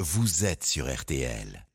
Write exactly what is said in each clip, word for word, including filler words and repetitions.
vous êtes sur R T L.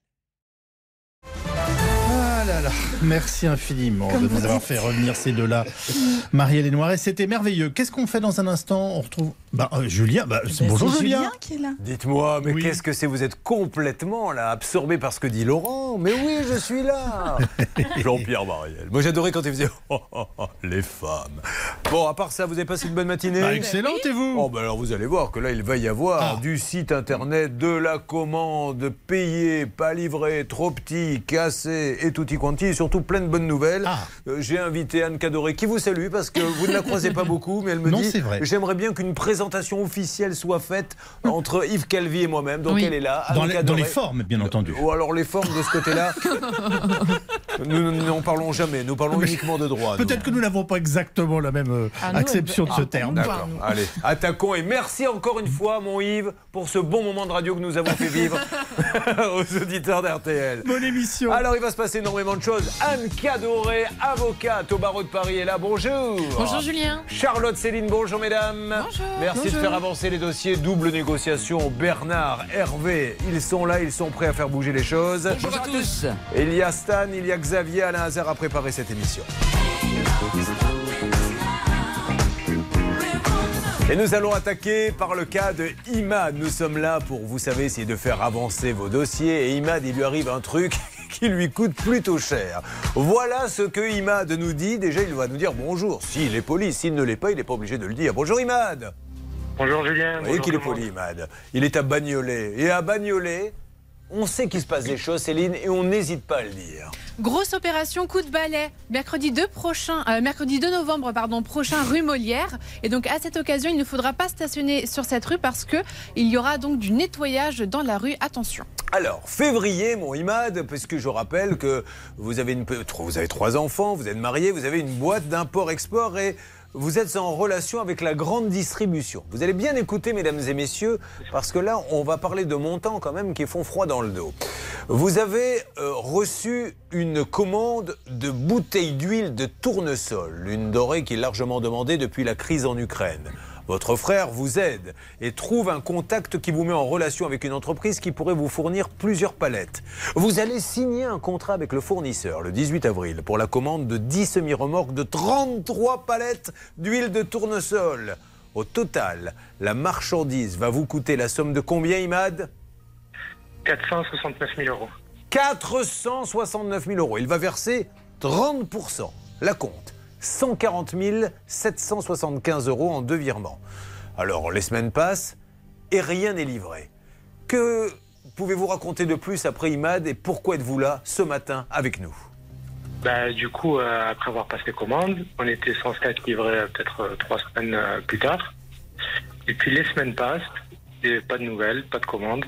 Ah là là, merci infiniment Comme de nous avoir fait revenir ces deux-là. Marie-Hélène Noiret, c'était merveilleux. Qu'est-ce qu'on fait dans un instant? On retrouve bah, euh, Julien. Bah, bah, bonjour Julien. Julien qui est là. Dites-moi, mais oui. qu'est-ce que c'est? Vous êtes complètement là, absorbé par ce que dit Laurent. Mais oui, je suis là. Jean-Pierre Mariel. Moi j'adorais quand il faisait oh, oh, oh, les femmes. Bon, à part ça, vous avez passé une bonne matinée? Bah, excellente, et vous? Oh, bah alors vous allez voir que là, il va y avoir ah. du site internet, de la commande, payé, pas livré, trop petit, cassé et tutti quanti, et surtout plein de bonnes nouvelles. Ah. Euh, j'ai invité Anne Cadoré qui vous salue parce que vous ne la croisez pas beaucoup, mais elle me non, dit j'aimerais bien qu'une présentation officielle soit faite entre Yves Calvi et moi-même. Donc oui. Elle est là. Dans les, dans les formes, bien entendu. Ou alors les formes de ce côté-là. Nous n'en parlons jamais. Nous parlons mais uniquement de droit. Peut-être que nous n'avons pas exactement la même euh, ah, acception nous, de ce ah, terme. D'accord. Allez, attaquons et merci encore une fois, mon Yves, pour ce bon moment de radio que nous avons fait vivre aux auditeurs d'R T L. Bonne émission. Alors, il va se passer énormément de choses. Anne Cadoré, avocate au barreau de Paris, est là. Bonjour. Bonjour Julien. Charlotte Céline, bonjour mesdames. Bonjour. Merci bonjour. de faire avancer les dossiers. Double négociation. Bernard, Hervé, ils sont là, ils sont prêts à faire bouger les choses. Bonjour à tous. Il y a Stan, il y a Xavier, Alain Hazard a préparé cette émission. Et nous allons attaquer par le cas de Imad. Nous sommes là pour, vous savez, essayer de faire avancer vos dossiers. Et Imad, il lui arrive un truc qui lui coûte plutôt cher. Voilà ce que Imad nous dit. Déjà, il va nous dire bonjour. S'il est poli, s'il ne l'est pas, il n'est pas obligé de le dire. Bonjour Imad. Bonjour Julien. Vous voyez qu'il est poli, Imad. Il est à Bagnolet. Et à Bagnolet, on sait qu'il se passe des choses, Céline, et on n'hésite pas à le dire. Grosse opération coup de balai, mercredi deux, prochain, euh, mercredi deux novembre pardon, prochain, rue Molière. Et donc à cette occasion, il ne faudra pas stationner sur cette rue parce qu'il y aura donc du nettoyage dans la rue. Attention. Alors, février, mon Imad, puisque je rappelle que vous avez, une, vous avez trois enfants, vous êtes marié, vous avez une boîte d'import-export et vous êtes en relation avec la grande distribution. Vous allez bien écouter, mesdames et messieurs, parce que là, on va parler de montants quand même qui font froid dans le dos. Vous avez euh, reçu une commande de bouteilles d'huile de tournesol, une dorée qui est largement demandée depuis la crise en Ukraine. Votre frère vous aide et trouve un contact qui vous met en relation avec une entreprise qui pourrait vous fournir plusieurs palettes. Vous allez signer un contrat avec le fournisseur le dix-huit avril pour la commande de dix semi-remorques de trente-trois palettes d'huile de tournesol. Au total, la marchandise va vous coûter la somme de combien, Imad? quatre cent soixante-neuf mille euros. quatre cent soixante-neuf mille euros. Il va verser trente pour cent. La compte. cent quarante mille sept cent soixante-quinze euros en deux virements. Alors, les semaines passent et rien n'est livré. Que pouvez-vous raconter de plus après Imad et pourquoi êtes-vous là ce matin avec nous? Bah, du coup, euh, après avoir passé commande, on était censé être livré euh, peut-être euh, trois semaines euh, plus tard. Et puis les semaines passent et pas de nouvelles, pas de commande.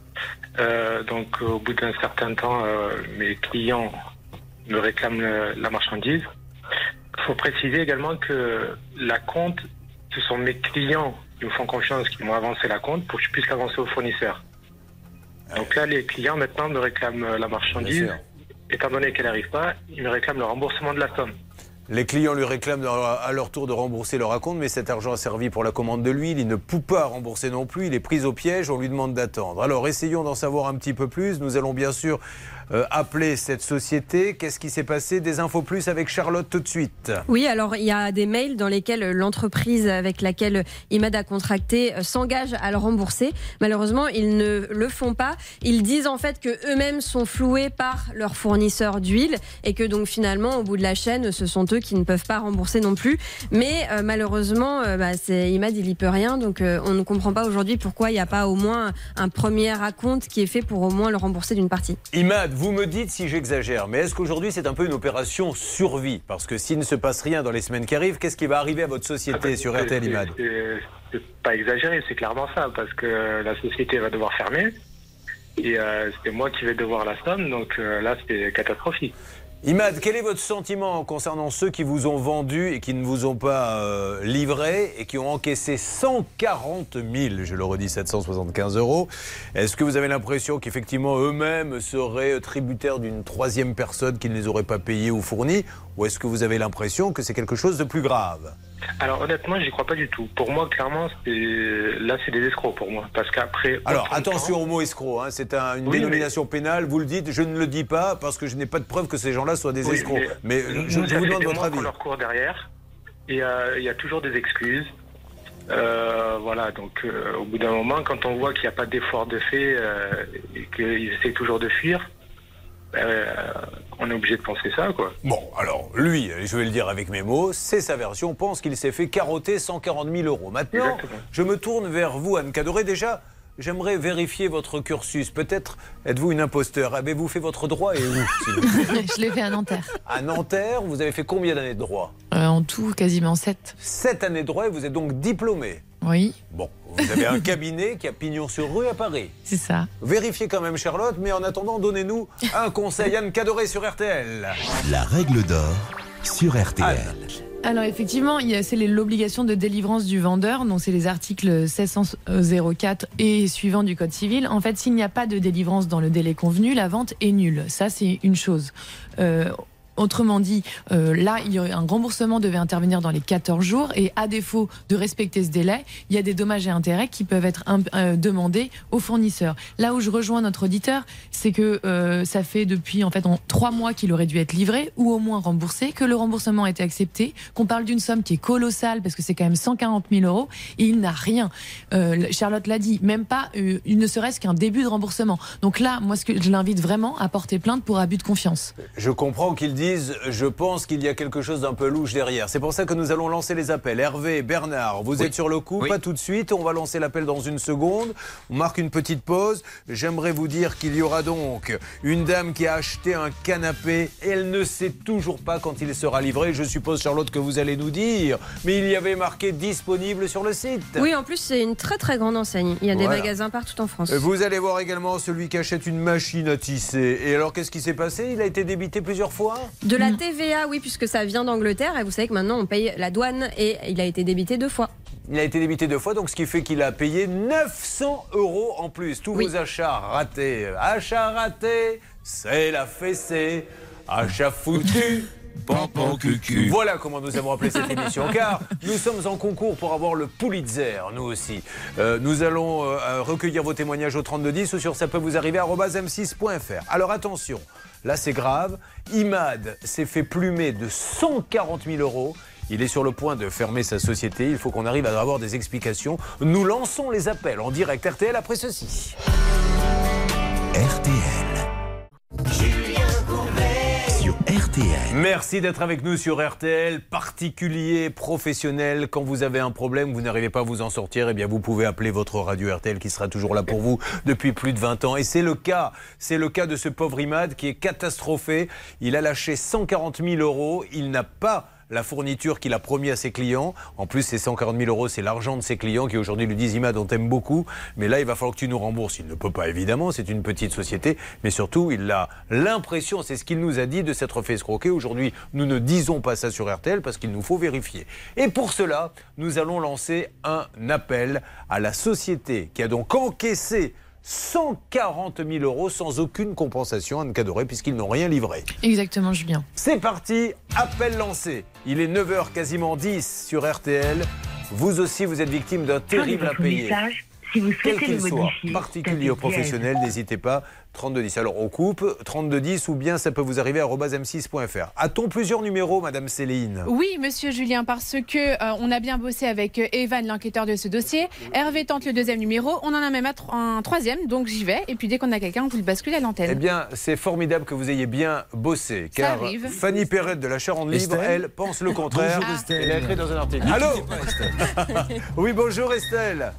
Euh, donc, euh, au bout d'un certain temps, euh, mes clients me réclament le, la marchandise. Il faut préciser également que la compte, ce sont mes clients qui me font confiance, qui m'ont avancé la compte pour que je puisse l'avancer au fournisseur. Donc là, les clients maintenant me réclament la marchandise. Étant donné qu'elle n'arrive pas, ils me réclament le remboursement de la somme. Les clients lui réclament à leur tour de rembourser leur acompte, mais cet argent a servi pour la commande de l'huile. Il ne peut pas rembourser non plus. Il est pris au piège. On lui demande d'attendre. Alors, essayons d'en savoir un petit peu plus. Nous allons bien sûr euh, appeler cette société. Qu'est-ce qui s'est passé? Des infos plus avec Charlotte tout de suite. Oui, alors il y a des mails dans lesquels l'entreprise avec laquelle Imad a contracté s'engage à le rembourser. Malheureusement, ils ne le font pas. Ils disent en fait que eux-mêmes sont floués par leur fournisseur d'huile et que donc finalement, au bout de la chaîne, ce sont eux qui ne peuvent pas rembourser non plus. Mais euh, malheureusement, euh, bah, c'est Imad, il y peut rien. Donc euh, on ne comprend pas aujourd'hui pourquoi il n'y a pas au moins un premier acompte qui est fait pour au moins le rembourser d'une partie. Imad, vous me dites si j'exagère, mais est-ce qu'aujourd'hui c'est un peu une opération survie? Parce que s'il ne se passe rien dans les semaines qui arrivent, qu'est-ce qui va arriver à votre société ah, sur R T L, Imad? C'est, c'est pas exagéré, c'est clairement ça, parce que la société va devoir fermer et euh, c'est moi qui vais devoir la somme, donc euh, là c'est catastrophique. Imad, quel est votre sentiment concernant ceux qui vous ont vendu et qui ne vous ont pas euh, livré et qui ont encaissé cent quarante mille, je le redis, sept cent soixante-quinze euros? Est-ce que vous avez l'impression qu'effectivement eux-mêmes seraient tributaires d'une troisième personne qui ne les aurait pas payés ou fournis? Ou est-ce que vous avez l'impression que c'est quelque chose de plus grave? Alors honnêtement, j'y crois pas du tout. Pour moi, clairement, c'est... là, c'est des escrocs pour moi. Parce qu'après... Alors attention temps... au mot escroc, hein. C'est un, une oui, dénomination mais... pénale, vous le dites, je ne le dis pas parce que je n'ai pas de preuve que ces gens-là soient des oui, escrocs. Mais, mais je, je vous demande votre avis. On leur court derrière, et euh, il y a toujours des excuses. Euh, voilà, donc euh, au bout d'un moment, quand on voit qu'il n'y a pas d'effort de fait euh, et qu'ils essaient toujours de fuir, euh, on est obligé de penser ça, quoi. Bon, alors, lui, je vais le dire avec mes mots, c'est sa version, pense qu'il s'est fait carotter cent quarante mille euros. Maintenant, exactement. Je me tourne vers vous, Anne Cadoré. Déjà, j'aimerais vérifier votre cursus. Peut-être êtes-vous une imposteur. Avez-vous fait votre droit et où? Je l'ai fait à Nanterre. À Nanterre, vous avez fait combien d'années de droit? euh, En tout, quasiment sept. Sept années de droit et vous êtes donc diplômé? Oui. Bon, vous avez un cabinet qui a pignon sur rue à Paris. C'est ça. Vérifiez quand même, Charlotte, mais en attendant, donnez-nous un conseil. Anne Cadoré sur R T L. La règle d'or sur R T L. Anne. Alors effectivement, c'est l'obligation de délivrance du vendeur, donc c'est les articles mille sept cent quatre et suivants du Code civil. En fait, s'il n'y a pas de délivrance dans le délai convenu, la vente est nulle. Ça, c'est une chose. Euh, Autrement dit, euh, là, il y aurait un remboursement devait intervenir dans les quatorze jours et à défaut de respecter ce délai, il y a des dommages et intérêts qui peuvent être euh, demandés aux fournisseurs. Là où je rejoins notre auditeur, c'est que euh, ça fait depuis en fait en trois mois qu'il aurait dû être livré ou au moins remboursé, que le remboursement a été accepté, qu'on parle d'une somme qui est colossale parce que c'est quand même cent quarante mille euros et il n'a rien. Euh, Charlotte l'a dit, même pas, euh, il ne serait-ce qu'un début de remboursement. Donc là, moi, ce que je l'invite vraiment à porter plainte pour abus de confiance. Je comprends qu'il dit je pense qu'il y a quelque chose d'un peu louche derrière. C'est pour ça que nous allons lancer les appels. Hervé, Bernard, vous oui. êtes sur le coup, oui. Pas tout de suite. On va lancer l'appel dans une seconde. On marque une petite pause. J'aimerais vous dire qu'il y aura donc une dame qui a acheté un canapé et elle ne sait toujours pas quand il sera livré. Je suppose, Charlotte, que vous allez nous dire. Mais il y avait marqué disponible sur le site. Oui, en plus, c'est une très très grande enseigne. Il y a voilà. des magasins partout en France. Vous allez voir également celui qui achète une machine à tisser. Et alors, qu'est-ce qui s'est passé? Il a été débité plusieurs fois? De la T V A, oui, puisque ça vient d'Angleterre et vous savez que maintenant on paye la douane et il a été débité deux fois. Il a été débité deux fois, donc ce qui fait qu'il a payé neuf cents euros en plus. Tous oui. vos achats ratés. Achats ratés, c'est la fessée. Achat foutu. Pampon cucu. Voilà comment nous avons appelé cette émission, car nous sommes en concours pour avoir le Pulitzer, nous aussi. Euh, nous allons euh, recueillir vos témoignages au trente-deux dix ou sur ça peut vous arriver arobase m six point f r. Alors attention, là c'est grave. Imad s'est fait plumer de cent quarante mille euros. Il est sur le point de fermer sa société. Il faut qu'on arrive à avoir des explications. Nous lançons les appels en direct R T L après ceci. R T L. R T L. Merci d'être avec nous sur R T L. Particulier, professionnel, quand vous avez un problème, vous n'arrivez pas à vous en sortir, eh bien vous pouvez appeler votre radio R T L qui sera toujours là pour vous depuis plus de vingt ans. Et c'est le cas, c'est le cas de ce pauvre Imad qui est catastrophé. Il a lâché cent quarante mille euros, il n'a pas la fourniture qu'il a promis à ses clients. En plus, ces cent quarante mille euros, c'est l'argent de ses clients qui aujourd'hui lui disent « Imad, on t'aime beaucoup, mais là, il va falloir que tu nous rembourses ». Il ne peut pas, évidemment, c'est une petite société, mais surtout, il a l'impression, c'est ce qu'il nous a dit, de s'être fait escroquer. Aujourd'hui, nous ne disons pas ça sur R T L parce qu'il nous faut vérifier. Et pour cela, nous allons lancer un appel à la société qui a donc encaissé cent quarante mille euros sans aucune compensation, Anne Cadoré, puisqu'ils n'ont rien livré. Exactement, Julien. C'est parti, appel lancé. Il est neuf heures quasiment dix sur R T L. Vous aussi, vous êtes victime d'un terrible impayé. Si vous Quel souhaitez qu'il le soit, modifier, particulier ou professionnel, n'hésitez pas, trente-deux dix. Alors on coupe, trente-deux dix ou bien ça peut vous arriver à arobase m six point f r. A-t-on plusieurs numéros, Madame Céline? Oui, Monsieur Julien, parce que euh, on a bien bossé avec euh, Evan, l'enquêteur de ce dossier. Hervé tente le deuxième numéro, on en a même un troisième, donc j'y vais. Et puis dès qu'on a quelqu'un, on vous le bascule à l'antenne. Eh bien, c'est formidable que vous ayez bien bossé, car Fanny Perrette de la Charente Libre, elle, pense le contraire. Bonjour Estelle. Elle a écrit dans un article. Allô? Oui, bonjour Estelle.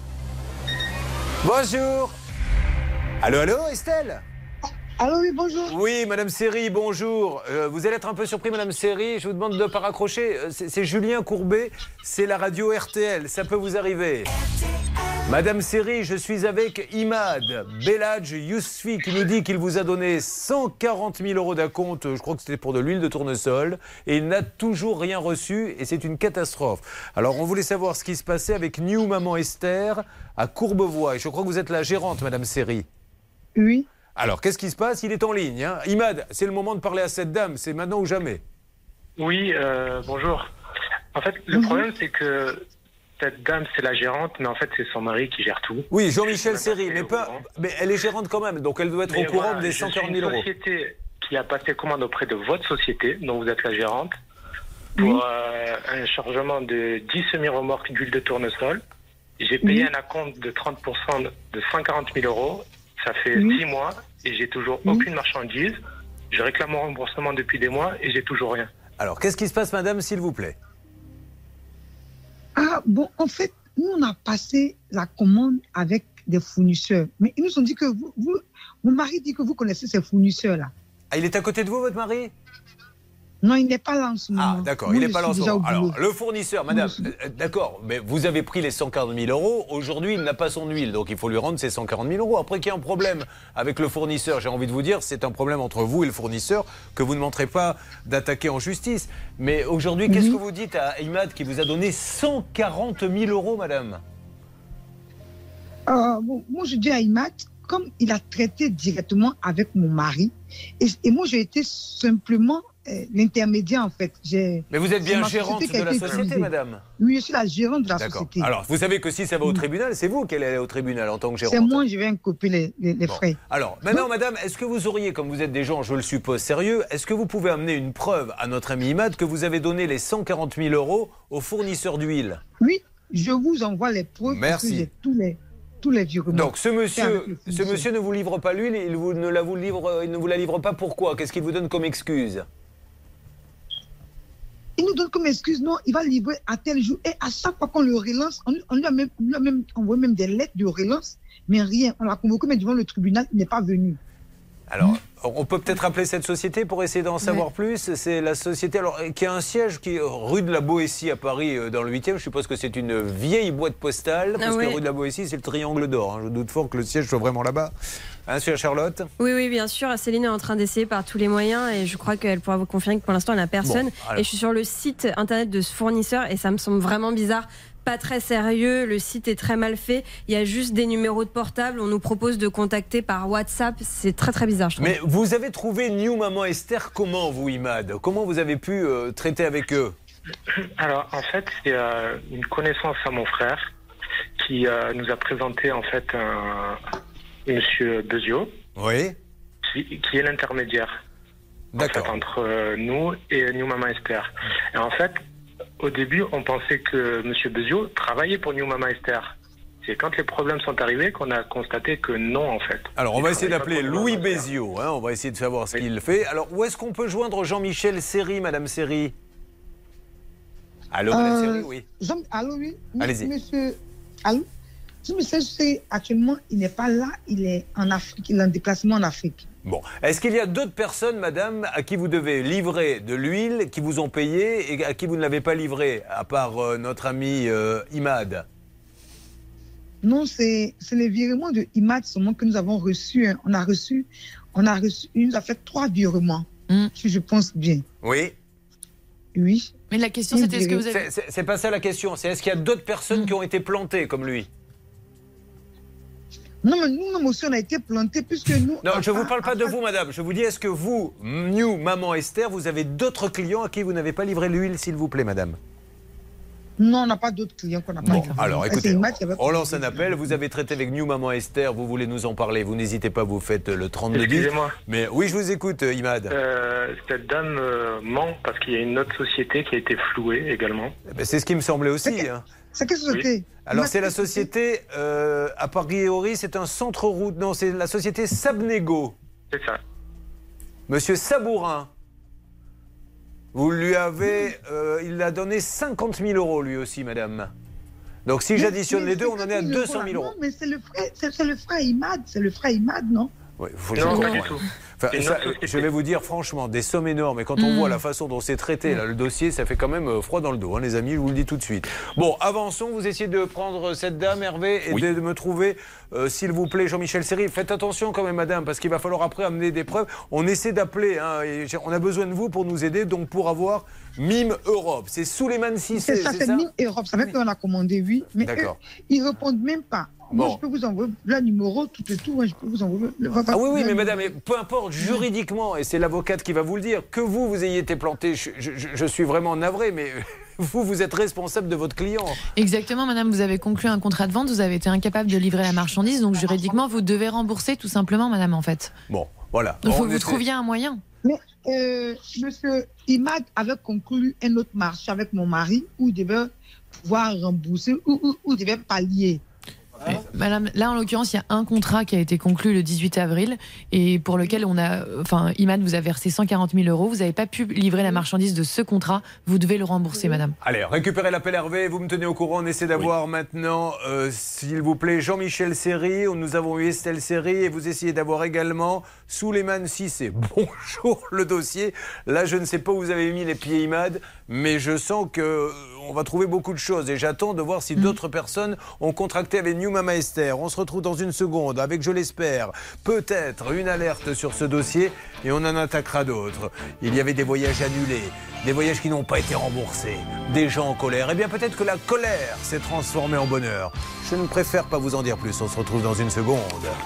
Bonjour. Allô, allô, Estelle? Allô, oui, bonjour. Oui, Madame Seri, bonjour. Euh, vous allez être un peu surpris, Madame Seri. Je vous demande de ne pas raccrocher. C'est Julien Courbet, c'est la radio R T L. Ça peut vous arriver. Madame Seri, je suis avec Imad Belhadj Yousfi qui nous dit qu'il vous a donné cent quarante mille euros d'acompte. Je crois que c'était pour de l'huile de tournesol. Et il n'a toujours rien reçu et c'est une catastrophe. Alors, on voulait savoir ce qui se passait avec New Maman Esther à Courbevoie. Et je crois que vous êtes la gérante, Madame Seri. Oui. Alors, qu'est-ce qui se passe? Il est en ligne. Hein. Imad, c'est le moment de parler à cette dame. C'est maintenant ou jamais. Oui, euh, bonjour. En fait, le Mhm. problème, c'est que cette dame, c'est la gérante, mais en fait, c'est son mari qui gère tout. Oui, Jean-Michel Je suis Seri, même mais, pas pas, au courant. mais elle est gérante quand même, donc elle doit être Mais au courant voilà, des je cent suis quarante une mille euros. société qui a passé commande auprès de votre société, dont vous êtes la gérante, pour Oui. euh, un chargement de dix semi-remorques d'huile de tournesol. J'ai payé Oui. un acompte de trente pour cent de cent quarante mille euros. Ça fait Oui. six mois et j'ai toujours Oui. aucune marchandise. Je réclame mon remboursement depuis des mois et j'ai toujours rien. Alors, qu'est-ce qui se passe, madame, s'il vous plaît? Ah, bon, en fait, nous, on a passé la commande avec des fournisseurs. Mais ils nous ont dit que vous, vous mon mari dit que vous connaissez ces fournisseurs-là. Ah, il est à côté de vous, votre mari? Non, il n'est pas là en ce moment. Ah, d'accord, Moi, il je n'est pas là en suis ce déjà au moment. boulot. Alors, le fournisseur, madame, Moi, euh, d'accord, mais vous avez pris les cent quarante mille euros. Aujourd'hui, il n'a pas son huile, donc il faut lui rendre ses cent quarante mille euros. Après qu'il y ait un problème avec le fournisseur, j'ai envie de vous dire, c'est un problème entre vous et le fournisseur que vous ne manquerez pas d'attaquer en justice. Mais aujourd'hui, qu'est-ce que vous dites à Imad qui vous a donné cent quarante mille euros, madame? Euh, bon, moi, je dis à Imad, comme il a traité directement avec mon mari, et, et moi, j'ai été simplement euh, l'intermédiaire, en fait. J'ai- Mais vous êtes c'est bien ma gérante société qui a de la été société, utilisée. madame? Oui, je suis la gérante de la D'accord. société. Alors, vous savez que si ça va au Mm. tribunal, c'est vous qui allez aller au tribunal en tant que gérante. C'est moi, je vais couper les, les, les Bon. frais. Alors, maintenant, madame, est-ce que vous auriez, comme vous êtes des gens, je le suppose, sérieux, est-ce que vous pouvez amener une preuve à notre ami Imad que vous avez donné les cent quarante mille euros au fournisseur d'huile? Oui, je vous envoie les preuves parce Merci. que j'ai tous les, tous les virements. Donc, ce avec monsieur, le ce fournisseur. monsieur ne vous livre pas l'huile, il, vous, ne la vous livre, il ne vous la livre pas. Pourquoi? Qu'est-ce qu'il vous donne comme excuse? Il nous donne comme excuse, non, il va livrer à tel jour. Et à chaque fois qu'on le relance, on, on lui a même, on lui a même envoyé même des lettres de relance, mais rien. On l'a convoqué, mais devant le tribunal, il n'est pas venu. Alors, on peut peut-être appeler cette société pour essayer d'en savoir plus. C'est la société alors, qui a un siège qui est rue de la Boétie à Paris, euh, dans le huitième. Je suppose que c'est une vieille boîte postale, parce Ah ouais. que rue de la Boétie, c'est le triangle d'or. hein. Je doute fort que le siège soit vraiment là-bas. Hein, Monsieur Charlotte? Oui, oui, bien sûr. Céline est en train d'essayer par tous les moyens et je crois qu'elle pourra vous confirmer que pour l'instant, elle n'a personne. Bon, alors. Et je suis sur le site internet de ce fournisseur et ça me semble vraiment bizarre. Pas très sérieux, le site est très mal fait. Il y a juste des numéros de portable. On nous propose de contacter par WhatsApp. C'est très très bizarre, je trouve. Mais vous avez trouvé New Maman Esther comment, vous, Imad? Comment vous avez pu euh, traiter avec eux? Alors, en fait, c'est euh, une connaissance à mon frère qui euh, nous a présenté, en fait, un monsieur Bezio, Oui. qui, qui est l'intermédiaire en fait, D'accord. entre euh, nous et New Mama Esther. Et en fait, au début, on pensait que monsieur Bezio travaillait pour New Mama Esther. C'est quand les problèmes sont arrivés qu'on a constaté que non, en fait. Alors, on Il va essayer travaille d'appeler pas pour New Louis Mama Esther. Béziot. Hein, on va essayer de savoir ce Oui. qu'il fait. Alors, où est-ce qu'on peut joindre Jean-Michel Seri, Madame Seri? Allô, Madame Euh, Seri, oui. Jean, allô, oui. Allez-y. Monsieur, allô. Ce monsieur, c'est actuellement, il n'est pas là, il est en Afrique, il est en déplacement en Afrique. Bon. Est-ce qu'il y a d'autres personnes, madame, à qui vous devez livrer de l'huile, qui vous ont payé et à qui vous ne l'avez pas livré, à part euh, notre ami euh, Imad? Non, c'est c'est les virements de Imad seulement que nous avons reçus. hein. On a reçu, on a reçu, il nous a fait trois virements, Mm. si je pense bien. Oui. Oui. Mais la question, c'était est-ce que vous avez... C'est- C'est c'est pas ça la question. C'est est-ce qu'il y a d'autres personnes qui ont été plantées comme lui? Non, mais nous-mêmes aussi, on a été plantés puisque nous. Non, je ne vous à- parle pas à- de vous, madame. Je vous dis, est-ce que vous, New Maman Esther, vous avez d'autres clients à qui vous n'avez pas livré l'huile, s'il vous plaît, madame? Non, on n'a pas d'autres clients qu'on n'a pas. Bon, livrés. alors Ah, écoutez, c'est Imad qui avait- on lance un appel. Vous avez traité avec New Maman Esther, vous voulez nous en parler. Vous n'hésitez pas, vous faites le trente-deux dix. Excusez-moi, Mais oui, je vous écoute, Imad. euh, cette dame euh, ment parce qu'il y a une autre société qui a été flouée également. Eh ben, c'est ce qui me semblait aussi. Ok. hein. C'est quelle société? Alors, Imad, c'est la quelle société, euh, à Paris-Héori, c'est un centre-route. Non, c'est la société Sabnego. C'est ça. Monsieur Sabourin. Vous lui avez. euh, il a donné cinquante mille euros, lui aussi, madame. Donc, si Mais- j'additionne mais les deux, on en cinquante est à mille deux cent mille euros. Non, mais c'est le frère, c'est c'est le frère Imad, c'est le frère Imad, non? Ouais, faut- Non, je- pas ouais. du tout. Enfin, C'est une ça, autre société. je vais vous dire franchement, des sommes énormes. Et quand on Mm. voit la façon dont c'est traité, là, le dossier, ça fait quand même euh, froid dans le dos, hein, les amis, je vous le dis tout de suite. Bon, avançons. Vous essayez de prendre cette dame, Hervé, et Oui. de, de me trouver, euh, s'il vous plaît, Jean-Michel Seri. Faites attention quand même, madame, parce qu'il va falloir après amener des preuves. On essaie d'appeler. Hein, et j'ai- on a besoin de vous pour nous aider, donc pour avoir Mime Europe. C'est Souleymane C'est Cissé, ça, c'est c'est ça? Mime Europe. Ça fait qu'on a commandé, oui. Mais eux, D'accord. ils ne répondent même pas. Moi, Bon. je peux vous envoyer le numéro, tout et tout. hein, Je peux vous envoyer le. Ah oui, oui, le- mais madame, mais peu importe, juridiquement, et c'est l'avocate qui va vous le dire, que vous, vous ayez été planté, je, je- je suis vraiment navré, mais vous, vous êtes responsable de votre client. Exactement, madame, vous avez conclu un contrat de vente, vous avez été incapable de livrer la marchandise, donc juridiquement, vous devez rembourser tout simplement, madame, en fait. Bon, voilà. Il faut On que vous était- trouviez un moyen. Mais euh, monsieur Imad avait conclu un autre marché avec mon mari où il devait pouvoir rembourser, où, où, où il devait pallier. Mais, madame, là, en l'occurrence, il y a un contrat qui a été conclu le dix-huit avril et pour lequel on a, enfin, Imad vous a versé cent quarante mille euros. Vous n'avez pas pu livrer la marchandise de ce contrat. Vous devez le rembourser, madame. Allez, récupérez l'appel Hervé, vous me tenez au courant. On essaie d'avoir maintenant, euh, s'il vous plaît, Jean-Michel Seri. Nous avons eu Estelle Seri et vous essayez d'avoir également Souleymane Cissé. Bonjour, le dossier. Là, je ne sais pas où vous avez mis les pieds, Imad, mais je sens que on va trouver beaucoup de choses et j'attends de voir si mmh. d'autres personnes ont contracté avec New Mama Esther. On se retrouve dans une seconde avec, je l'espère, peut-être une alerte sur ce dossier et on en attaquera d'autres. Il y avait des voyages annulés, des voyages qui n'ont pas été remboursés, des gens en colère. Eh bien, peut-être que la colère s'est transformée en bonheur. Je ne préfère pas vous en dire plus. On se retrouve dans une seconde.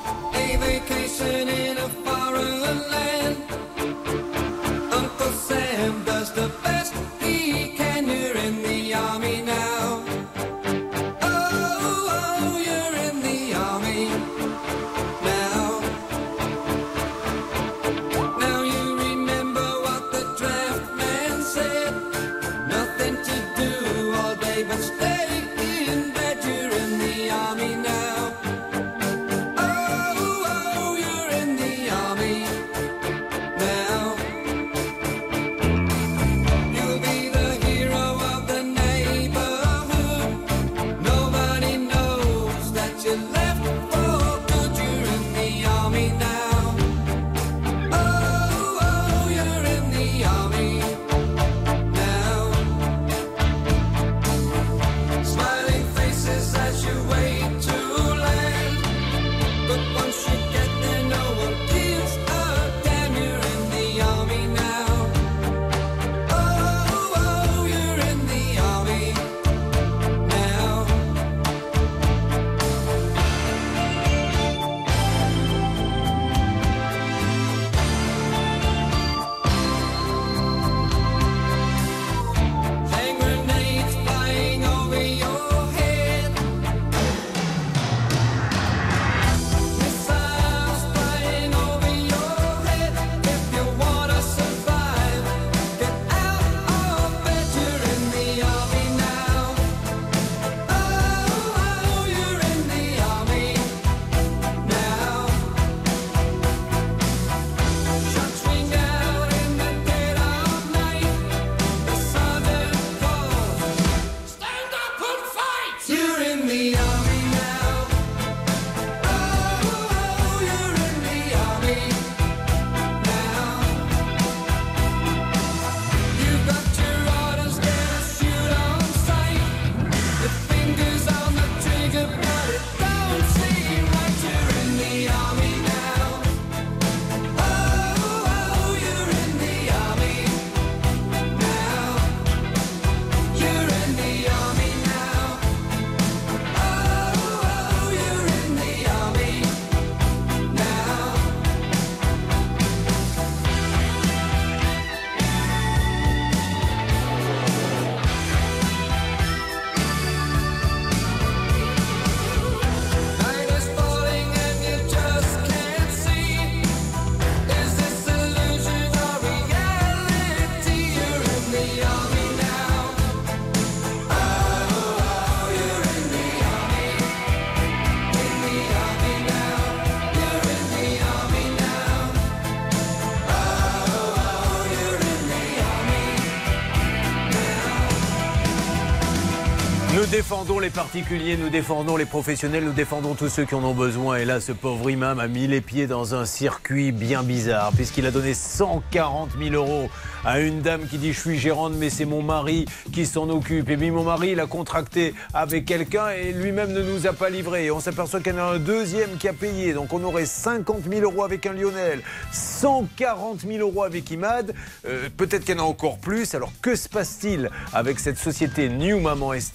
Nous défendons les particuliers, nous défendons les professionnels, nous défendons tous ceux qui en ont besoin. Et là, ce pauvre imam a mis les pieds dans un circuit bien bizarre, puisqu'il a donné cent quarante mille euros à une dame qui dit « je suis gérante, mais c'est mon mari qui s'en occupe ». Et puis mon mari, il a contracté avec quelqu'un et lui-même ne nous a pas livré. Et on s'aperçoit qu'il y en a un deuxième qui a payé. Donc on aurait cinquante mille euros avec un Lionel, cent quarante mille euros avec Imad. Euh, peut-être qu'il y en a encore plus. Alors que se passe-t-il avec cette société New Maman Esther? Nous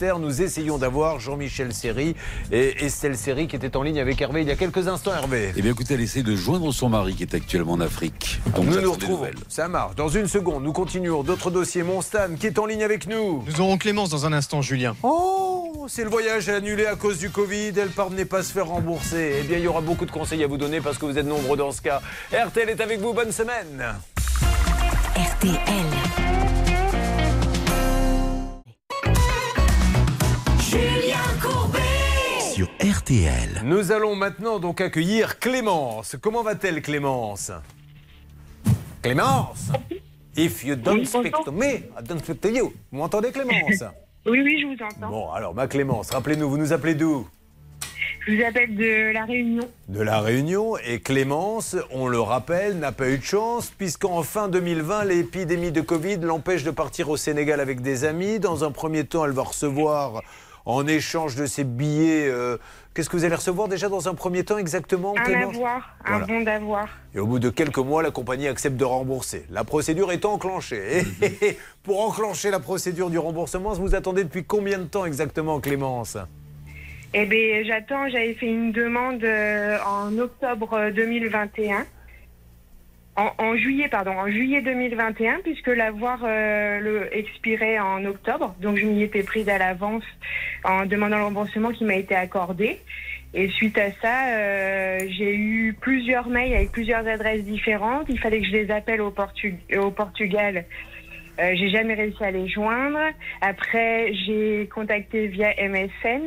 essayons d'avoir Jean-Michel Seri et Estelle Seri qui était en ligne avec Hervé il y a quelques instants. Hervé. Eh bien écoutez, elle essaie de joindre son mari qui est actuellement en Afrique. Donc nous nous retrouvons. Ça marche. Dans une seconde, nous continuons. D'autres dossiers. Mon Stan qui est en ligne avec nous. Nous aurons Clémence dans un instant, Julien. Oh, c'est le voyage annulé à cause du Covid. Elle parvenait pas à se faire rembourser. Eh bien, il y aura beaucoup de conseils à vous donner parce que vous êtes nombreux dans ce cas. R T L est avec vous. Bonne semaine. R T L. Julien Courbet sur R T L. Nous allons maintenant donc accueillir Clémence. Comment va-t-elle, Clémence? Clémence, if you don't oui, speak to me, I don't speak to you. Vous m'entendez, Clémence? Oui, oui, je vous entends. Bon, alors, ma Clémence, rappelez-nous, vous nous appelez d'où? Je vous appelle de La Réunion. De La Réunion. Et Clémence, on le rappelle, n'a pas eu de chance, puisqu'en fin deux mille vingt, l'épidémie de Covid l'empêche de partir au Sénégal avec des amis. Dans un premier temps, elle va recevoir, en échange de ses billets, euh, qu'est-ce que vous allez recevoir déjà dans un premier temps exactement, Un Clémence? avoir, un Voilà. bon d'avoir. Et au bout de quelques mois, la compagnie accepte de rembourser. La procédure est enclenchée. Et pour enclencher la procédure du remboursement, vous attendez depuis combien de temps exactement, Clémence? Eh bien, j'attends, j'avais fait une demande euh, en octobre deux mille vingt et un. En, en juillet, pardon, en juillet deux mille vingt et un, puisque l'avoir euh, le expirait en octobre. Donc, je m'y étais prise à l'avance en demandant le remboursement qui m'a été accordé. Et suite à ça, euh, j'ai eu plusieurs mails avec plusieurs adresses différentes. Il fallait que je les appelle au, Portu- au Portugal. Euh, j'ai jamais réussi à les joindre. Après, j'ai contacté via M S N.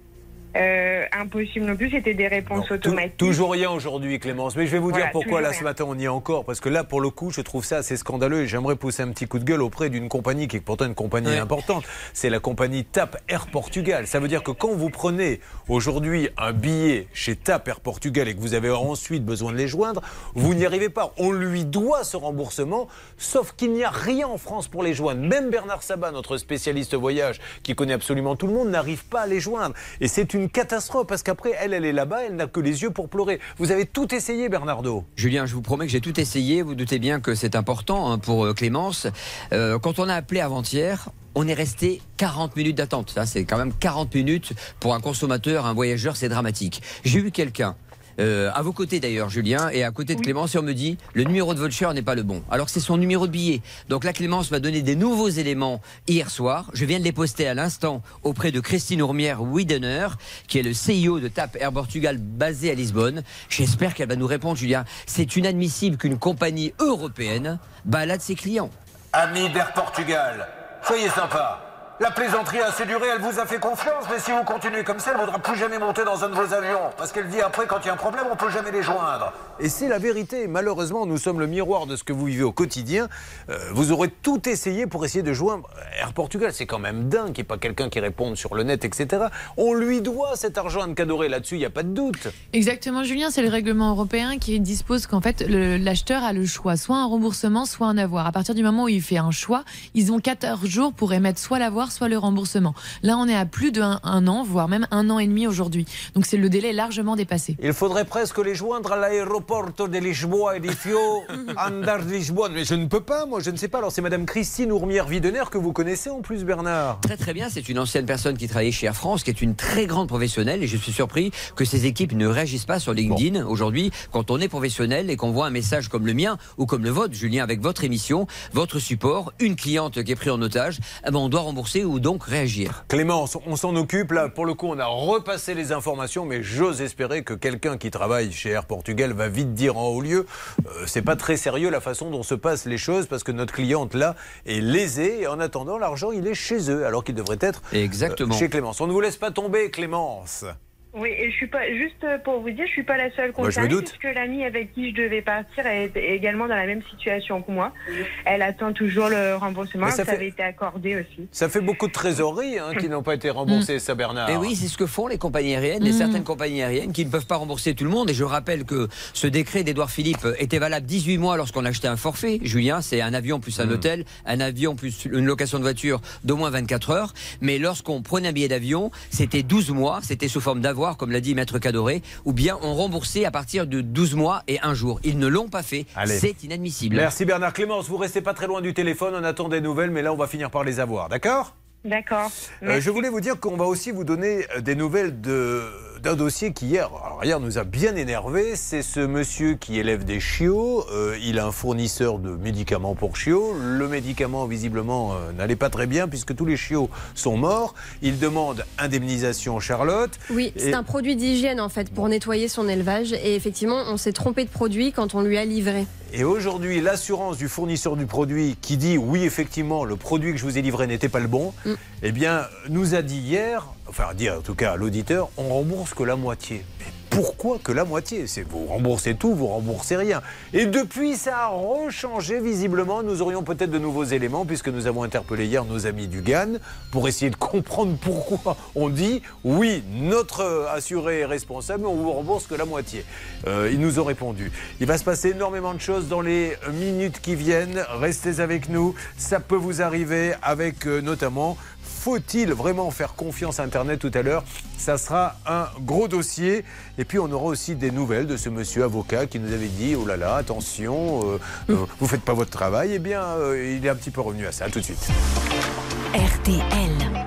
Euh, impossible non plus, c'était des réponses Non, automatiques. Tou- toujours rien aujourd'hui, Clémence. Mais je vais vous Voilà, dire pourquoi là toujours ce rien. matin on y est encore. Parce que là, pour le coup, je trouve ça assez scandaleux et j'aimerais pousser un petit coup de gueule auprès d'une compagnie qui est pourtant une compagnie Ouais. importante. C'est la compagnie TAP Air Portugal. Ça veut dire que quand vous prenez aujourd'hui un billet chez TAP Air Portugal et que vous avez ensuite besoin de les joindre, vous n'y arrivez pas. On lui doit ce remboursement, sauf qu'il n'y a rien en France pour les joindre. Même Bernard Sabat, notre spécialiste voyage, qui connaît absolument tout le monde, n'arrive pas à les joindre. Et c'est une catastrophe parce qu'après, elle, elle est là-bas, elle n'a que les yeux pour pleurer. Vous avez tout essayé, Bernardo? Julien, je vous promets que j'ai tout essayé. Vous doutez bien que c'est important hein, pour euh, Clémence. Euh, quand on a appelé avant-hier, on est resté quarante minutes d'attente. Ça, c'est quand même quarante minutes pour un consommateur, un voyageur, c'est dramatique. J'ai eu quelqu'un. Euh, à vos côtés d'ailleurs, Julien, et à côté de Clémence, et on me dit le numéro de voucher n'est pas le bon. Alors que c'est son numéro de billet. Donc là, Clémence m'a donné des nouveaux éléments hier soir. Je viens de les poster à l'instant auprès de Christine Ourmière Widener, qui est le C E O de TAP Air Portugal basé à Lisbonne. J'espère qu'elle va nous répondre, Julien. C'est inadmissible qu'une compagnie européenne balade ses clients. Amis d'Air Portugal, soyez sympa. La plaisanterie a assez duré, elle vous a fait confiance, mais si vous continuez comme ça, elle ne voudra plus jamais monter dans un de vos avions. Parce qu'elle dit après, quand il y a un problème, on ne peut jamais les joindre. Et c'est la vérité. Malheureusement, nous sommes le miroir de ce que vous vivez au quotidien. Euh, vous aurez tout essayé pour essayer de joindre Air Portugal. C'est quand même dingue qu'il n'y ait pas quelqu'un qui réponde sur le net, et cetera. On lui doit cet argent à Anne Cadoré. Là-dessus, il n'y a pas de doute. Exactement, Julien, c'est le règlement européen qui dispose qu'en fait le- l'acheteur a le choix, soit un remboursement, soit un avoir. À partir du moment où il fait un choix, ils ont quatorze jours pour émettre soit l'avoir, soit le remboursement. Là, on est à plus d'un un an, voire même un an et demi aujourd'hui. Donc c'est le délai largement dépassé. Il faudrait presque les joindre à l'aéroport de Lisboa et Fio, Andar de Lisbonne. Mais je ne peux pas, moi, je ne sais pas. Alors c'est Madame Christine Ourmière-Widener que vous connaissez en plus, Bernard. Très très bien, c'est une ancienne personne qui travaillait chez Air France, qui est une très grande professionnelle, et je suis surpris que ces équipes ne réagissent pas sur LinkedIn bon. Aujourd'hui, quand on est professionnel et qu'on voit un message comme le mien ou comme le vôtre, Julien, avec votre émission, votre support, une cliente qui est prise en otage, eh ben on doit rembourser ou donc réagir. Clémence, on s'en occupe là. Pour le coup, on a repassé les informations, mais j'ose espérer que quelqu'un qui travaille chez Air Portugal va vite dire en haut lieu, euh, c'est pas très sérieux la façon dont se passent les choses parce que notre cliente là est lésée et en attendant l'argent il est chez eux alors qu'il devrait être Exactement. Euh, chez Clémence. On ne vous laisse pas tomber, Clémence. Oui, et je suis pas, juste pour vous dire, je suis pas la seule Moi, je me concernée, doute. puisque l'amie avec qui je devais partir est également dans la même situation que moi. Elle attend toujours le remboursement, Mais ça ça, fait- avait été accordé aussi. Ça fait beaucoup de trésoreries hein, qui n'ont pas été remboursées, ça Bernard. Et oui, c'est ce que font les compagnies aériennes, les Mmh. certaines compagnies aériennes qui ne peuvent pas rembourser tout le monde. Et je rappelle que ce décret d'Édouard Philippe était valable dix-huit mois lorsqu'on achetait un forfait. Julien, c'est un avion plus un Mmh. hôtel, un avion plus une location de voiture d'au moins vingt-quatre heures. Mais lorsqu'on prenait un billet d'avion, c'était douze mois, c'était sous forme d'avoir, comme l'a dit Maître Cadoré, ou bien on remboursait à partir de douze mois et un jour. Ils ne l'ont pas fait. Allez. C'est inadmissible. Merci Bernard. Clémence, vous restez pas très loin du téléphone, on attend des nouvelles, mais là on va finir par les avoir, d'accord ? D'accord. Euh, je voulais vous dire qu'on va aussi vous donner des nouvelles de, d'un dossier qui hier, alors hier nous a bien énervé. C'est ce monsieur qui élève des chiots. Euh, il a un fournisseur de médicaments pour chiots. Le médicament visiblement euh, n'allait pas très bien puisque tous les chiots sont morts. Il demande indemnisation, Charlotte. Oui, c'est Et... un produit d'hygiène en fait pour nettoyer son élevage. Et effectivement, on s'est trompé de produit quand on lui a livré. Et aujourd'hui, l'assurance du fournisseur du produit qui dit oui, effectivement, le produit que je vous ai livré n'était pas le bon, mm. eh bien, nous a dit hier, enfin, dit en tout cas à l'auditeur, on rembourse que la moitié. Mais pourquoi que la moitié? C'est vous remboursez tout, vous remboursez rien. Et depuis, ça a rechangé visiblement. Nous aurions peut-être de nouveaux éléments puisque nous avons interpellé hier nos amis du G A N pour essayer de comprendre pourquoi on dit oui, notre assuré est responsable, mais on vous rembourse que la moitié. Euh, ils nous ont répondu. Il va se passer énormément de choses dans les minutes qui viennent. Restez avec nous. Ça peut vous arriver avec euh, notamment... Faut-il vraiment faire confiance à Internet tout à l'heure? Ça sera un gros dossier. Et puis on aura aussi des nouvelles de ce monsieur avocat qui nous avait dit oh là là, attention, euh, euh, vous faites pas votre travail. Eh bien, euh, il est un petit peu revenu à ça. À tout de suite. R T L.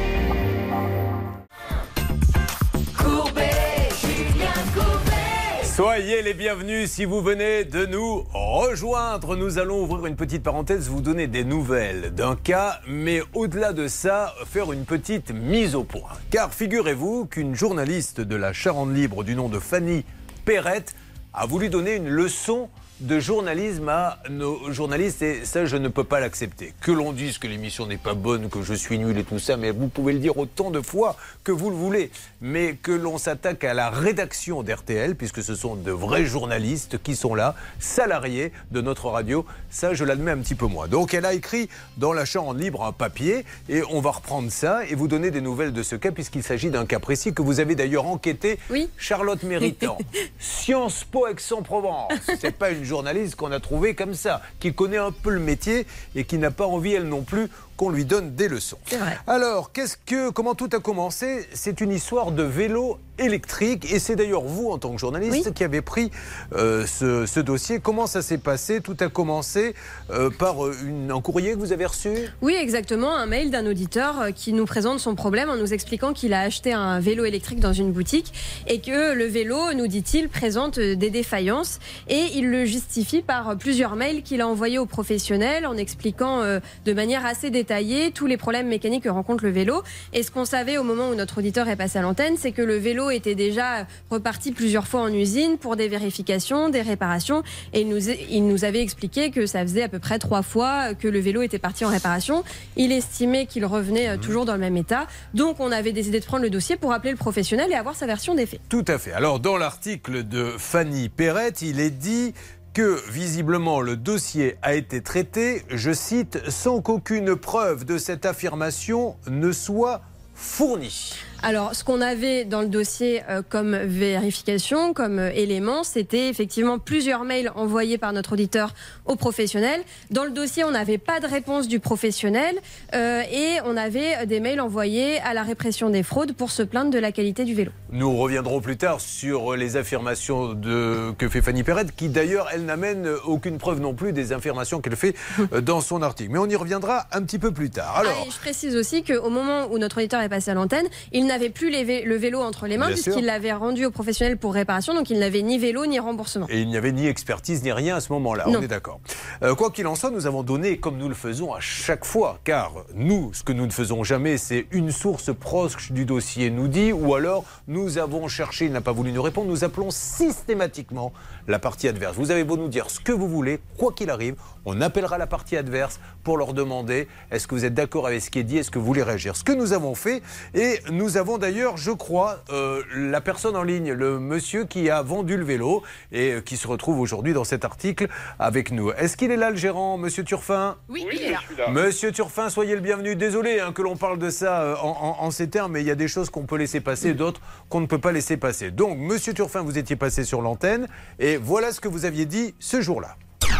Soyez les bienvenus si vous venez de nous rejoindre. Nous allons ouvrir une petite parenthèse, vous donner des nouvelles d'un cas, mais au-delà de ça, faire une petite mise au point. Car figurez-vous qu'une journaliste de la Charente Libre du nom de Fanny Perrette a voulu donner une leçon de journalisme à nos journalistes et ça je ne peux pas l'accepter. Que l'on dise que l'émission n'est pas bonne, que je suis nul et tout ça, mais vous pouvez le dire autant de fois que vous le voulez. Mais que l'on s'attaque à la rédaction d'R T L, puisque ce sont de vrais journalistes qui sont là, salariés de notre radio, ça je l'admets un petit peu moins. Donc elle a écrit dans la Charente Libre un papier et on va reprendre ça et vous donner des nouvelles de ce cas puisqu'il s'agit d'un cas précis que vous avez d'ailleurs enquêté. Oui. Charlotte Méritant, Sciences Po Aix-en-Provence. C'est pas une journaliste qu'on a trouvée comme ça, qui connaît un peu le métier et qui n'a pas envie, elle non plus, qu'on lui donne des leçons. C'est vrai. Alors, qu'est-ce que, comment tout a commencé? C'est une histoire de vélo électrique et c'est d'ailleurs vous, en tant que journaliste, oui. qui avez pris euh, ce, ce dossier. Comment ça s'est passé? Tout a commencé euh, par une, un courrier que vous avez reçu? Oui, exactement, un mail d'un auditeur qui nous présente son problème en nous expliquant qu'il a acheté un vélo électrique dans une boutique et que le vélo, nous dit-il, présente des défaillances et il le justifie par plusieurs mails qu'il a envoyés aux professionnels en expliquant euh, de manière assez détaillée tous les problèmes mécaniques que rencontre le vélo. Et ce qu'on savait au moment où notre auditeur est passé à l'antenne, c'est que le vélo était déjà reparti plusieurs fois en usine pour des vérifications, des réparations. Et il nous, il nous avait expliqué que ça faisait à peu près trois fois que le vélo était parti en réparation. Il estimait qu'il revenait toujours dans le même état. Donc on avait décidé de prendre le dossier pour appeler le professionnel et avoir sa version des faits. Tout à fait. Alors dans l'article de Fanny Perrette, il est dit que visiblement le dossier a été traité, je cite, sans qu'aucune preuve de cette affirmation ne soit fournie. Alors, ce qu'on avait dans le dossier euh, comme vérification, comme euh, élément, c'était effectivement plusieurs mails envoyés par notre auditeur aux professionnels. Dans le dossier, on n'avait pas de réponse du professionnel euh, et on avait des mails envoyés à la répression des fraudes pour se plaindre de la qualité du vélo. Nous reviendrons plus tard sur les affirmations de, que fait Fanny Perrette, qui d'ailleurs, elle n'amène aucune preuve non plus des affirmations qu'elle fait dans son article. Mais on y reviendra un petit peu plus tard. Alors, ah, et je précise aussi qu'au moment où notre auditeur est passé à l'antenne, il n'avait plus les, le vélo entre les mains puisqu'il l'avait rendu au professionnel pour réparation, donc il n'avait ni vélo ni remboursement. Et il n'y avait ni expertise ni rien à ce moment-là, on est d'accord. Euh, quoi qu'il en soit, nous avons donné, comme nous le faisons à chaque fois, car nous, ce que nous ne faisons jamais, c'est une source proche du dossier nous dit, ou alors nous avons cherché, il n'a pas voulu nous répondre, nous appelons systématiquement la partie adverse. Vous avez beau nous dire ce que vous voulez, quoi qu'il arrive, on appellera la partie adverse pour leur demander est-ce que vous êtes d'accord avec ce qui est dit, est-ce que vous voulez réagir. Ce que nous avons fait, et nous avons d'ailleurs, je crois, euh, la personne en ligne, le monsieur qui a vendu le vélo et qui se retrouve aujourd'hui dans cet article avec nous. Est-ce qu'il est là, le gérant, monsieur Turpin? Oui, oui, il est là. là. Monsieur Turpin, soyez le bienvenu. Désolé hein, que l'on parle de ça en, en, en ces termes, mais il y a des choses qu'on peut laisser passer, d'autres qu'on ne peut pas laisser passer. Donc, monsieur Turpin, vous étiez passé sur l'antenne et voilà ce que vous aviez dit ce jour-là.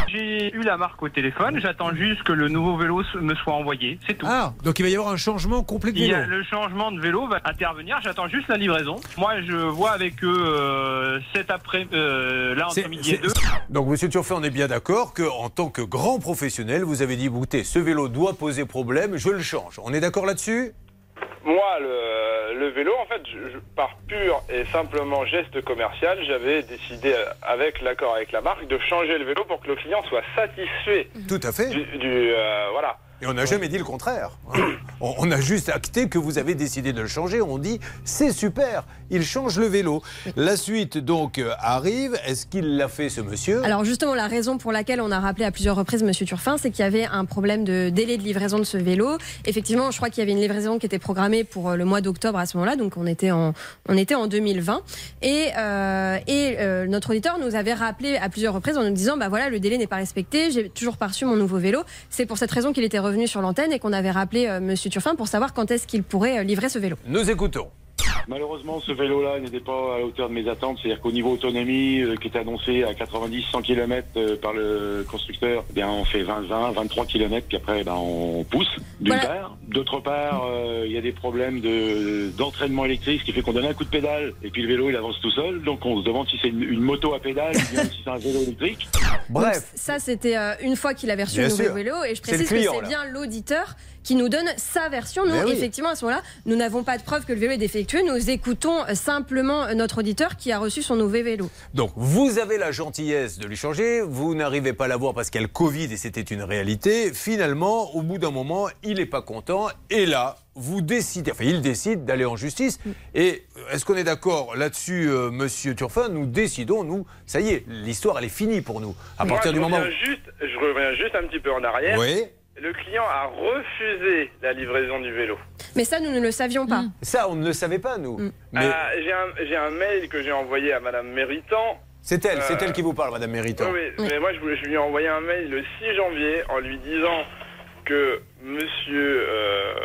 J'ai eu la marque au téléphone, j'attends juste que le nouveau vélo me soit envoyé, c'est tout. Ah, donc il va y avoir un changement complet de vélo. Il y a, le changement de vélo va intervenir, j'attends juste la livraison. Moi, je vois avec eux euh, cet après, euh, là entre midi et deux. Donc, monsieur Turpin, on est bien d'accord qu'en tant que grand professionnel, vous avez dit, écoutez, ce vélo doit poser problème, je le change. On est d'accord là-dessus ? Moi, le, le vélo, en fait, je, je, par pur et simplement geste commercial, j'avais décidé, avec l'accord avec la marque, de changer le vélo pour que le client soit satisfait. Tout à fait. Du, du euh, voilà. Et on n'a jamais dit le contraire. On, on a juste acté que vous avez décidé de le changer. On dit, c'est super, il change le vélo. La suite, donc, arrive. Est-ce qu'il l'a fait, ce monsieur ? Alors, justement, la raison pour laquelle on a rappelé à plusieurs reprises monsieur Turpin, c'est qu'il y avait un problème de délai de livraison de ce vélo. Effectivement, je crois qu'il y avait une livraison qui était programmée pour le mois d'octobre à ce moment-là. Donc, on était en, on était en deux mille vingt. Et, euh, et euh, notre auditeur nous avait rappelé à plusieurs reprises en nous disant, bah voilà, le délai n'est pas respecté, j'ai toujours pas reçu mon nouveau vélo. C'est pour cette raison qu'il était revenu sur l'antenne et qu'on avait rappelé euh, monsieur Turpin pour savoir quand est-ce qu'il pourrait euh, livrer ce vélo. Nous écoutons. Malheureusement, ce vélo-là n'était pas à la hauteur de mes attentes. C'est-à-dire qu'au niveau autonomie, euh, qui était annoncé à quatre-vingt-dix à cent kilomètres euh, par le constructeur, eh bien, on fait vingt vingt, vingt-trois kilomètres, puis après, ben, on pousse, d'une Voilà. part. D'autre part, il euh, y a des problèmes de, d'entraînement électrique, ce qui fait qu'on donne un coup de pédale, et puis le vélo, il avance tout seul. Donc, on se demande si c'est une, une moto à pédale ou bien si c'est un vélo électrique. Bref. Donc, ça, c'était euh, une fois qu'il avait reçu Bien le nouveau sûr. vélo. Et je C'est le précise client, que c'est là. bien l'auditeur qui nous donne sa version. Nous, Mais oui. effectivement, à ce moment-là, nous n'avons pas de preuve que le vélo est défectueux. Nous écoutons simplement notre auditeur qui a reçu son nouveau vélo. Donc, vous avez la gentillesse de lui changer, vous n'arrivez pas à l'avoir parce qu'il y a le Covid et c'était une réalité. Finalement, au bout d'un moment, il n'est pas content. Et là, vous décidez, enfin, il décide d'aller en justice. Et est-ce qu'on est d'accord là-dessus, euh, monsieur Turpin ? Nous décidons, nous, ça y est, l'histoire, elle est finie pour nous. À Moi, partir je du moment. reviens juste, je reviens juste un petit peu en arrière. Oui. Le client a refusé la livraison du vélo. Mais ça, nous ne le savions pas. Ça, on ne le savait pas, nous. Mm. Mais Ah, j'ai un, j'ai un mail que j'ai envoyé à Madame Méritant. c'est elle, Euh, c'est elle qui vous parle, Madame Méritant. Oui, oui, mais moi je, voulais- je lui ai envoyé un mail le six janvier en lui disant que monsieur euh,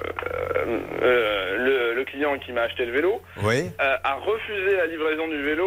euh, euh, le, le client qui m'a acheté le vélo Oui. euh, a refusé la livraison du vélo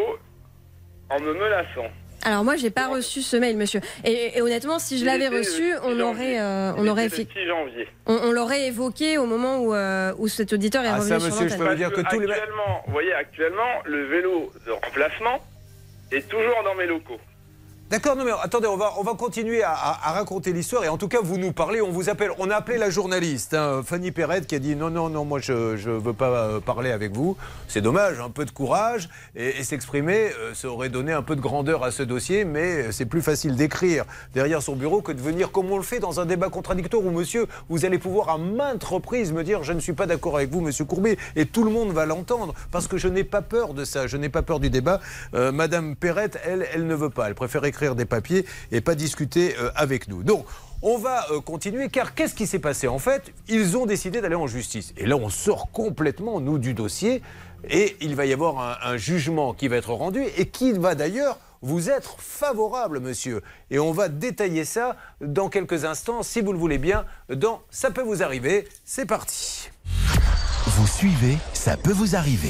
en me menaçant. Alors moi, j'ai pas reçu ce mail, monsieur. Et, et honnêtement, si je Il l'avais était le reçu, six on janvier. aurait, euh, on Il aurait, était le effi- six janvier. on, on l'aurait évoqué au moment où, euh, où cet auditeur est Ah, revenu ça, sur monsieur, je l'antenne. peux vous dire que tous les- Actuellement, vous voyez, actuellement, le vélo de remplacement est toujours dans mes locaux. D'accord, non mais attendez, on va, on va continuer à, à- à raconter l'histoire et en tout cas vous nous parlez, on vous appelle, on a appelé la journaliste, hein, Fanny Perrette qui a dit non, non, non, moi je ne veux pas euh, parler avec vous, c'est dommage, un peu de courage et, et s'exprimer, euh, ça aurait donné un peu de grandeur à ce dossier, mais c'est plus facile d'écrire derrière son bureau que de venir comme on le fait dans un débat contradictoire où monsieur, vous allez pouvoir à maintes reprises me dire je ne suis pas d'accord avec vous monsieur Courbet et tout le monde va l'entendre parce que je n'ai pas peur de ça, je n'ai pas peur du débat. Euh, Madame Perrette, elle, elle ne veut pas, elle préfère écrire des papiers et pas discuter euh, avec nous. Donc, on va euh, continuer car qu'est-ce qui s'est passé en fait ? Ils ont décidé d'aller en justice. Et là, on sort complètement, nous, du dossier et il va y avoir un, un jugement qui va être rendu et qui va d'ailleurs vous être favorable, monsieur. Et on va détailler ça dans quelques instants, si vous le voulez bien, dans Ça peut vous arriver. C'est parti. Vous suivez, ça peut vous arriver.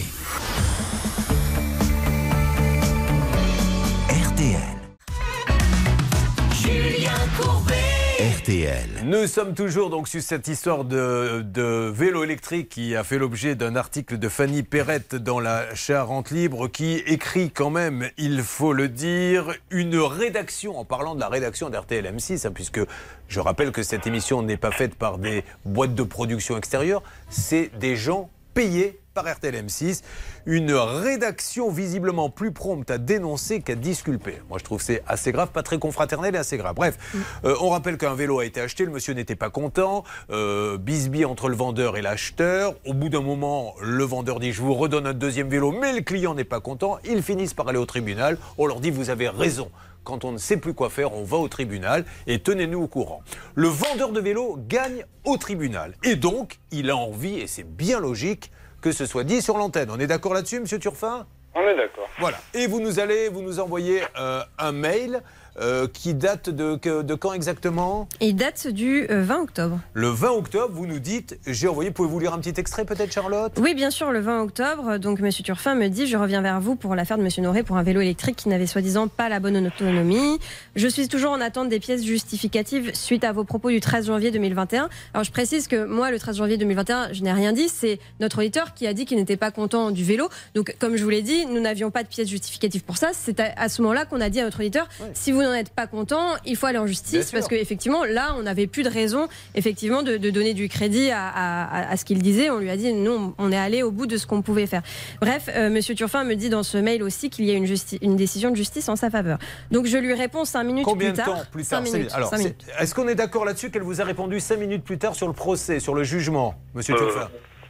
R T L. Julien Courbet. R T L. Nous sommes toujours donc sur cette histoire de, de vélo électrique qui a fait l'objet d'un article de Fanny Perrette dans la Charente Libre qui écrit quand même, il faut le dire, une rédaction, en parlant de la rédaction d'R T L M six, hein, puisque je rappelle que cette émission n'est pas faite par des boîtes de production extérieures, c'est des gens payés par R T L M six, une rédaction visiblement plus prompte à dénoncer qu'à disculper. Moi, je trouve que c'est assez grave, pas très confraternel et assez grave. Bref, euh, on rappelle qu'un vélo a été acheté, le monsieur n'était pas content, euh, bisbille entre le vendeur et l'acheteur. Au bout d'un moment, le vendeur dit « je vous redonne un deuxième vélo », mais le client n'est pas content. Ils finissent par aller au tribunal. On leur dit « vous avez raison ». Quand on ne sait plus quoi faire, on va au tribunal et tenez-nous au courant. Le vendeur de vélo gagne au tribunal. Et donc, il a envie, et c'est bien logique, que ce soit dit sur l'antenne. On est d'accord là-dessus, monsieur Turpin ? On est d'accord. Voilà. Et vous nous allez, vous nous envoyez euh, un mail euh, qui date de, que- de quand exactement? Il date du euh, vingt octobre. Le vingt octobre, vous nous dites, j'ai envoyé, pouvez-vous lire un petit extrait peut-être, Charlotte? Oui, bien sûr, le vingt octobre, donc Monsieur Turpin me dit: je reviens vers vous pour l'affaire de Monsieur Noré pour un vélo électrique qui n'avait soi-disant pas la bonne autonomie. Je suis toujours en attente des pièces justificatives suite à vos propos du treize janvier deux mille vingt et un. Alors je précise que moi, le treize janvier deux mille vingt et un, je n'ai rien dit, c'est notre auditeur qui a dit qu'il n'était pas content du vélo. Donc comme je vous l'ai dit, nous n'avions pas de pièces justificatives pour ça. C'est à, à ce moment-là qu'on a dit à notre auditeur: ouais. si vous n'en êtes pas content, il faut aller en justice, parce qu'effectivement, là, on n'avait plus de raison effectivement de, de donner du crédit à, à, à ce qu'il disait. On lui a dit non, on est allé au bout de ce qu'on pouvait faire. Bref, euh, Monsieur Turpin me dit dans ce mail aussi qu'il y a une, justi- une décision de justice en sa faveur. Donc je lui réponds cinq minutes Combien plus tard. de temps plus tard? Cinq minutes, Alors, cinq c'est- minutes. est-ce qu'on est d'accord là-dessus qu'elle vous a répondu cinq minutes plus tard sur le procès, sur le jugement, Monsieur Euh, Turpin?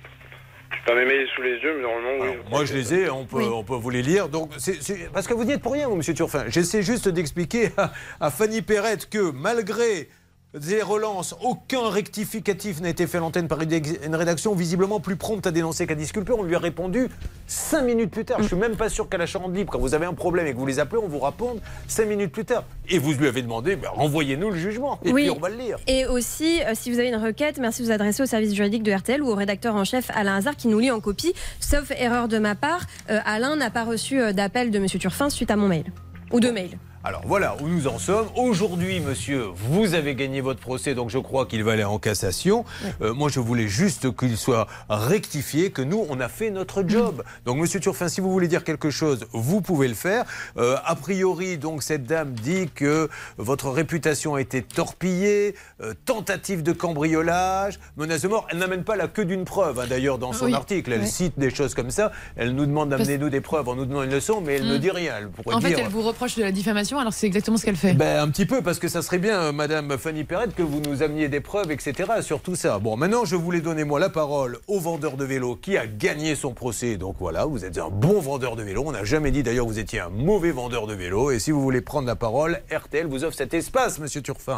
T'as mes mails sous les yeux, mais normalement, oui. Alors, moi, je les ai, on peut, Oui. on peut vous les lire. Donc, c'est, c'est- parce que vous n'y êtes pour rien, vous, Monsieur Turpin. J'essaie juste d'expliquer à, à Fanny Perrette que malgré des relances, aucun rectificatif n'a été fait à l'antenne par une, une rédaction visiblement plus prompte à dénoncer qu'à disculper. On lui a répondu cinq minutes plus tard. Je suis même pas sûr qu'à la Charente Libre, quand vous avez un problème et que vous les appelez, on vous répond cinq minutes plus tard. Et vous lui avez demandé, ben, renvoyez-nous le jugement. Et Oui. puis on va le lire. Et aussi, euh, si vous avez une requête, merci de vous adresser au service juridique de R T L ou au rédacteur en chef Alain Hazard qui nous lit en copie. Sauf erreur de ma part, euh, Alain n'a pas reçu euh, d'appel de Monsieur Turpin suite à mon mail. Ou de mail. Alors voilà où nous en sommes. Aujourd'hui, monsieur, vous avez gagné votre procès, donc je crois qu'il va aller en cassation. Euh, moi, je voulais juste qu'il soit rectifié, que nous, on a fait notre job. Donc, monsieur Turpin, si vous voulez dire quelque chose, vous pouvez le faire. Euh, a priori, donc, cette dame dit que votre réputation a été torpillée, euh, tentative de cambriolage, menace de mort. Elle n'amène pas la queue d'une preuve, hein, d'ailleurs, dans son Oui. article. Elle Ouais. cite des choses comme ça. Elle nous demande d'amener nous des preuves en nous donnant une leçon, mais elle Mm. ne dit rien. Elle pourrait En dire... fait, elle vous reproche de la diffamation, alors c'est exactement ce qu'elle fait. Ben, un petit peu, parce que ça serait bien, euh, Madame Fanny Perrette, que vous nous ameniez des preuves, et cetera sur tout ça. Bon, maintenant, je voulais donner, moi, la parole au vendeur de vélo qui a gagné son procès. Donc voilà, vous êtes un bon vendeur de vélo. On n'a jamais dit, d'ailleurs, que vous étiez un mauvais vendeur de vélo. Et si vous voulez prendre la parole, R T L vous offre cet espace, Monsieur Turpin.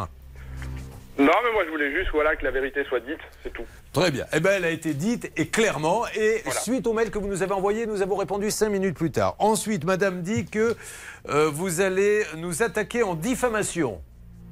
Non, mais moi, je voulais juste voilà, que la vérité soit dite, c'est tout. Très bien. Eh ben, elle a été dite et clairement. Et suite au mail que vous nous avez envoyé, nous avons répondu cinq minutes plus tard. Ensuite, Madame dit que euh, vous allez nous attaquer en diffamation.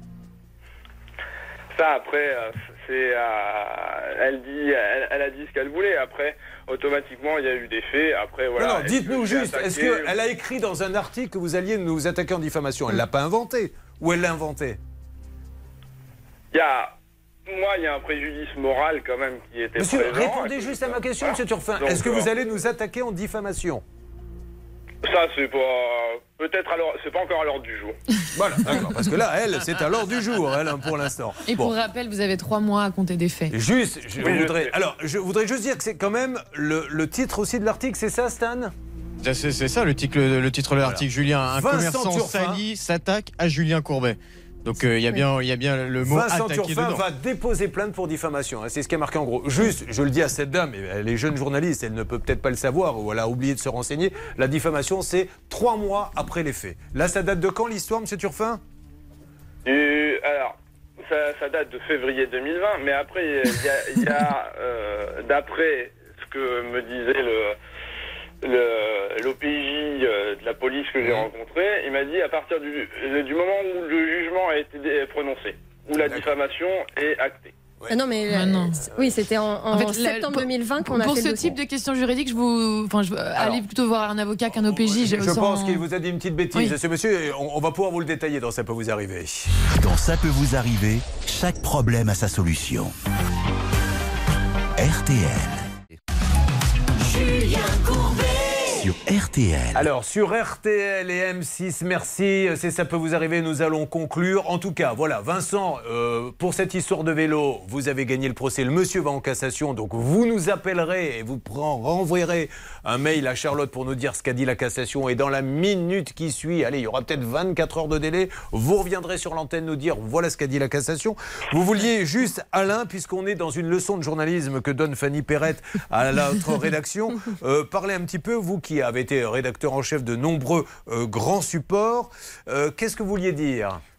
Ça, après, euh, c'est, euh, elle, dit, elle, elle a dit ce qu'elle voulait. Après, automatiquement, il y a eu des faits. Après, voilà. non, non, Est-ce dites-nous que j'ai juste, est-ce attaqué qu'elle a écrit dans un article que vous alliez nous attaquer en diffamation? Elle ne l'a pas inventé ou elle l'a inventé? Il y a, moi, il y a un préjudice moral quand même qui était Monsieur, présent. répondez juste à ma question, Monsieur Turpin. Donc, Est-ce que vous euh, allez nous attaquer en diffamation? Ça, c'est pas, peut-être alors, c'est pas encore à l'ordre du jour. Voilà, d'accord. Parce que là, elle, c'est à l'ordre du jour, elle, hein, pour l'instant. Et Bon. pour rappel, vous avez trois mois à compter des faits. Juste, je Oui, je voudrais. sais. Alors, je voudrais juste dire que c'est quand même le, le titre aussi de l'article, c'est ça, Stan? C'est, c'est ça le titre, le titre de l'article, Julien. Un Vincent commerçant Turpin. sali s'attaque à Julien Courbet. Donc il euh, y a bien, il y a bien le mot Vincent attaquer Turpin dedans. va déposer plainte pour diffamation. hein, C'est ce qui est marqué en gros. Juste, je le dis à cette dame, elle est jeune journaliste, elle ne peut peut-être pas le savoir ou elle a oublié de se renseigner. La diffamation, c'est trois mois après les faits. Là, ça date de quand l'histoire, Monsieur Turpin? Et, alors, ça, ça date de février deux mille vingt, mais après, il y a, il y a euh, d'après ce que me disait le, le, l'O P J euh, de la police que j'ai rencontré, il m'a dit à partir du, du moment où le jugement a été dé- prononcé, où la diffamation est actée. Ah non, mais Ah non. c'est- oui, c'était en, en En fait, la- septembre pour- deux mille vingt qu'on a Pour fait ce le dossier. type de questions juridiques, je vous, enfin, je, allez plutôt voir un avocat qu'un O P J. Je sans- pense qu'il vous a dit une petite bêtise, Oui. ce monsieur, et on, on va pouvoir vous le détailler dans Ça peut vous arriver. Dans Ça peut vous arriver, chaque problème a sa solution. R T L. Julien Courbet sur R T L. Alors, sur R T L et M six, merci. C'est Ça peut vous arriver, nous allons conclure. En tout cas, voilà, Vincent, euh, pour cette histoire de vélo, vous avez gagné le procès. Le monsieur va en cassation, donc vous nous appellerez et vous prend- renverrez un mail à Charlotte pour nous dire ce qu'a dit la cassation. Et dans la minute qui suit, allez, il y aura peut-être vingt-quatre heures de délai, vous reviendrez sur l'antenne nous dire voilà ce qu'a dit la cassation. Vous vouliez juste, Alain, puisqu'on est dans une leçon de journalisme que donne Fanny Perrette à notre rédaction, euh, parler un petit peu, vous qui avez été rédacteur en chef de nombreux euh, grands supports, euh, qu'est-ce que vous vouliez dire ?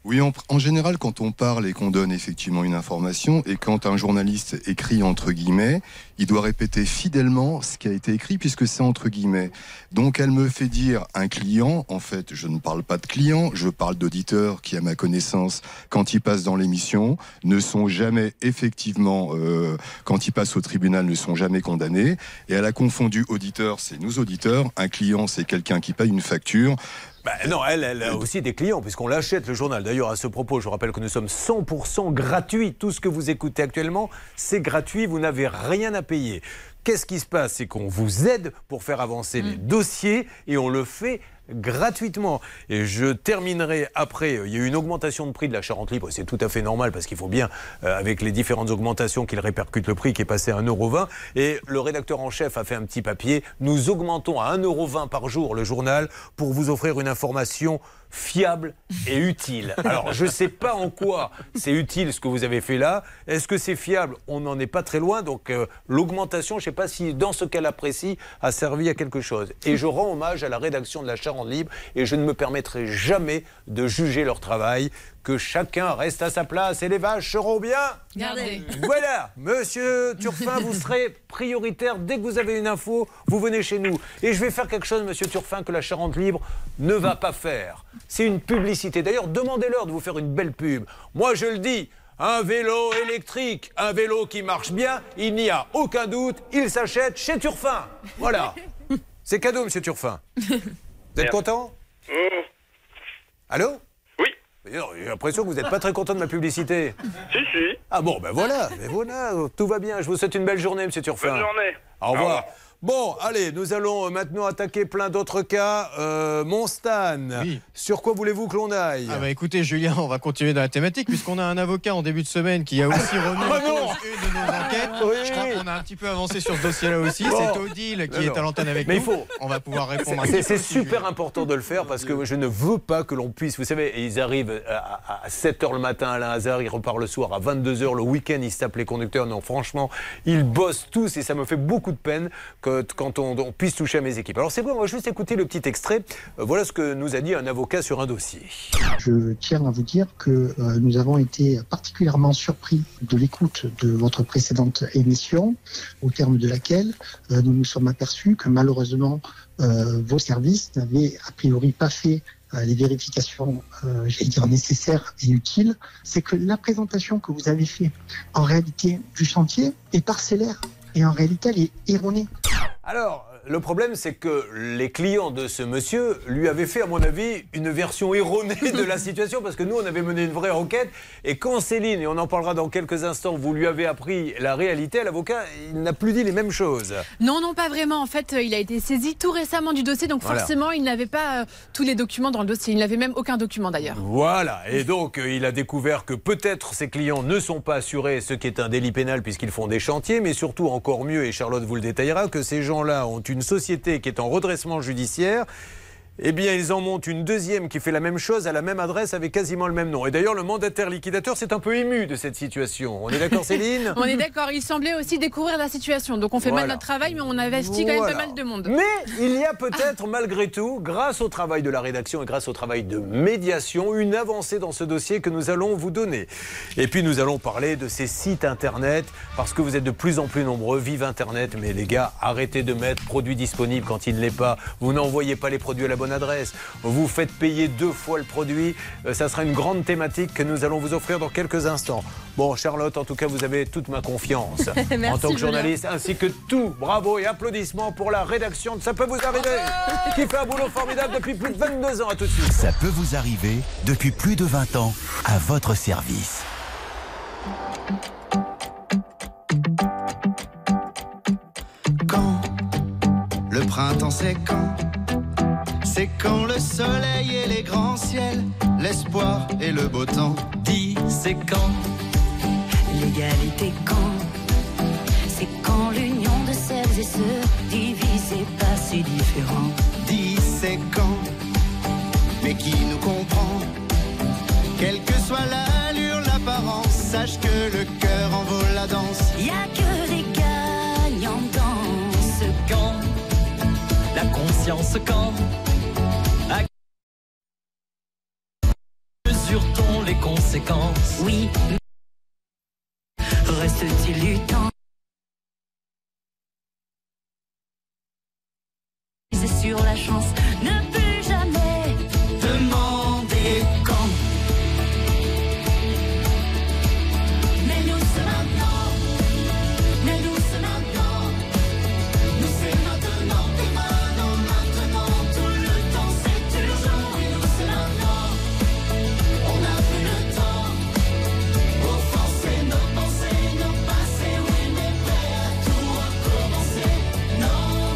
Oui, en, en général, quand on parle et qu'on donne effectivement une information, et quand un journaliste écrit entre guillemets, il doit répéter fidèlement ce qui a été écrit puisque c'est entre guillemets. Donc elle me fait dire un client, en fait je ne parle pas de client, je parle d'auditeurs qui à ma connaissance, quand ils passent dans l'émission, ne sont jamais effectivement, euh, quand ils passent au tribunal, ne sont jamais condamnés. Et elle a confondu auditeur, c'est nous auditeurs, un client c'est quelqu'un qui paye une facture. Bah non, elle, elle a aussi des clients, puisqu'on l'achète le journal. D'ailleurs, à ce propos, je vous rappelle que nous sommes cent pour cent gratuits. Tout ce que vous écoutez actuellement, c'est gratuit, vous n'avez rien à payer. Qu'est-ce qui se passe? C'est qu'on vous aide pour faire avancer mmh. les dossiers, et on le fait gratuitement. Et je terminerai après. Il y a eu une augmentation de prix de la Charente Libre, c'est tout à fait normal parce qu'il faut bien, euh, avec les différentes augmentations, qu'il répercute le prix qui est passé à un euro vingt. Et le rédacteur en chef a fait un petit papier. Nous augmentons à un euro vingt par jour le journal pour vous offrir une information fiable et utile. Alors, je ne sais pas en quoi c'est utile ce que vous avez fait là. Est-ce que c'est fiable? On n'en est pas très loin. Donc, euh, l'augmentation, je ne sais pas si, dans ce cas-là précis, a servi à quelque chose. Et je rends hommage à la rédaction de la Charente Libre et je ne me permettrai jamais de juger leur travail. Que chacun reste à sa place et les vaches seront bien gardées. Voilà, Monsieur Turpin, vous serez prioritaire. Dès que vous avez une info, vous venez chez nous. Et je vais faire quelque chose, Monsieur Turpin, que la Charente Libre ne va pas faire. C'est une publicité. D'ailleurs, demandez-leur de vous faire une belle pub. Moi, je le dis, un vélo électrique, un vélo qui marche bien, il n'y a aucun doute, il s'achète chez Turpin. Voilà. C'est cadeau, Monsieur Turpin. Vous êtes Merde. content mmh. Allô? J'ai l'impression que vous n'êtes pas très content de ma publicité. Si, si. Ah bon, ben voilà, ben voilà, tout va bien. Je vous souhaite une belle journée, Monsieur Turpin. Bonne journée. Au revoir. Au revoir. Bon, allez, nous allons maintenant attaquer plein d'autres cas. Euh, mon Stan, oui. Sur quoi voulez-vous que l'on aille? Ah bah écoutez, Julien, on va continuer dans la thématique puisqu'on a un avocat en début de semaine qui a aussi remis en cause une de nos enquêtes. Oui. Je crois qu'on a un petit peu avancé sur ce dossier-là aussi. Bon. C'est Odile qui non, est à l'antenne avec mais nous. Il faut. On va pouvoir répondre. C'est, c'est super important de le faire parce que je ne veux pas que l'on puisse. Vous savez, ils arrivent à, à sept heures le matin à Alain-Hazard, ils repartent le soir à vingt-deux heures le week-end, ils se tapent les conducteurs. Non, franchement, ils bossent tous et ça me fait beaucoup de peine que quand on, on puisse toucher à mes équipes. Alors c'est vrai, on va juste écouter le petit extrait. Euh, voilà ce que nous a dit un avocat sur un dossier. Je tiens à vous dire que euh, nous avons été particulièrement surpris de l'écoute de votre précédente émission, au terme de laquelle euh, nous nous sommes aperçus que malheureusement euh, vos services n'avaient a priori pas fait euh, les vérifications, euh, j'allais dire nécessaires et utiles. C'est que la présentation que vous avez faite en réalité du chantier est parcellaire et en réalité elle est erronée. Alors, le problème, c'est que les clients de ce monsieur lui avaient fait, à mon avis, une version erronée de la situation, parce que nous, on avait mené une vraie enquête. Et quand Céline, et on en parlera dans quelques instants, vous lui avez appris la réalité, l'avocat, il n'a plus dit les mêmes choses. Non, non, pas vraiment. En fait, il a été saisi tout récemment du dossier, donc voilà. Forcément, il n'avait pas euh, tous les documents dans le dossier. Il n'avait même aucun document, d'ailleurs. Voilà. Et donc, euh, il a découvert que peut-être ses clients ne sont pas assurés, ce qui est un délit pénal, puisqu'ils font des chantiers, mais surtout, encore mieux, et Charlotte vous le détaillera, que ces gens-là ont une société qui est en redressement judiciaire. Eh bien, ils en montent une deuxième qui fait la même chose à la même adresse avec quasiment le même nom. Et d'ailleurs, le mandataire liquidateur s'est un peu ému de cette situation. On est d'accord, Céline? On est d'accord. Il semblait aussi découvrir la situation. Donc, on fait voilà. mal notre travail, mais on investit voilà. quand même pas mal de monde. Mais il y a peut-être, malgré tout, grâce au travail de la rédaction et grâce au travail de médiation, une avancée dans ce dossier que nous allons vous donner. Et puis, nous allons parler de ces sites Internet, parce que vous êtes de plus en plus nombreux. Vive Internet. Mais les gars, arrêtez de mettre produit disponible quand il ne l'est pas. Vous n'envoyez pas les produits à la bonne adresse, vous faites payer deux fois le produit. Euh, ça sera une grande thématique que nous allons vous offrir dans quelques instants. Bon, Charlotte, en tout cas, vous avez toute ma confiance Merci, en tant que journaliste, Julien. Ainsi que tout. Bravo et applaudissements pour la rédaction de Ça peut vous arriver, qui fait un boulot formidable depuis plus de vingt-deux ans. À tout de suite. Ça peut vous arriver depuis plus de vingt ans à votre service. Quand le printemps, c'est quand? C'est quand le soleil et les grands ciels, l'espoir et le beau temps. Dis, c'est quand? L'égalité quand? C'est quand l'union de celles et ceux divisés pas si différents. Dis, c'est quand? Mais qui nous comprend? Quelle que soit l'allure, l'apparence, sache que le cœur en vaut la danse. Y a que des gagnants dans ce quand? La conscience quand? mesure-t-on les conséquences? Oui. Reste-t-il du temps? C'est sur la chance, ne plus jamais demander quand. Mais nous c'est maintenant, mais nous c'est maintenant, nous c'est maintenant, et maintenant, maintenant, tout le temps c'est urgent, et nous c'est maintenant, on n'a plus le temps, offenser nos pensées, nos passés, oui mais prêt à tout recommencer, non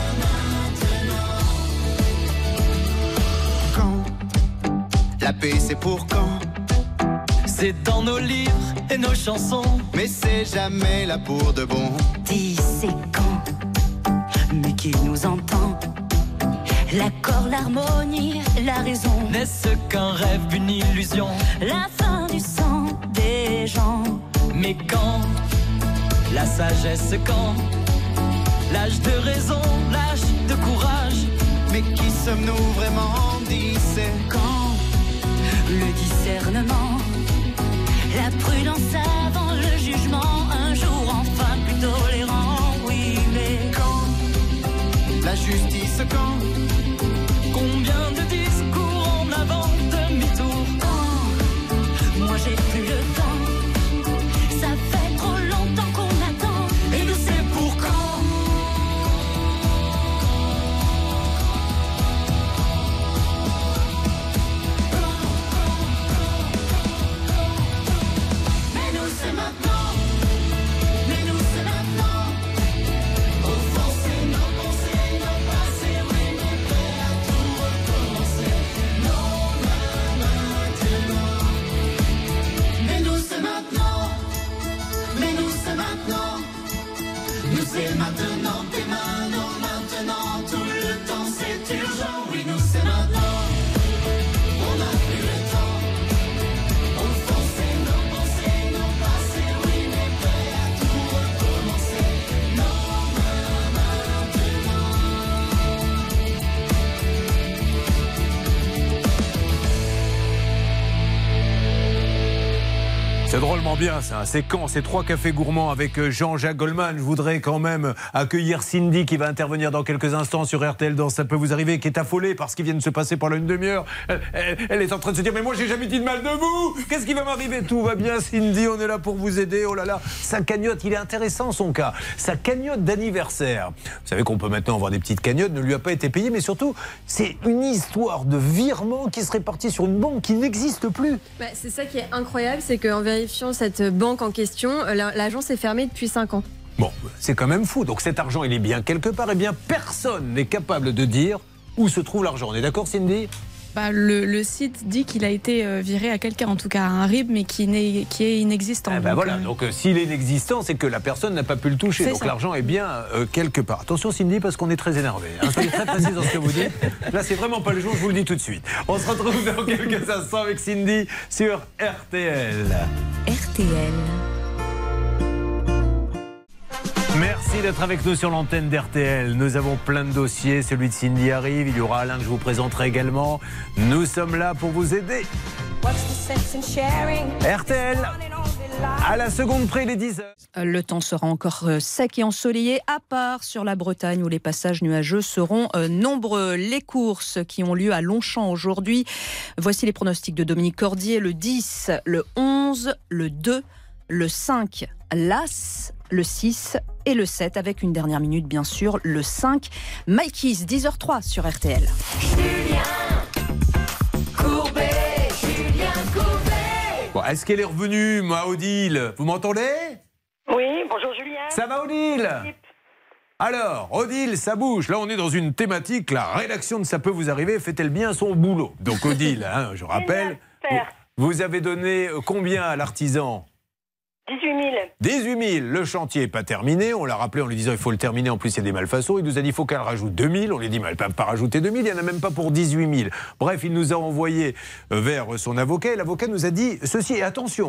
maintenant. Quand la paix c'est pour quand? C'est dans nos livres et nos chansons. Mais c'est jamais là pour de bon. Dis c'est quand, mais qui nous entend? L'accord, l'harmonie, la raison. N'est-ce qu'un rêve, une illusion? La fin du sang des gens. Mais quand? La sagesse quand? L'âge de raison, l'âge de courage. Mais qui sommes-nous vraiment? Dis c'est quand? Le discernement, la prudence avant le jugement, un jour enfin plus tolérant, oui mais quand? La justice quand? Combien de discours en avant, demi-tour? Quand? Moi j'ai plus le temps, ça fait trop longtemps qu'on attend, et nous c'est pour quand? Mais nous c'est maintenant, mais nous c'est maintenant, offenser nos pensées, nos passés, oui mais prêt à tout recommencer, non maintenant. Mais nous c'est maintenant, mais nous c'est maintenant, nous c'est maintenant, et maintenant, maintenant, tout le temps c'est urgent, oui nous c'est maintenant, on n'a plus le temps, offenser nos pensées, nos passés, oui mais prêt à tout recommencer, non C'est drôlement bien ça, c'est quand ces trois cafés gourmands avec Jean-Jacques Goldman. Je voudrais quand même accueillir Cindy qui va intervenir dans quelques instants sur R T L dans Ça peut vous arriver, qui est affolée par ce qui vient de se passer pendant une demi-heure. Elle, elle, elle est en train de se dire mais moi j'ai jamais dit de mal de vous, qu'est-ce qui va m'arriver? Tout va bien Cindy, on est là pour vous aider. Oh là là, sa cagnotte, il est intéressant son cas, sa cagnotte d'anniversaire. Vous savez qu'on peut maintenant avoir des petites cagnottes, ne lui a pas été payée, mais surtout c'est une histoire de virement qui se répartit sur une banque qui n'existe plus. Bah, c'est ça qui est incroyable, c'est qu'en vérifiant cette banque en question, l'agence est fermée depuis cinq ans. Bon, c'est quand même fou. Donc cet argent, il est bien quelque part. Et bien, personne n'est capable de dire où se trouve l'argent. On est d'accord, Cindy ? Bah, le, le site dit qu'il a été euh, viré à quelqu'un, en tout cas à un R I B, mais qui, n'est, qui est inexistant. Eh ben donc, voilà, euh... donc euh, s'il est inexistant, c'est que la personne n'a pas pu le toucher. C'est donc ça. l'argent est bien euh, quelque part. Attention Cindy, parce qu'on est très énervé. Hein. Soyez très précis dans ce que vous dites. Là, c'est vraiment pas le jour, je vous le dis tout de suite. On se retrouve dans quelques instants avec Cindy sur R T L. R T L. Merci d'être avec nous sur l'antenne d'R T L. Nous avons plein de dossiers. Celui de Cindy arrive. Il y aura Alain que je vous présenterai également. Nous sommes là pour vous aider. R T L, à la seconde près, les dix heures. Le temps sera encore sec et ensoleillé, à part sur la Bretagne où les passages nuageux seront nombreux. Les courses qui ont lieu à Longchamp aujourd'hui. Voici les pronostics de Dominique Cordier. Le dix, le onze, le deux, le cinq, l'As, le six et le sept, avec une dernière minute bien sûr, le cinq. Mikey's, dix heures zéro trois sur R T L. Julien Courbet, Julien Courbet. Bon, est-ce qu'elle est revenue, moi, Odile? Vous m'entendez? Oui, bonjour Julien. Ça va, Odile? Alors, Odile, ça bouge. Là, on est dans une thématique. La rédaction de Ça peut vous arriver fait-elle bien son boulot? Donc, Odile, hein, je rappelle, vous, vous avez donné combien à l'artisan? dix-huit mille. dix-huit mille. Le chantier n'est pas terminé. On l'a rappelé en lui disant il faut le terminer. En plus, il y a des malfaçons. Il nous a dit il faut qu'elle rajoute deux mille. On lui a dit mais elle ne peut pas rajouter deux mille. Il n'y en a même pas pour dix-huit mille. Bref, il nous a envoyé vers son avocat. Et l'avocat nous a dit ceci. Et attention, hein,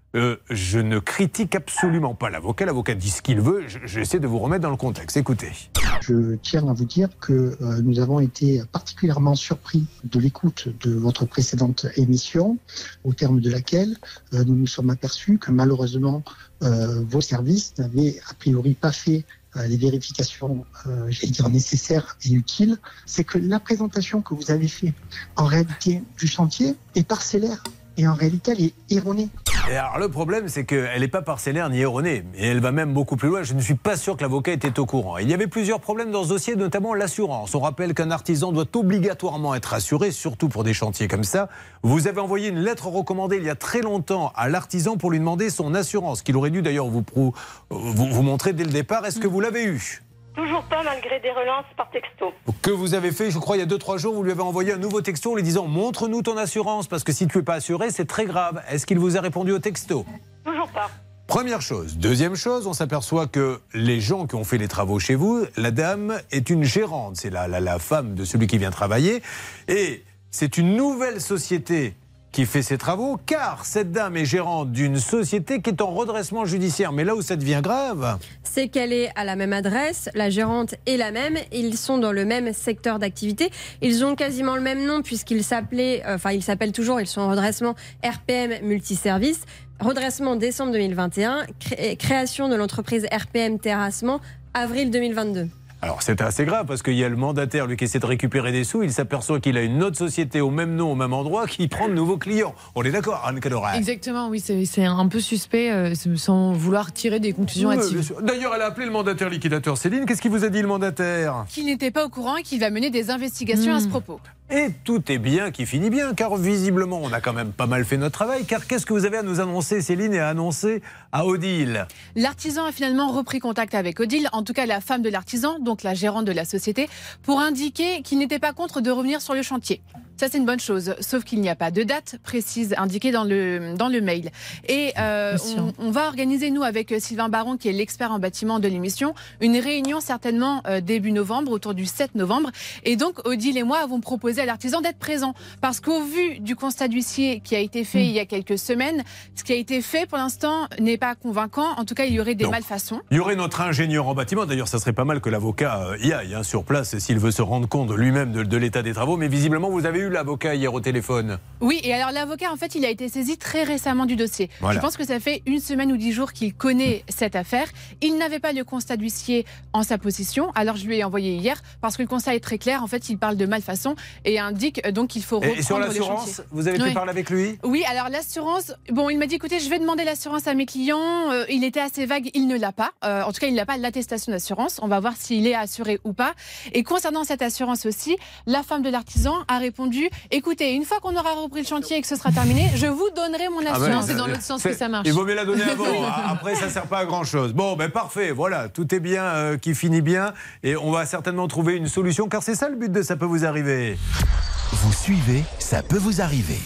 Euh, je ne critique absolument pas l'avocat. L'avocat dit ce qu'il veut. Je- J'essaie de vous remettre dans le contexte. Écoutez. Je tiens à vous dire que euh, nous avons été particulièrement surpris de l'écoute de votre précédente émission, au terme de laquelle euh, nous nous sommes aperçus que malheureusement euh, vos services n'avaient a priori pas fait euh, les vérifications, euh, j'allais dire nécessaires et utiles. C'est que la présentation que vous avez faite en réalité du chantier est parcellaire et en réalité elle est erronée. Et alors le problème, c'est qu'elle n'est pas parcellaire ni erronée, et elle va même beaucoup plus loin. Je ne suis pas sûr que l'avocat était au courant. Il y avait plusieurs problèmes dans ce dossier, notamment l'assurance. On rappelle qu'un artisan doit obligatoirement être assuré, surtout pour des chantiers comme ça. Vous avez envoyé une lettre recommandée il y a très longtemps à l'artisan pour lui demander son assurance, qu'il aurait dû d'ailleurs vous, vous, vous montrer dès le départ. Est-ce que vous l'avez eu ? Toujours pas, malgré des relances par texto. Que vous avez fait, je crois, il y a deux trois jours, vous lui avez envoyé un nouveau texto en lui disant « Montre-nous ton assurance, parce que si tu n'es pas assuré, c'est très grave ». Est-ce qu'il vous a répondu au texto ? Toujours pas. Première chose. Deuxième chose, on s'aperçoit que les gens qui ont fait les travaux chez vous, la dame est une gérante, c'est la, la, la femme de celui qui vient travailler, et c'est une nouvelle société qui fait ses travaux, car cette dame est gérante d'une société qui est en redressement judiciaire. Mais là où ça devient grave... C'est qu'elle est à la même adresse, la gérante est la même, ils sont dans le même secteur d'activité, ils ont quasiment le même nom puisqu'ils s'appelaient, enfin ils s'appellent toujours, ils sont en redressement R P M Multiservice, redressement décembre deux mille vingt et un, cré- création de l'entreprise R P M Terrassement, avril deux mille vingt-deux. Alors c'est assez grave parce qu'il y a le mandataire, lui, qui essaie de récupérer des sous, il s'aperçoit qu'il a une autre société au même nom, au même endroit, qui prend de nouveaux clients. On est d'accord, Anne Cadorade ? Exactement, oui, c'est c'est un peu suspect, euh, sans vouloir tirer des conclusions Oui, hâtives. bien sûr. D'ailleurs, elle a appelé le mandataire liquidateur. Céline, qu'est-ce qu'il vous a dit, le mandataire ? Qu'il n'était pas au courant et qu'il va mener des investigations à ce propos. Et tout est bien qui finit bien, car visiblement, on a quand même pas mal fait notre travail. Car qu'est-ce que vous avez à nous annoncer, Céline, et à annoncer à Odile ? L'artisan a finalement repris contact avec Odile, en tout cas la femme de l'artisan, donc la gérante de la société, pour indiquer qu'il n'était pas contre de revenir sur le chantier. Ça, c'est une bonne chose, sauf qu'il n'y a pas de date précise indiquée dans le, dans le mail. Et euh, on, on va organiser, nous, avec Sylvain Baron, qui est l'expert en bâtiment de l'émission, une réunion certainement euh, début novembre, autour du sept novembre. Et donc, Odile et moi avons proposé à l'artisan d'être présent. Parce qu'au vu du constat d'huissier qui a été fait mmh. il y a quelques semaines, ce qui a été fait, pour l'instant, n'est pas convaincant. En tout cas, il y aurait des Donc, malfaçons. Il y aurait notre ingénieur en bâtiment. D'ailleurs, ça serait pas mal que l'avocat y aille hein, sur place, s'il veut se rendre compte lui-même de, de l'état des travaux. Mais visiblement, vous avez eu l'avocat hier au téléphone. Oui, et alors l'avocat, en fait, il a été saisi très récemment du dossier. Voilà. Je pense que ça fait une semaine ou dix jours qu'il connaît cette affaire. Il n'avait pas le constat d'huissier en sa possession, alors je lui ai envoyé hier, parce que le constat est très clair. En fait, il parle de malfaçon et indique donc qu'il faut reprendre et sur le l'assurance, chantier. vous avez pu Oui. parler avec lui ? Oui, alors l'assurance, bon, il m'a dit, écoutez, je vais demander l'assurance à mes clients. Euh, il était assez vague, il ne l'a pas. Euh, en tout cas, il n'a pas l'attestation d'assurance. On va voir s'il est assuré ou pas. Et concernant cette assurance aussi, la femme de l'artisan a répondu, écoutez, une fois qu'on aura repris le chantier et que ce sera terminé, je vous donnerai mon assurance. Ah ben, c'est dans l'autre sens c'est- que ça marche. Il vaut mieux la donner avant. Après, ça ne sert pas à grand-chose. Bon, ben parfait. Voilà, tout est bien, euh, qui finit bien. Et on va certainement trouver une solution, car c'est ça le but de Ça peut vous arriver. Vous suivez, ça peut vous arriver.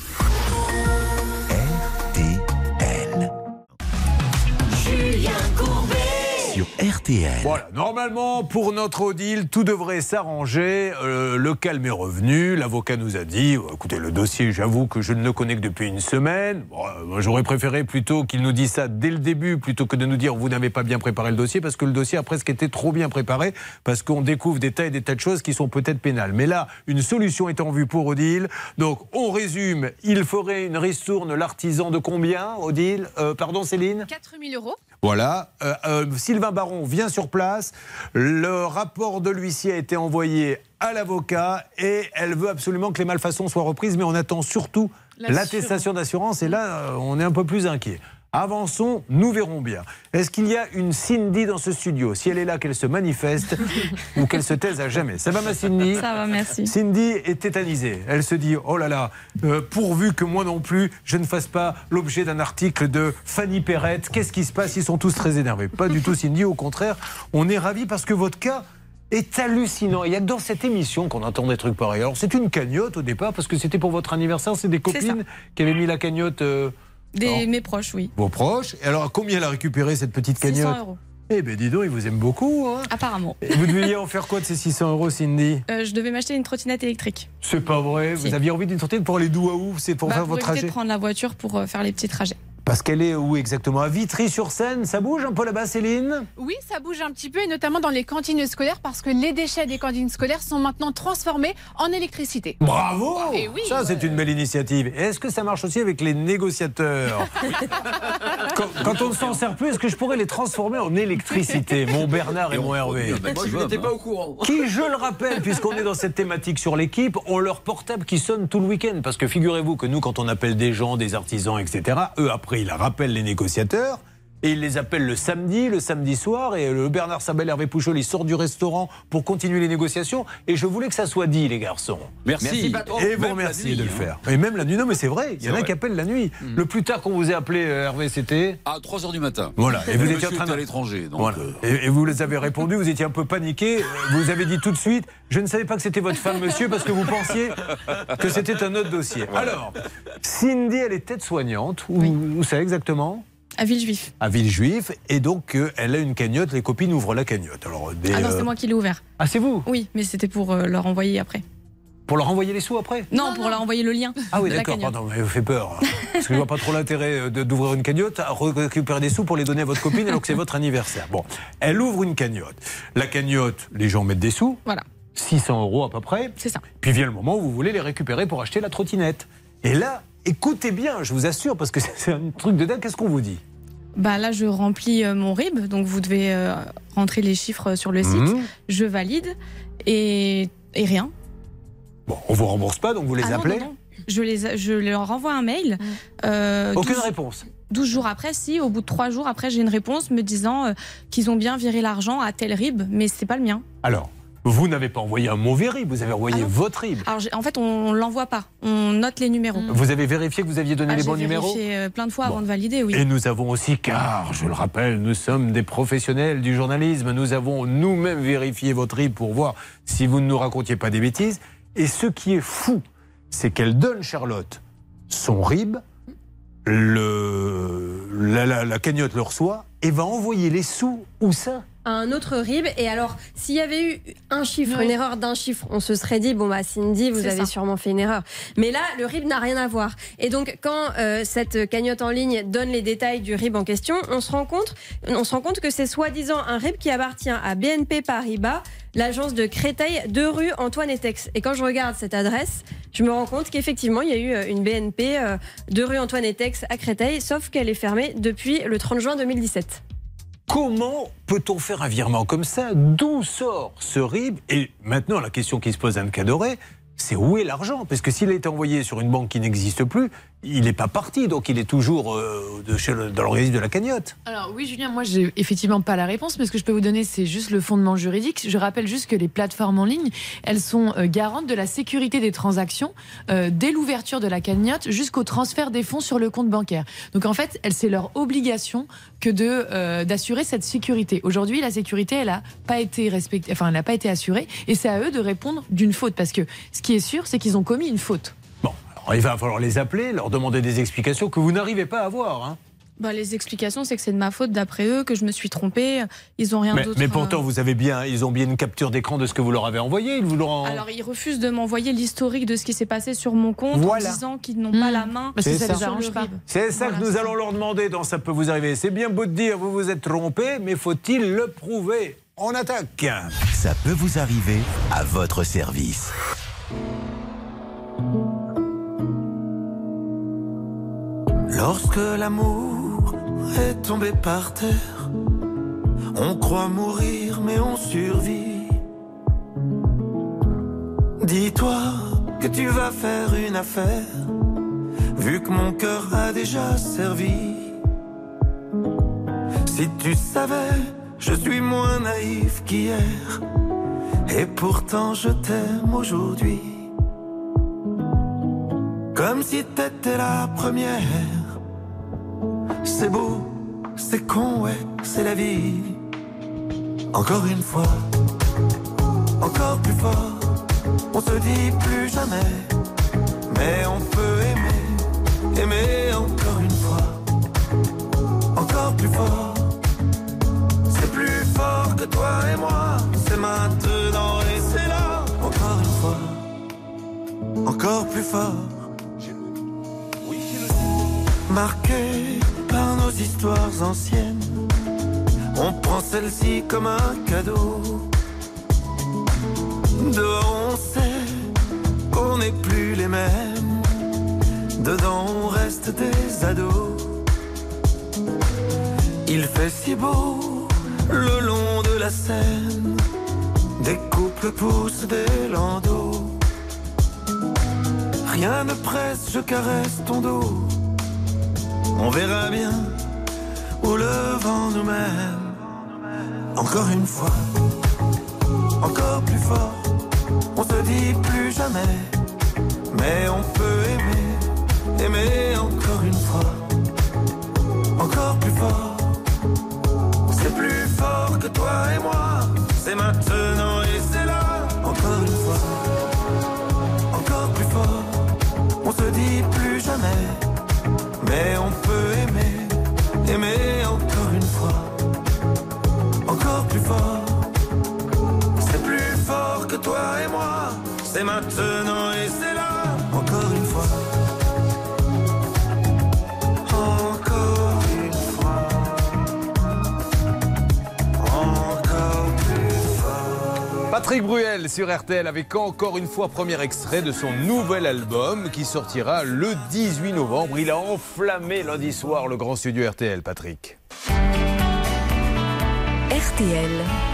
R T L. Julien Courbet. Sur R T L. Voilà, normalement, pour notre Odile, tout devrait s'arranger. Euh, le calme est revenu. L'avocat nous a dit, euh, écoutez, le dossier, j'avoue que je ne le connais que depuis une semaine. Bon, euh, moi, j'aurais préféré plutôt qu'il nous dise ça dès le début, plutôt que de nous dire, vous n'avez pas bien préparé le dossier, parce que le dossier a presque été trop bien préparé, parce qu'on découvre des tas et des tas de choses qui sont peut-être pénales. Mais là, une solution est en vue pour Odile. Donc, on résume, il ferait une ristourne, l'artisan de combien, Odile euh, Pardon, Céline ? quatre mille euros. Voilà, euh, euh, Sylvain Baron vient sur place, le rapport de l'huissier a été envoyé à l'avocat et elle veut absolument que les malfaçons soient reprises, mais on attend surtout L'assurance. l'attestation d'assurance et là, euh, on est un peu plus inquiet. Avançons, nous verrons bien. Est-ce qu'il y a une Cindy dans ce studio ? Si elle est là, qu'elle se manifeste ou qu'elle se taise à jamais. Ça va, ma Cindy ? Ça va, merci. Cindy est tétanisée. Elle se dit, oh là là, euh, pourvu que moi non plus, je ne fasse pas l'objet d'un article de Fanny Perrette. Qu'est-ce qui se passe ? Ils sont tous très énervés. Pas du tout, Cindy. Au contraire, on est ravis parce que votre cas est hallucinant. Il y a que dans cette émission qu'on entend des trucs pareils. Alors, c'est une cagnotte au départ parce que c'était pour votre anniversaire. C'est des copines qui avaient mis la cagnotte... Euh, Des, alors, mes proches, oui. vos proches. Et alors, combien elle a récupéré cette petite cagnotte ? six cents euros. Eh bien, dis donc, ils vous aiment beaucoup. Hein. Apparemment. Et vous deviez en faire quoi de ces six cents euros, Cindy ? Euh, je devais m'acheter une trottinette électrique. C'est pas vrai. Si. Vous aviez envie d'une trottinette pour aller d'où à où ? C'est pour Bah, faire pour votre éviter trajet de prendre la voiture pour euh, faire les petits trajets. Parce qu'elle est où exactement? À Vitry-sur-Seine, ça bouge un peu là-bas, Céline? Oui, ça bouge un petit peu, et notamment dans les cantines scolaires, parce que les déchets des cantines scolaires sont maintenant transformés en électricité. Bravo! Et oui, Ça, c'est une belle initiative. Et est-ce que ça marche aussi avec les négociateurs? quand, quand on ne s'en sert plus, est-ce que je pourrais les transformer en électricité? Mon Bernard et, et mon Hervé. Moi, je n'étais pas au courant. Qui, je le rappelle, puisqu'on est dans cette thématique sur l'équipe, ont leur portable qui sonne tout le week-end. Parce que figurez-vous que nous, quand on appelle des gens, des artisans, et cetera, eux, après, ils rappellent les négociateurs. Et il les appelle le samedi, le samedi soir, et le Bernard Sabel, Hervé Pouchol, il sort du restaurant pour continuer les négociations. Et je voulais que ça soit dit, les garçons. Merci. Merci patron. Et vous remerciez de le faire. Et même la nuit, non mais c'est vrai, il y en a qui appellent la nuit. Mmh. Le plus tard qu'on vous ait appelé, Hervé, c'était à trois heures du matin. Voilà. Et vous le étiez en train de... à l'étranger. Donc voilà. euh... et, et vous les avez répondu, vous étiez un peu paniqué. Vous avez dit tout de suite, je ne savais pas que c'était votre femme, monsieur, parce que vous pensiez que c'était un autre dossier. Alors, Cindy, elle est aide-soignante. Où, oui. où c'est exactement? À Villejuif. À Villejuif, et donc euh, elle a une cagnotte, les copines ouvrent la cagnotte. Alors, des, ah non, c'est euh... moi qui l'ai ouvert. Ah, c'est vous? Oui, mais c'était pour euh, leur envoyer après. Pour leur envoyer les sous après? Non, non pour non. leur envoyer le lien. Ah oui, d'accord, pardon, mais vous fait peur. Hein. Parce que je vois pas trop l'intérêt d'ouvrir une cagnotte, à récupérer des sous pour les donner à votre copine alors que c'est votre anniversaire. Bon, elle ouvre une cagnotte. La cagnotte, les gens mettent des sous. Voilà. six cents euros à peu près. C'est ça. Puis vient le moment où vous voulez les récupérer pour acheter la trottinette. Et là, écoutez bien, je vous assure, parce que c'est un truc de dingue, qu'est-ce qu'on vous dit? Bah là, je remplis euh, mon R I B, donc vous devez euh, rentrer les chiffres sur le site. Mmh. Je valide et, et rien. Bon, on vous rembourse pas, donc vous les ah appelez? Non, non, non. Je, les, je leur renvoie un mail. Mmh. Euh, Aucune douze, réponse? douze jours après, si. Au bout de trois jours après, j'ai une réponse me disant euh, qu'ils ont bien viré l'argent à tel R I B, mais c'est pas le mien. Alors, vous n'avez pas envoyé un mauvais R I B, vous avez envoyé ah votre R I B. Alors, en fait, on l'envoie pas. On note les numéros. Vous avez vérifié que vous aviez donné ah, les bons numéros? J'ai vérifié plein de fois bon. avant de valider, oui. Et nous avons aussi, car, je le rappelle, nous sommes des professionnels du journalisme, nous avons nous-mêmes vérifié votre R I B pour voir si vous ne nous racontiez pas des bêtises. Et ce qui est fou, c'est qu'elle donne, Charlotte, son R I B, le, la, la, la cagnotte le reçoit et va envoyer les sous, où ça? À un autre R I B. Et alors, s'il y avait eu un chiffre, oui. une erreur d'un chiffre, on se serait dit, bon bah Cindy, vous avez ça. sûrement fait une erreur. Mais là, le R I B n'a rien à voir. Et donc, quand euh, cette cagnotte en ligne donne les détails du R I B en question, on se rend compte, on se rend compte que c'est soi-disant un R I B qui appartient à B N P Paribas, l'agence de Créteil, deux rue Antoine Etex. Et quand je regarde cette adresse, je me rends compte qu'effectivement, il y a eu une B N P, euh, deux rue Antoine Etex à Créteil, sauf qu'elle est fermée depuis le trente juin deux mille dix-sept. Comment peut-on faire un virement comme ça? D'où sort ce R I B? Et maintenant, la question qui se pose à Anne Cadoré, c'est où est l'argent? Parce que s'il a été envoyé sur une banque qui n'existe plus, il n'est pas parti, donc il est toujours euh, de chez le, dans l'organisme de la cagnotte. Alors oui, Julien, moi j'ai effectivement pas la réponse, mais ce que je peux vous donner, c'est juste le fondement juridique. Je rappelle juste que les plateformes en ligne, elles sont euh, garantes de la sécurité des transactions euh, dès l'ouverture de la cagnotte jusqu'au transfert des fonds sur le compte bancaire. Donc en fait, c'est leur obligation que de euh, d'assurer cette sécurité. Aujourd'hui, la sécurité, elle a pas été respectée, enfin, elle n'a pas été assurée, et c'est à eux de répondre d'une faute, parce que ce qui est sûr, c'est qu'ils ont commis une faute. Alors, il va falloir les appeler, leur demander des explications que vous n'arrivez pas à avoir. Hein. Bah, les explications, c'est que c'est de ma faute d'après eux, que je me suis trompée. Ils ont rien mais, d'autre. Mais pourtant, vous avez bien, ils ont bien une capture d'écran de ce que vous leur avez envoyé. Ils vous l'ont... Alors, ils refusent de m'envoyer l'historique de ce qui s'est passé sur mon compte, voilà. en disant qu'ils n'ont mmh. pas la main. C'est ça, ça. Sur pas. C'est ça voilà, que nous allons leur demander dans Ça peut vous arriver. C'est bien beau de dire vous vous êtes trompé, mais faut-il le prouver? On attaque. Ça peut vous arriver à votre service. Lorsque l'amour est tombé par terre, on croit mourir mais on survit. Dis-toi que tu vas faire une affaire, vu que mon cœur a déjà servi. Si tu savais, je suis moins naïf qu'hier, et pourtant je t'aime aujourd'hui. Comme si t'étais la première. C'est beau, c'est con, ouais, c'est la vie. Encore une fois, encore plus fort. On se dit plus jamais, mais on peut aimer, aimer encore une fois. Encore plus fort, c'est plus fort que toi et moi. C'est maintenant et c'est là. Encore une fois, encore plus fort. Marqué par nos histoires anciennes. On prend celle-ci comme un cadeau. Dehors on sait qu'on n'est plus les mêmes. Dedans on reste des ados. Il fait si beau le long de la Seine. Des couples poussent des landaux. Rien ne presse, je caresse ton dos. On verra bien où le vent nous mène. Encore une fois, encore plus fort. On se dit plus jamais, mais on peut aimer, aimer encore une fois. Encore plus fort. C'est plus fort que toi et moi. C'est maintenant et c'est là. Encore une fois, encore plus fort. On se dit plus jamais, mais on peut aimer, aimer encore une fois. Encore plus fort. C'est plus fort que toi et moi. C'est maintenant et c'est là. Encore une fois. Encore une fois. Encore plus fort. Patrick Bruel sur R T L avec encore une fois premier extrait de son nouvel album qui sortira le dix-huit novembre. Il a enflammé lundi soir le grand studio R T L, Patrick. R T L.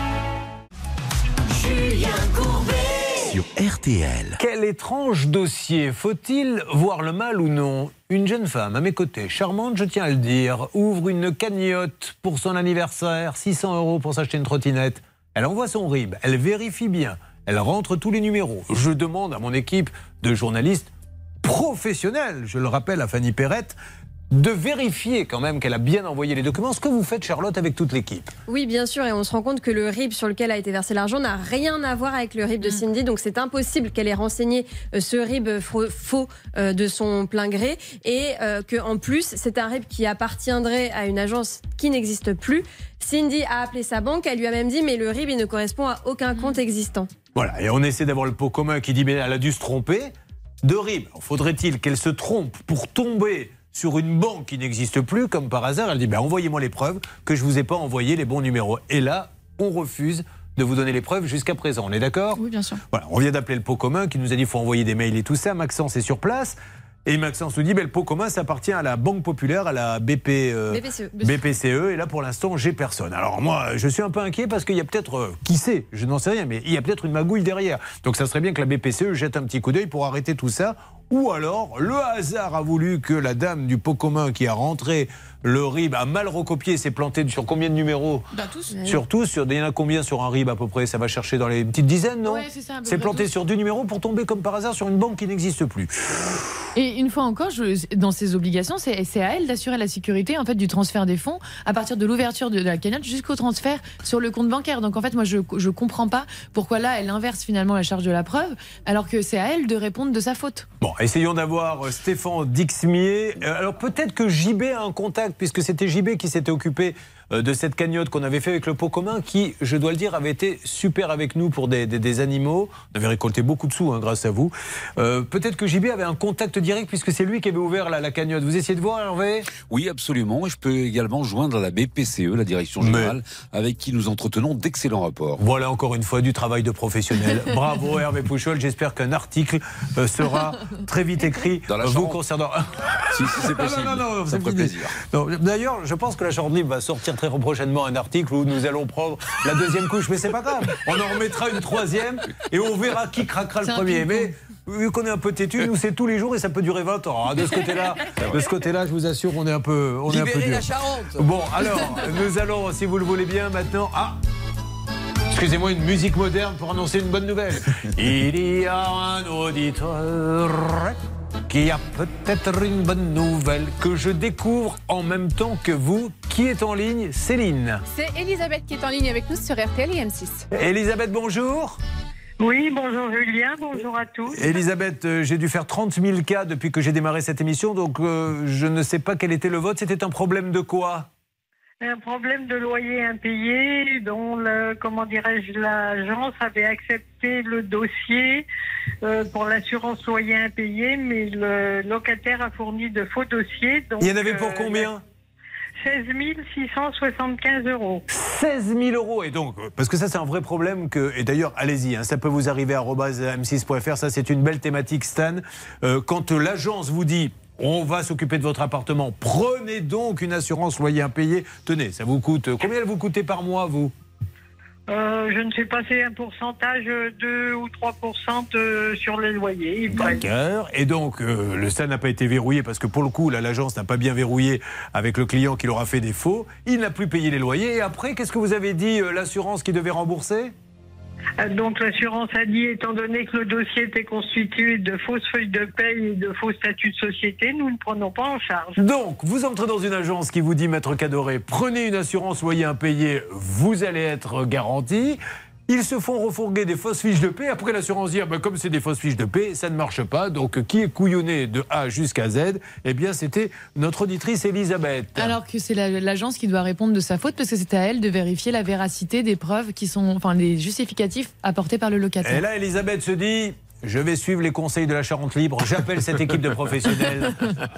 Julien Courbet. Sur R T L. Quel étrange dossier. Faut-il voir le mal ou non? Une jeune femme à mes côtés, charmante, je tiens à le dire, ouvre une cagnotte pour son anniversaire, six cents euros pour s'acheter une trottinette. Elle envoie son R I B, elle vérifie bien, elle rentre tous les numéros. Je demande à mon équipe de journalistes professionnels, je le rappelle à Fanny Perrette, de vérifier quand même qu'elle a bien envoyé les documents. Ce que vous faites, Charlotte, avec toute l'équipe. Oui, bien sûr, et on se rend compte que le R I B sur lequel a été versé l'argent n'a rien à voir avec le R I B de Cindy, donc c'est impossible qu'elle ait renseigné ce R I B faux euh, de son plein gré, et euh, qu'en plus, c'est un R I B qui appartiendrait à une agence qui n'existe plus. Cindy a appelé sa banque, elle lui a même dit, mais le R I B il ne correspond à aucun compte existant. Voilà, et on essaie d'avoir le pot commun qui dit, mais elle a dû se tromper. De R I B, faudrait-il qu'elle se trompe pour tomber sur une banque qui n'existe plus, comme par hasard? Elle dit, ben, envoyez-moi les preuves que je ne vous ai pas envoyé les bons numéros. Et là, on refuse de vous donner les preuves jusqu'à présent. On est d'accord? Oui, bien sûr. Voilà, on vient d'appeler le pot commun qui nous a dit qu'il faut envoyer des mails et tout ça. Maxence est sur place. Et Maxence nous dit, ben, le pot commun, ça appartient à la Banque Populaire, à la B P, euh, B P C E. B P C E. Et là, pour l'instant, j'ai personne. Alors moi, je suis un peu inquiet parce qu'il y a peut-être, euh, qui sait, je n'en sais rien, mais il y a peut-être une magouille derrière. Donc ça serait bien que la B P C E jette un petit coup d'œil pour arrêter tout ça. Ou alors, le hasard a voulu que la dame du pot commun qui a rentré le R I B a mal recopié, s'est planté sur combien de numéros? Bah, tous. Sur tous, sur, il y en a combien sur un R I B à peu près? Ça va chercher dans les petites dizaines, non? Ouais, c'est ça, à peu C'est près planté tous. sur deux numéros pour tomber comme par hasard sur une banque qui n'existe plus. Et une fois encore, je, dans ses obligations, c'est c'est à elle d'assurer la sécurité en fait du transfert des fonds à partir de l'ouverture de la cagnotte jusqu'au transfert sur le compte bancaire. Donc en fait, moi, je je comprends pas pourquoi là, elle inverse finalement la charge de la preuve, alors que c'est à elle de répondre de sa faute. Bon, essayons d'avoir Stéphane Dixmier. Alors peut-être que J B a un contact, puisque c'était J B qui s'était occupé de cette cagnotte qu'on avait fait avec le pot commun, qui, je dois le dire, avait été super avec nous pour des, des, des animaux. On avait récolté beaucoup de sous, hein, grâce à vous. Euh, peut-être que J B avait un contact direct, puisque c'est lui qui avait ouvert la, la cagnotte. Vous essayez de voir, Hervé? Oui, absolument. Et je peux également joindre la B P C E, la Direction Générale, Mais... avec qui nous entretenons d'excellents rapports. Voilà encore une fois du travail de professionnel. Bravo Hervé Pouchol. J'espère qu'un article euh, sera très vite écrit dans la vous Charente. concernant. Si, si c'est possible. Non, non, non, ça me ferait plaisir. D'ailleurs, je pense que la Charente Libre va sortir très prochainement un article où nous allons prendre la deuxième couche, mais c'est pas grave. On en remettra une troisième et on verra qui craquera le premier. Mais vu qu'on est un peu têtu, nous c'est tous les jours et ça peut durer vingt ans. De ce côté-là, de ce côté-là, je vous assure, on est un peu, on est un peu dur. La Charente. Bon, alors, nous allons, si vous le voulez bien, maintenant. Ah. Excusez-moi, une musique moderne pour annoncer une bonne nouvelle. Il y a un auditeur qui a peut-être une bonne nouvelle que je découvre en même temps que vous. Qui est en ligne? Céline. C'est Elisabeth qui est en ligne avec nous sur R T L et M six. Elisabeth, bonjour. Oui, bonjour Julien, bonjour à tous. Elisabeth, euh, j'ai dû faire trente mille cas depuis que j'ai démarré cette émission, donc euh, je ne sais pas quel était le vote. C'était un problème de quoi? Un problème de loyer impayé dont, le, comment dirais-je, l'agence avait accepté le dossier euh, pour l'assurance loyer impayé, mais le locataire a fourni de faux dossiers. Donc, il y en avait pour combien? seize mille six cent soixante-quinze euros. seize mille euros. Et donc, parce que ça, c'est un vrai problème. Que, et d'ailleurs, allez-y, hein, ça peut vous arriver à arobase m six point f r. Ça, c'est une belle thématique, Stan. Euh, quand euh, l'agence vous dit... On va s'occuper de votre appartement. Prenez donc une assurance loyer impayé. Tenez, ça vous coûte... Combien elle vous coûtait par mois, vous ? Euh, je ne sais pas, c'est un pourcentage de deux ou trois pour cent de, sur les loyers. D'accord. Et donc, euh, le S A n'a pas été verrouillé parce que pour le coup, là, l'agence n'a pas bien verrouillé avec le client qui leur a fait défaut. Il n'a plus payé les loyers. Et après, qu'est-ce que vous avez dit, euh, l'assurance qui devait rembourser ? Donc l'assurance a dit, étant donné que le dossier était constitué de fausses feuilles de paye et de faux statuts de société, nous ne prenons pas en charge. Donc, vous entrez dans une agence qui vous dit, Maître Cadoré, prenez une assurance loyer impayé, vous allez être garanti. Ils se font refourguer des fausses fiches de paie. Après, l'assurance dit, ah ben, comme c'est des fausses fiches de paie, ça ne marche pas. Donc, qui est couillonné de A jusqu'à Z ? Eh bien, c'était notre auditrice Elisabeth. Alors que c'est la- l'agence qui doit répondre de sa faute, parce que c'est à elle de vérifier la véracité des preuves qui sont, enfin, les justificatifs apportés par le locataire. Et là, Elisabeth se dit... Je vais suivre les conseils de la Charente Libre. J'appelle cette équipe de professionnels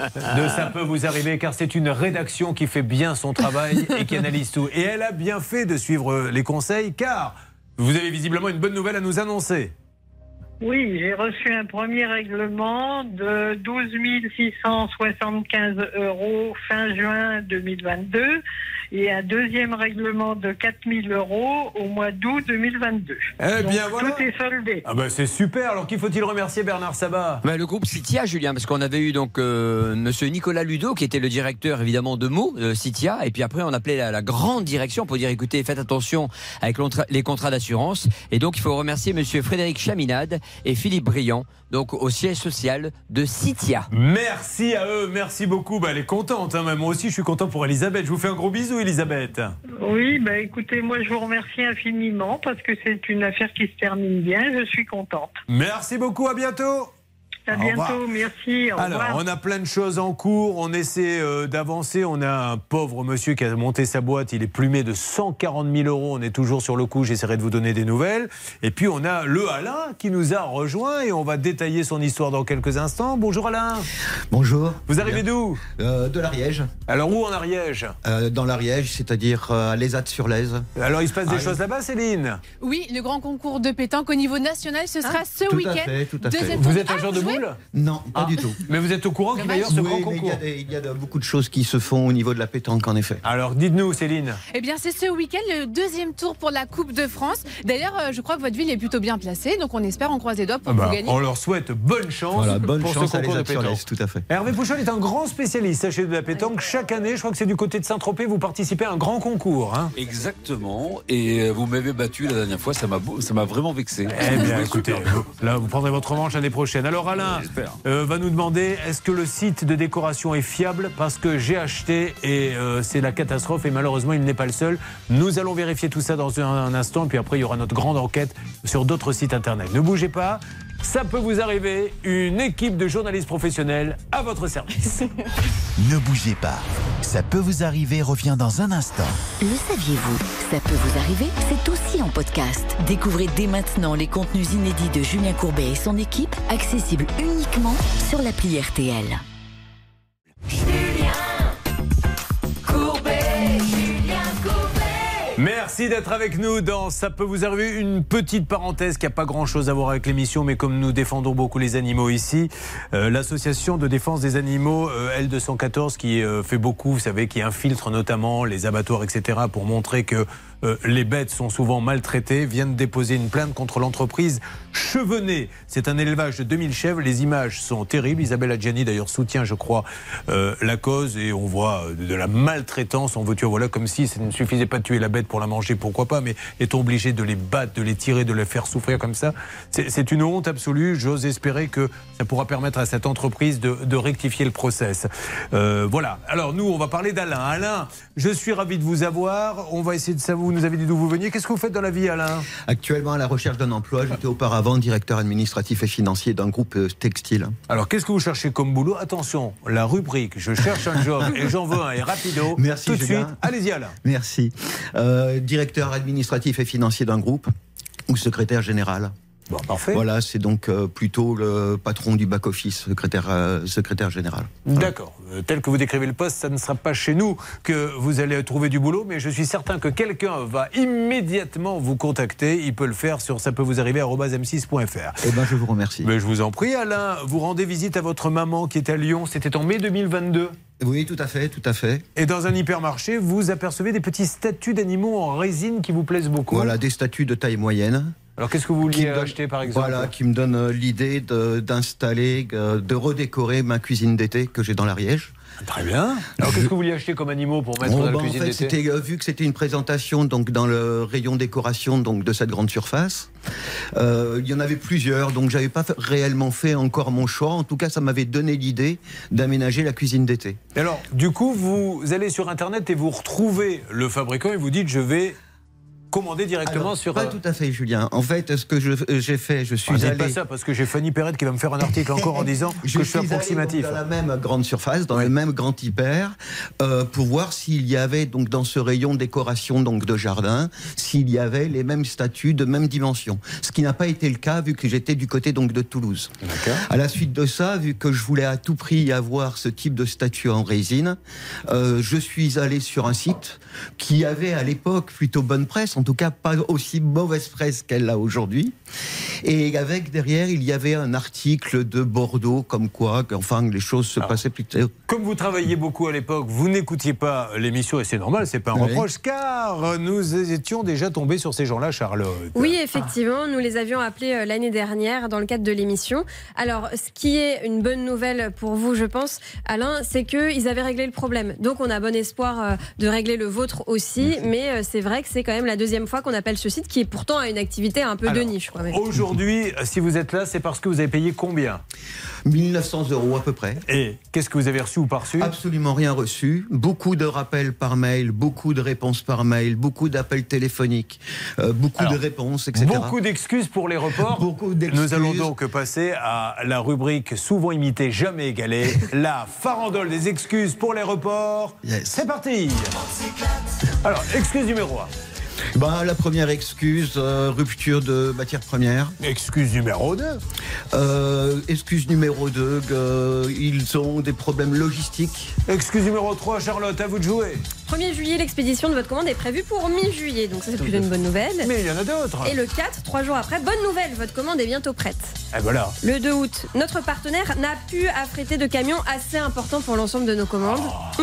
de Ça peut vous arriver, car c'est une rédaction qui fait bien son travail et qui analyse tout. Et elle a bien fait de suivre les conseils, car vous avez visiblement une bonne nouvelle à nous annoncer. Oui, j'ai reçu un premier règlement de douze mille six cent soixante-quinze euros fin juin deux mille vingt-deux et un deuxième règlement de quatre mille euros au mois d'août deux mille vingt-deux. Eh Donc, bien, voilà. tout est soldé. Ah ben c'est super. Alors, qui faut-il remercier, Bernard Sabat ? Ben, le groupe Citia, Julien, parce qu'on avait eu donc euh, monsieur Nicolas Ludo, qui était le directeur évidemment de Meaux, euh, Citia, et puis après on appelait la, la grande direction pour dire écoutez, faites attention avec les contrats d'assurance. Et donc il faut remercier monsieur Frédéric Chaminade et Philippe Briand, donc au siège social de Citia. Merci à eux, merci beaucoup. Bah, elle est contente, hein. Moi aussi je suis content pour Elisabeth. Je vous fais un gros bisou, Elisabeth. Oui, bah écoutez, moi je vous remercie infiniment parce que c'est une affaire qui se termine bien. Je suis contente. Merci beaucoup, à bientôt. À Au revoir. bientôt, merci. Au Alors, revoir. on a plein de choses en cours, on essaie euh, d'avancer. On a un pauvre monsieur qui a monté sa boîte, il est plumé de cent quarante mille euros. On est toujours sur le coup, j'essaierai de vous donner des nouvelles. Et puis, on a le Alain qui nous a rejoint et on va détailler son histoire dans quelques instants. Bonjour Alain. Bonjour. Vous arrivez d'où ? euh, De l'Ariège. Alors, où en Ariège ? euh, Dans l'Ariège, c'est-à-dire euh, à l'Ezat-sur-Lèze. Alors, il se passe des Ah, choses là-bas, Céline ? Oui, le grand concours de pétanque au niveau national, ce sera ce Tout à week-end. fait, tout à fait. Deuxième Vous tour. êtes un Ah, joueur de jouez boule ? Non, pas Ah. du tout. Mais vous êtes au courant qu'il va y avoir ce Oui, grand mais il y, concours a des- il y a de- beaucoup de choses qui se font au niveau de la pétanque, en effet. Alors, dites-nous, Céline. Eh bien, c'est ce week-end le deuxième tour pour la Coupe de France. D'ailleurs, euh, je crois que votre ville est plutôt bien placée, donc on espère, on croise les doigts pour Ah bah, vous gagner. on leur souhaite bonne chance Voilà, bonne pour chance ce à concours de l'Ezat-sur-Lèze, pétanque. tout à fait. Hervé Pouchol est un grand spécialiste, sachez, de la pétanque. Chaque année, je crois que c'est du côté de Saint-Tropez, vous participez à un grand concours. Hein. Exactement. Et euh, vous m'avez battu la dernière fois, ça m'a beau- ça m'a vraiment vexé. Eh bien, écoutez, vous- là, vous prendrez votre revanche l'année prochaine. Alors, Alain euh, va nous demander, est-ce que le site de décoration est fiable ? Parce que j'ai acheté et euh, c'est la catastrophe et malheureusement, il n'est pas le seul. Nous allons vérifier tout ça dans un, un instant. Et puis après, il y aura notre grande enquête sur d'autres sites internet. Ne bougez pas. Ça peut vous arriver, une équipe de journalistes professionnels à votre service. Ne bougez pas. Ça peut vous arriver revient dans un instant. Le saviez-vous ? Ça peut vous arriver, c'est aussi en podcast. Découvrez dès maintenant les contenus inédits de Julien Courbet et son équipe, accessibles uniquement sur l'appli R T L. Merci d'être avec nous dans Ça peut vous arriver. Une petite parenthèse qui n'a pas grand-chose à voir avec l'émission, mais comme nous défendons beaucoup les animaux ici, euh, l'association de défense des animaux euh, L deux cent quatorze qui euh, fait beaucoup, vous savez, qui infiltre notamment les abattoirs, et cetera, pour montrer que euh, les bêtes sont souvent maltraitées, vient de déposer une plainte contre l'entreprise Chevenet. C'est un élevage de deux mille chèvres. Les images sont terribles. Isabelle Adjani, d'ailleurs, soutient, je crois, euh, la cause. Et on voit de, de la maltraitance. On veut tuer, voilà, comme si ça ne suffisait pas de tuer la bête pour la manger, pourquoi pas, mais est-on obligé de les battre, de les tirer, de les faire souffrir comme ça ? C'est, c'est une honte absolue. J'ose espérer que ça pourra permettre à cette entreprise de, de rectifier le process. Euh, voilà. Alors, nous, on va parler d'Alain. Alain, je suis ravi de vous avoir. On va essayer de savoir, vous nous avez dit d'où vous veniez. Qu'est-ce que vous faites dans la vie, Alain ? Actuellement à la recherche d'un emploi, j'étais auparavant directeur administratif et financier d'un groupe euh, textile. Alors, qu'est-ce que vous cherchez comme boulot ? Attention, la rubrique « Je cherche un job et j'en veux un » est rapido. Merci, Tout de Julien. suite, allez-y, Alain. Merci. Euh, directeur administratif et financier d'un groupe ou secrétaire général ? Bon, parfait. Voilà, c'est donc euh, plutôt le patron du back-office, secrétaire, euh, secrétaire général. D'accord. Euh, tel que vous décrivez le poste, ça ne sera pas chez nous que vous allez trouver du boulot, mais je suis certain que quelqu'un va immédiatement vous contacter. Il peut le faire sur ça peut vous arriver arobase m six point f r. Eh ben, je vous remercie. Mais je vous en prie, Alain. Vous rendez visite à votre maman qui est à Lyon. C'était en mai deux mille vingt-deux. Oui, tout à fait, tout à fait. Et dans un hypermarché, vous apercevez des petits statues d'animaux en résine qui vous plaisent beaucoup. Voilà, des statues de taille moyenne. Alors qu'est-ce que vous vouliez donne, acheter par exemple? Voilà, qui me donne euh, l'idée de, d'installer, euh, de redécorer ma cuisine d'été que j'ai dans l'Ariège. Très bien. Alors qu'est-ce que vous vouliez acheter comme animaux pour mettre Oh, dans la bah, cuisine en fait, d'été? c'était, euh, vu que c'était une présentation donc, dans le rayon décoration donc, de cette grande surface, euh, il y en avait plusieurs, donc j'avais pas fait- réellement fait encore mon choix. En tout cas, ça m'avait donné l'idée d'aménager la cuisine d'été. Et alors, du coup, vous allez sur Internet et vous retrouvez le fabricant et vous dites je vais commander directement Alors, sur... Pas tout à fait, Julien. En fait, ce que je, euh, j'ai fait, je suis Ah, dites allé... pas ça, parce que j'ai Fanny Perrette qui va me faire un article encore en disant que je suis allé approximatif. donc dans la même grande surface, dans le même grand hyper, euh, pour voir s'il y avait donc dans ce rayon décoration donc de jardin, s'il y avait les mêmes statues de même dimension. Ce qui n'a pas été le cas vu que j'étais du côté donc de Toulouse. À la suite de ça, vu que je voulais à tout prix avoir ce type de statue en résine, euh, je suis allé sur un site qui avait à l'époque plutôt bonne presse, en tout cas pas aussi mauvaise presse qu'elle a aujourd'hui. Et avec derrière, il y avait un article de Bordeaux comme quoi, enfin, les choses se Alors, passaient plutôt. Comme vous travailliez beaucoup à l'époque, vous n'écoutiez pas l'émission et c'est normal, c'est pas un Oui. reproche, car nous étions déjà tombés sur ces gens-là, Charlotte. Oui, effectivement, nous les avions appelés euh, l'année dernière dans le cadre de l'émission. Alors, ce qui est une bonne nouvelle pour vous, je pense, Alain, c'est qu'ils avaient réglé le problème. Donc, on a bon espoir euh, de régler le vôtre aussi, mais euh, c'est vrai que c'est quand même la deuxième fois qu'on appelle ce site qui est pourtant à une activité un peu Alors, de niche. Je crois, mais... Aujourd'hui, si vous êtes là, c'est parce que vous avez payé combien? mille neuf cents euros à peu près. Et qu'est-ce que vous avez reçu ou pas reçu? Absolument rien reçu. Beaucoup de rappels par mail, beaucoup de réponses par mail, beaucoup d'appels téléphoniques, euh, beaucoup Alors, de réponses, et cetera. Beaucoup d'excuses pour les reports. Beaucoup d'excuses. Nous allons donc passer à la rubrique souvent imitée, jamais égalée, la farandole des excuses pour les reports. Yes. C'est parti. Alors, excuse numéro un. Bah, la première excuse, euh, rupture de matières premières. Excuse numéro deux. Euh, excuse numéro deux, euh, ils ont des problèmes logistiques. Excuse numéro trois, Charlotte, à vous de jouer. premier juillet, l'expédition de votre commande est prévue pour mi-juillet. Donc ça, c'est plutôt une bonne nouvelle. Mais il y en a d'autres. Et le quatre, trois jours après, bonne nouvelle, votre commande est bientôt prête. Et voilà. Le deux août, notre partenaire n'a pu affréter de camions assez importants pour l'ensemble de nos commandes.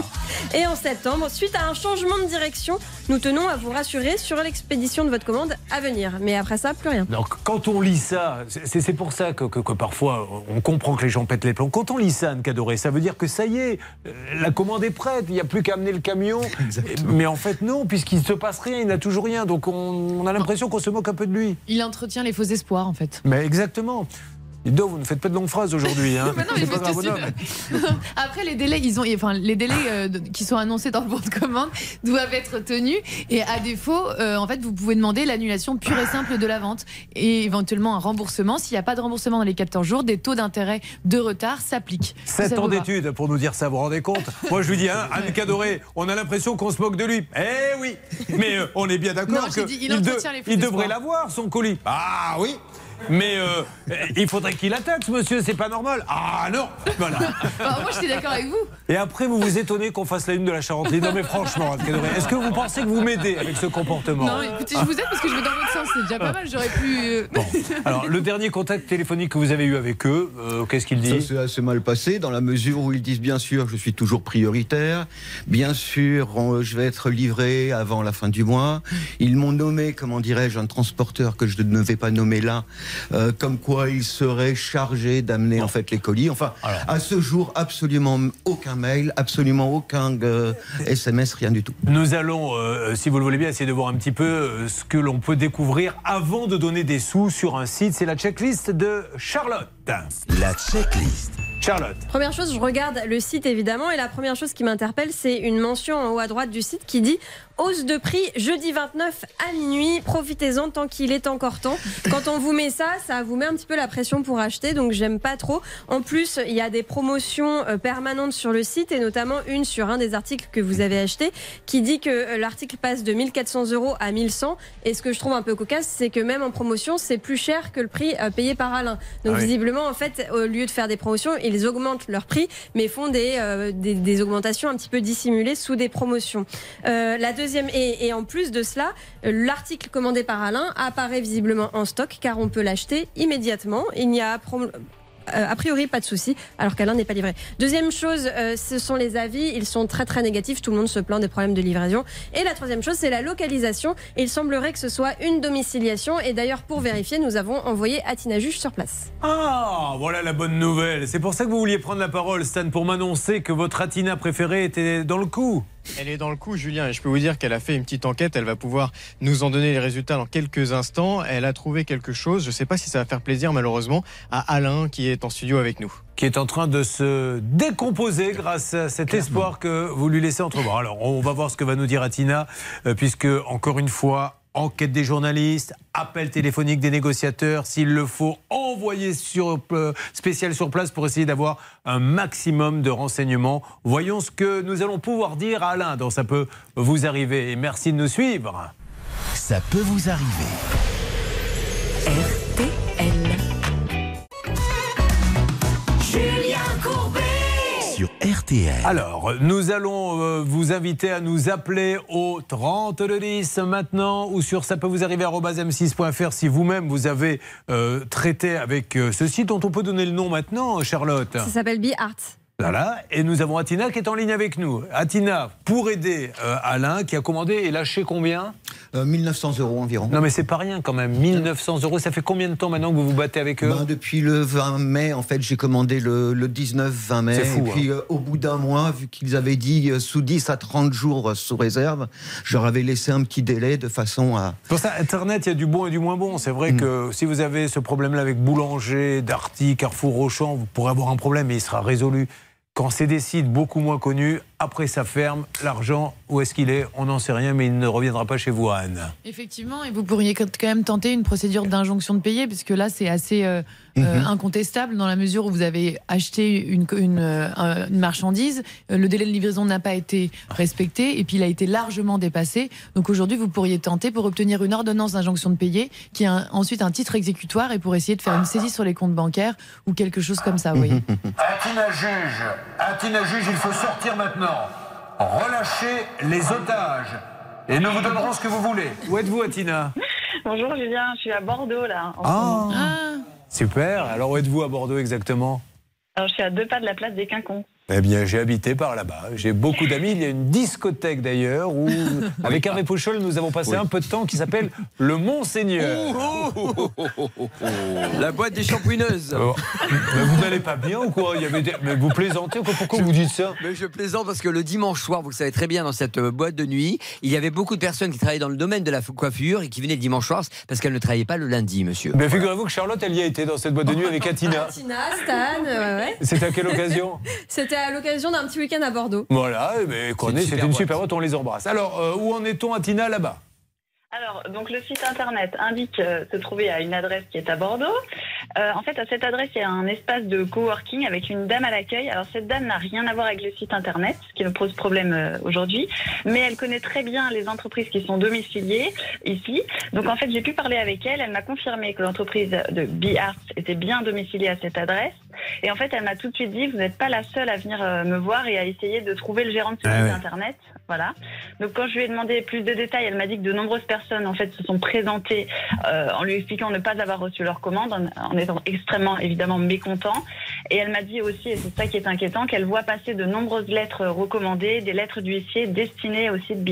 Et en septembre, suite à un changement de direction, nous tenons à vous rassurer sur l'expédition de votre commande à venir. Mais après ça, plus rien. Donc, quand on lit ça, c'est c'est pour ça que, que, que parfois on comprend que les gens pètent les plombs. Quand on lit ça, Anne Cadoré, ça veut dire que ça y est, euh, la commande est prête, il n'y a plus qu'à amener le camion. Exactement. Mais en fait, non, puisqu'il ne se passe rien, il n'a toujours rien. Donc, on, on a l'impression qu'on se moque un peu de lui. Il entretient les faux espoirs, en fait. Mais exactement. Dis donc, vous ne faites pas de longues phrases aujourd'hui. Hein. Mais non, mais C'est pas je grave, te bonhomme. Après, les délais, ils ont, enfin, les délais euh, de- qui sont annoncés dans le bon de commande doivent être tenus. Et à défaut, euh, en fait, vous pouvez demander l'annulation pure et simple de la vente et éventuellement un remboursement. S'il n'y a pas de remboursement dans les quatorze jours, des taux d'intérêt de retard s'appliquent. Si Sept ça ans vous va. d'études pour nous dire ça, vous vous rendez compte? Moi, je lui dis, hein, Anne Cadoré, on a l'impression qu'on se moque de lui. Eh oui, mais euh, on est bien d'accord Non, j'ai que dit, il entretient les faux il devrait espoirs. l'avoir, son colis. Ah oui. Mais euh, il faudrait qu'il attaque, monsieur, c'est pas normal. Ah non, voilà. Enfin, moi, je suis d'accord avec vous. Et après, vous vous étonnez qu'on fasse la une de la Charenterie. Non mais franchement, Anne Cadoré, est-ce que vous pensez que vous m'aidez avec ce comportement? Non, écoutez, je vous aide parce que je vais dans votre sens. C'est déjà pas mal. J'aurais pu. euh, Alors, le dernier contact téléphonique que vous avez eu avec eux, euh, qu'est-ce qu'il Ça dit? s'est assez mal passé dans la mesure où ils disent bien sûr je suis toujours prioritaire, bien sûr on- je vais être livré avant la fin du mois. Ils m'ont nommé, comment dirais-je, un transporteur que je ne vais pas nommer là, euh, comme quoi il serait chargé d'amener en fait les colis. Enfin, à ce jour, absolument aucun mail, absolument aucun euh, S M S, rien du tout. Nous allons, euh, si vous le voulez bien, essayer de voir un petit peu euh, ce que l'on peut découvrir avant de donner des sous sur un site. C'est la checklist de Charlotte. La checklist. Charlotte. Première chose, je regarde le site évidemment et la première chose qui m'interpelle, c'est une mention en haut à droite du site qui dit hausse de prix jeudi vingt-neuf à minuit. Profitez-en tant qu'il est encore temps. Quand on vous met ça, ça vous met un petit peu la pression pour acheter, donc j'aime pas trop. En plus, il y a des promotions permanentes sur le site et notamment une sur un des articles que vous avez acheté qui dit que l'article passe de mille quatre cents euros à mille cent. Et ce que je trouve un peu cocasse, c'est que même en promotion, c'est plus cher que le prix payé par Alain. Donc Ah oui. visiblement, en fait, au lieu de faire des promotions, ils augmentent leur prix, mais font des, euh, des, des augmentations un petit peu dissimulées sous des promotions. Euh, la deuxième, et, et en plus de cela, euh, l'article commandé par Alain apparaît visiblement en stock car on peut l'acheter immédiatement. Il n'y a prom- Euh, a priori, pas de souci, alors qu'Alain n'est pas livré. Deuxième chose, euh, ce sont les avis. Ils sont très très négatifs. Tout le monde se plaint des problèmes de livraison. Et la troisième chose, c'est la localisation. Et il semblerait que ce soit une domiciliation. Et d'ailleurs, pour vérifier, nous avons envoyé Atina Juge sur place. Ah, voilà la bonne nouvelle. C'est pour ça que vous vouliez prendre la parole, Stan, pour m'annoncer que votre Atina préférée était dans le coup. Elle est dans le coup, Julien, et je peux vous dire qu'elle a fait une petite enquête. Elle va pouvoir nous en donner les résultats dans quelques instants. Elle a trouvé quelque chose. Je ne sais pas si ça va faire plaisir, malheureusement, à Alain qui est en studio avec nous. Qui est en train de se décomposer grâce à cet espoir que vous lui laissez entrevoir. Alors, on va voir ce que va nous dire Atina, euh, puisque, encore une fois, enquête des journalistes, appel téléphonique des négociateurs, s'il le faut, envoyer sur, euh, spécial sur place pour essayer d'avoir un maximum de renseignements. Voyons ce que nous allons pouvoir dire à Alain dans Ça peut vous arriver. Et merci de nous suivre. Ça peut vous arriver. R T L. Julien Courbet sur R T L. Alors, nous allons euh, vous inviter à nous appeler au trente deux dix maintenant ou sur ça peut vous arriver arobase m six point f r si vous-même vous avez euh, traité avec euh, ce site dont on peut donner le nom maintenant, Charlotte. Ça s'appelle BeArt. Voilà, et nous avons Atina qui est en ligne avec nous. Atina, pour aider euh, Alain qui a commandé et lâché combien euh, mille neuf cents euros environ. Non mais c'est pas rien quand même, mille neuf cents euros. Ça fait combien de temps maintenant que vous vous battez avec eux? Ben, depuis le vingt mai, en fait, j'ai commandé le, le dix-neuf vingt mai. C'est fou, et puis hein. euh, au bout d'un mois, vu qu'ils avaient dit euh, sous dix à trente jours euh, sous réserve, je leur avais laissé un petit délai de façon à... Pour ça, Internet, il y a du bon et du moins bon. C'est vrai Mm. que si vous avez ce problème-là avec Boulanger, Darty, Carrefour, Auchan, vous pourrez avoir un problème et il sera résolu. Quand c'est des sites beaucoup moins connus, après ça ferme, l'argent, où est-ce qu'il est? On n'en sait rien, mais il ne reviendra pas chez vous, Anne. Effectivement, et vous pourriez quand même tenter une procédure d'injonction de payer, puisque là, c'est assez euh, euh, Mhm. incontestable dans la mesure où vous avez acheté une, une, euh, une marchandise, euh, le délai de livraison n'a pas été respecté, et puis il a été largement dépassé. Donc aujourd'hui, vous pourriez tenter pour obtenir une ordonnance d'injonction de payer, qui a un- ensuite un titre exécutoire, et pour essayer de faire une saisie sur les comptes bancaires ou quelque chose comme ça, vous voyez. Atina juge, Atina juge, il faut sortir maintenant. Relâchez les otages. Et nous vous donnerons ce que vous voulez. Où êtes-vous, Atina? Bonjour Julien, je suis à Bordeaux là. en ce Ah, moment. super. Alors où êtes-vous à Bordeaux exactement? Alors je suis à deux pas de la place des Quincons. Eh bien, j'ai habité par là-bas. J'ai beaucoup d'amis. Il y a une discothèque d'ailleurs où, avec Hervé Pouchol, nous avons passé Oui. un peu de temps qui s'appelle le Monseigneur. La boîte des shampouineuses. Oh, mais vous n'allez pas bien ou quoi? Il y avait des... Mais vous plaisantez ou quoi? Pourquoi vous dites ça? Mais je plaisante parce que le dimanche soir, vous le savez très bien, dans cette euh, boîte de nuit, il y avait beaucoup de personnes qui travaillaient dans le domaine de la coiffure et qui venaient le dimanche soir parce qu'elles ne travaillaient pas le lundi, monsieur. Mais figurez-vous que Charlotte, elle y a été dans cette boîte de nuit avec Atina. Tina, Stan, ouais, ouais. C'était à quelle occasion? C'était à l'occasion d'un petit week-end à Bordeaux. Voilà, eh ben, connaît, C'est une c'était super une boîte. super boîte, on les embrasse. Alors, euh, où en est-on, Atina, là-bas? Alors, donc le site internet indique euh, se trouver à une adresse qui est à Bordeaux. Euh, en fait, à cette adresse, il y a un espace de coworking avec une dame à l'accueil. Alors, cette dame n'a rien à voir avec le site internet, ce qui nous pose problème euh, aujourd'hui, mais elle connaît très bien les entreprises qui sont domiciliées ici. Donc, en fait, j'ai pu parler avec elle. Elle m'a confirmé que l'entreprise de BeArt était bien domiciliée à cette adresse. Et en fait, elle m'a tout de suite dit, vous n'êtes pas la seule à venir euh, me voir et à essayer de trouver le gérant de ce Ah site ouais. internet. Voilà. Donc, quand je lui ai demandé plus de détails, elle m'a dit que de nombreuses personnes, en fait, se sont présentées euh, en lui expliquant ne pas avoir reçu leur commande, en, en étant extrêmement, évidemment, mécontents. Et elle m'a dit aussi, et c'est ça qui est inquiétant, qu'elle voit passer de nombreuses lettres recommandées, des lettres d'huissier destinées au site BeArt.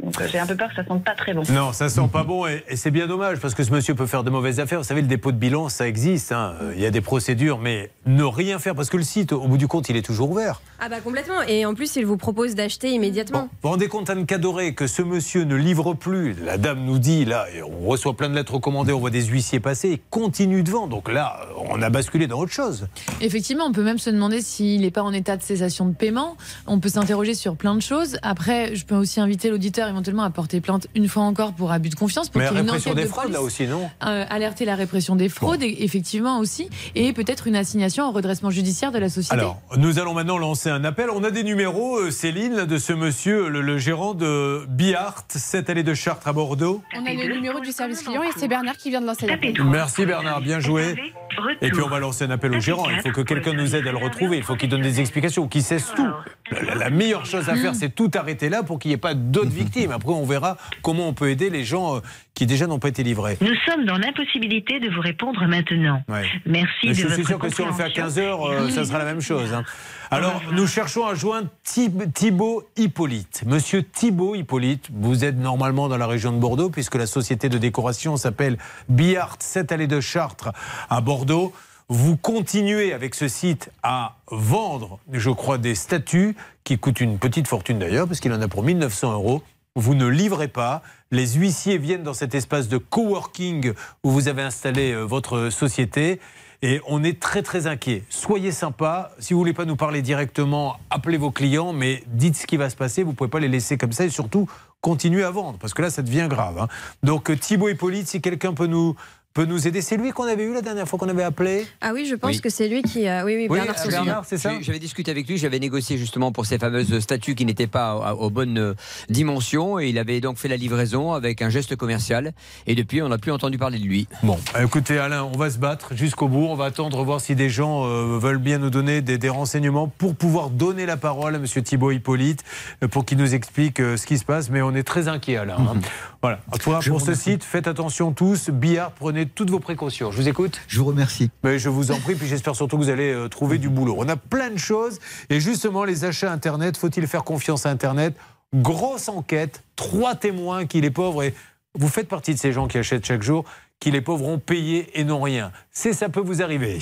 Donc euh, j'ai un peu peur que ça sente pas très bon. Non, ça sent pas bon et, et c'est bien dommage parce que ce monsieur peut faire de mauvaises affaires. Vous savez, le dépôt de bilan, ça existe. Hein. Il y a des procédures, mais ne rien faire parce que le site, au bout du compte, il est toujours ouvert. Ah bah complètement. Et en plus, il vous propose d'acheter immédiatement. Bon, vous vous rendez compte, Anne Cadoré, que ce monsieur ne livre plus. La dame nous dit, là, on reçoit plein de lettres recommandées, on voit des huissiers passer, et continue de vendre. Donc là, on a basculé dans autre chose. Effectivement, on peut même se demander s'il n'est pas en état de cessation de paiement. On peut s'interroger sur plein de choses. Après, je peux aussi inviter l'auditeur éventuellement à porter plainte une fois encore pour abus de confiance. Pour Mais qu'il la y ait une répression enquête des de fraudes, police. là aussi, non Euh, alerter la répression des fraudes, et- effectivement aussi, et peut-être une assignation au redressement judiciaire de la société. Alors, nous allons maintenant lancer un appel. On a des numéros, euh, Céline, là, de ce monsieur, le, le gérant de Biart, cette allée de Chartres à Bordeaux. On a le numéro du service client et c'est Bernard qui vient de lancer l'appel. Merci Bernard, bien joué. Et puis on va lancer un appel au gérant. Il faut que quelqu'un nous aide à le retrouver. Il faut qu'il donne des explications, qu'il cesse tout. La, la meilleure chose à faire, c'est tout arrêter là pour qu'il n'y ait pas d'autres victimes. Après, on verra comment on peut aider les gens euh, qui déjà n'ont pas été livrés. Nous sommes dans l'impossibilité de vous répondre maintenant. Ouais. Merci Mais de je votre suis sûr que si on le fait à compréhension. quinze heures, euh, ça sera la même chose. hein. Alors, nous cherchons à joindre Thib- Thibaut Hippolyte. Monsieur Thibaut Hippolyte, vous êtes normalement dans la région de Bordeaux, puisque la société de décoration s'appelle Biart, cette allée de Chartres à Bordeaux. Vous continuez avec ce site à vendre, je crois, des statues qui coûtent une petite fortune d'ailleurs, parce qu'il en a pour mille neuf cents euros. Vous ne livrez pas. Les huissiers viennent dans cet espace de coworking où vous avez installé euh, votre société. Et on est très très inquiet. Soyez sympa. Si vous voulez pas nous parler directement, appelez vos clients, mais dites ce qui va se passer. Vous pouvez pas les laisser comme ça et surtout continuez à vendre parce que là ça devient grave. hein. Donc Thibaut Hippolyte, si quelqu'un peut nous peut nous aider, c'est lui qu'on avait eu la dernière fois qu'on avait appelé. Ah oui, je pense Oui. que c'est lui qui a. Oui, oui, Oui, Bernard euh, Saucier. Bernard, c'est ça. J'ai- J'avais discuté avec lui, j'avais négocié justement pour ces fameuses statues qui n'étaient pas à- aux bonnes euh, dimensions et il avait donc fait la livraison avec un geste commercial et depuis on n'a plus entendu parler de lui. Bon, écoutez Alain, on va se battre jusqu'au bout. On va attendre voir si des gens euh, veulent bien nous donner des, des renseignements pour pouvoir donner la parole à Monsieur Thibaut Hippolyte euh, pour qu'il nous explique euh, ce qui se passe. Mais on est très inquiet Alain. hein. Voilà. En tout cas, Je pour vous ce remercie. site, faites attention tous. Billard, prenez toutes vos précautions. Je vous écoute. Je vous remercie. Mais je vous en prie, puis j'espère surtout que vous allez euh, trouver du boulot. On a plein de choses. Et justement, les achats Internet, faut-il faire confiance à Internet? Grosse enquête, trois témoins qui, les pauvres, et vous faites partie de ces gens qui achètent chaque jour, qui, les pauvres, ont payé et n'ont rien. C'est ça peut vous arriver.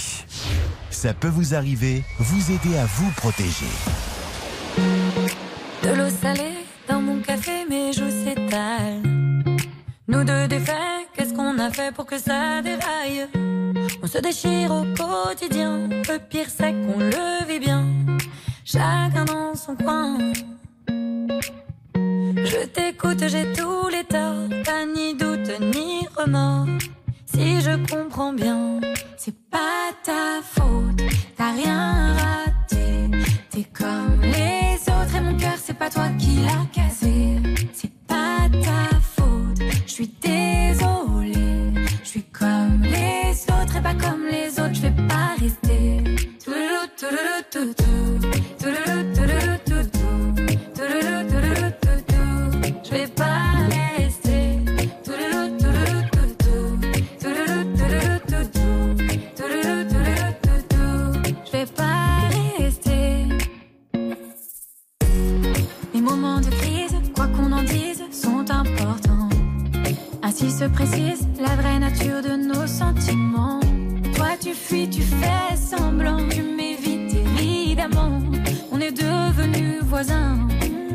Ça peut vous arriver, vous aider à vous protéger. De l'eau salée dans mon café, mes joues s'étalent. Nous deux défaits, qu'est-ce qu'on a fait pour que ça déraille? On se déchire au quotidien, le pire c'est qu'on le vit bien. Chacun dans son coin. Je t'écoute, j'ai tous les torts, pas ni doute ni remords. Si je comprends bien, c'est pas ta faute, t'as rien raté. T'es comme les autres et mon cœur c'est pas toi qui l'as cassé. C'est pas ta faute, je suis désolée. Je suis comme les autres et pas comme les autres, je vais pas rester. Touloulou, touloulou, toutou. Touloulou, touloulou, toutou. Touloulou, touloulou, toutou. Je vais pas rester. Touloulou, touloulou, toutou. Touloulou, touloulou, toutou. Touloulou, touloulou, toutou. Je vais pas rester. Les moments de crise, quoi qu'on en dise, sont importants. Ainsi se précise la vraie nature de nos sentiments. Toi tu fuis, tu fais semblant, tu m'évites évidemment. On est devenus voisins.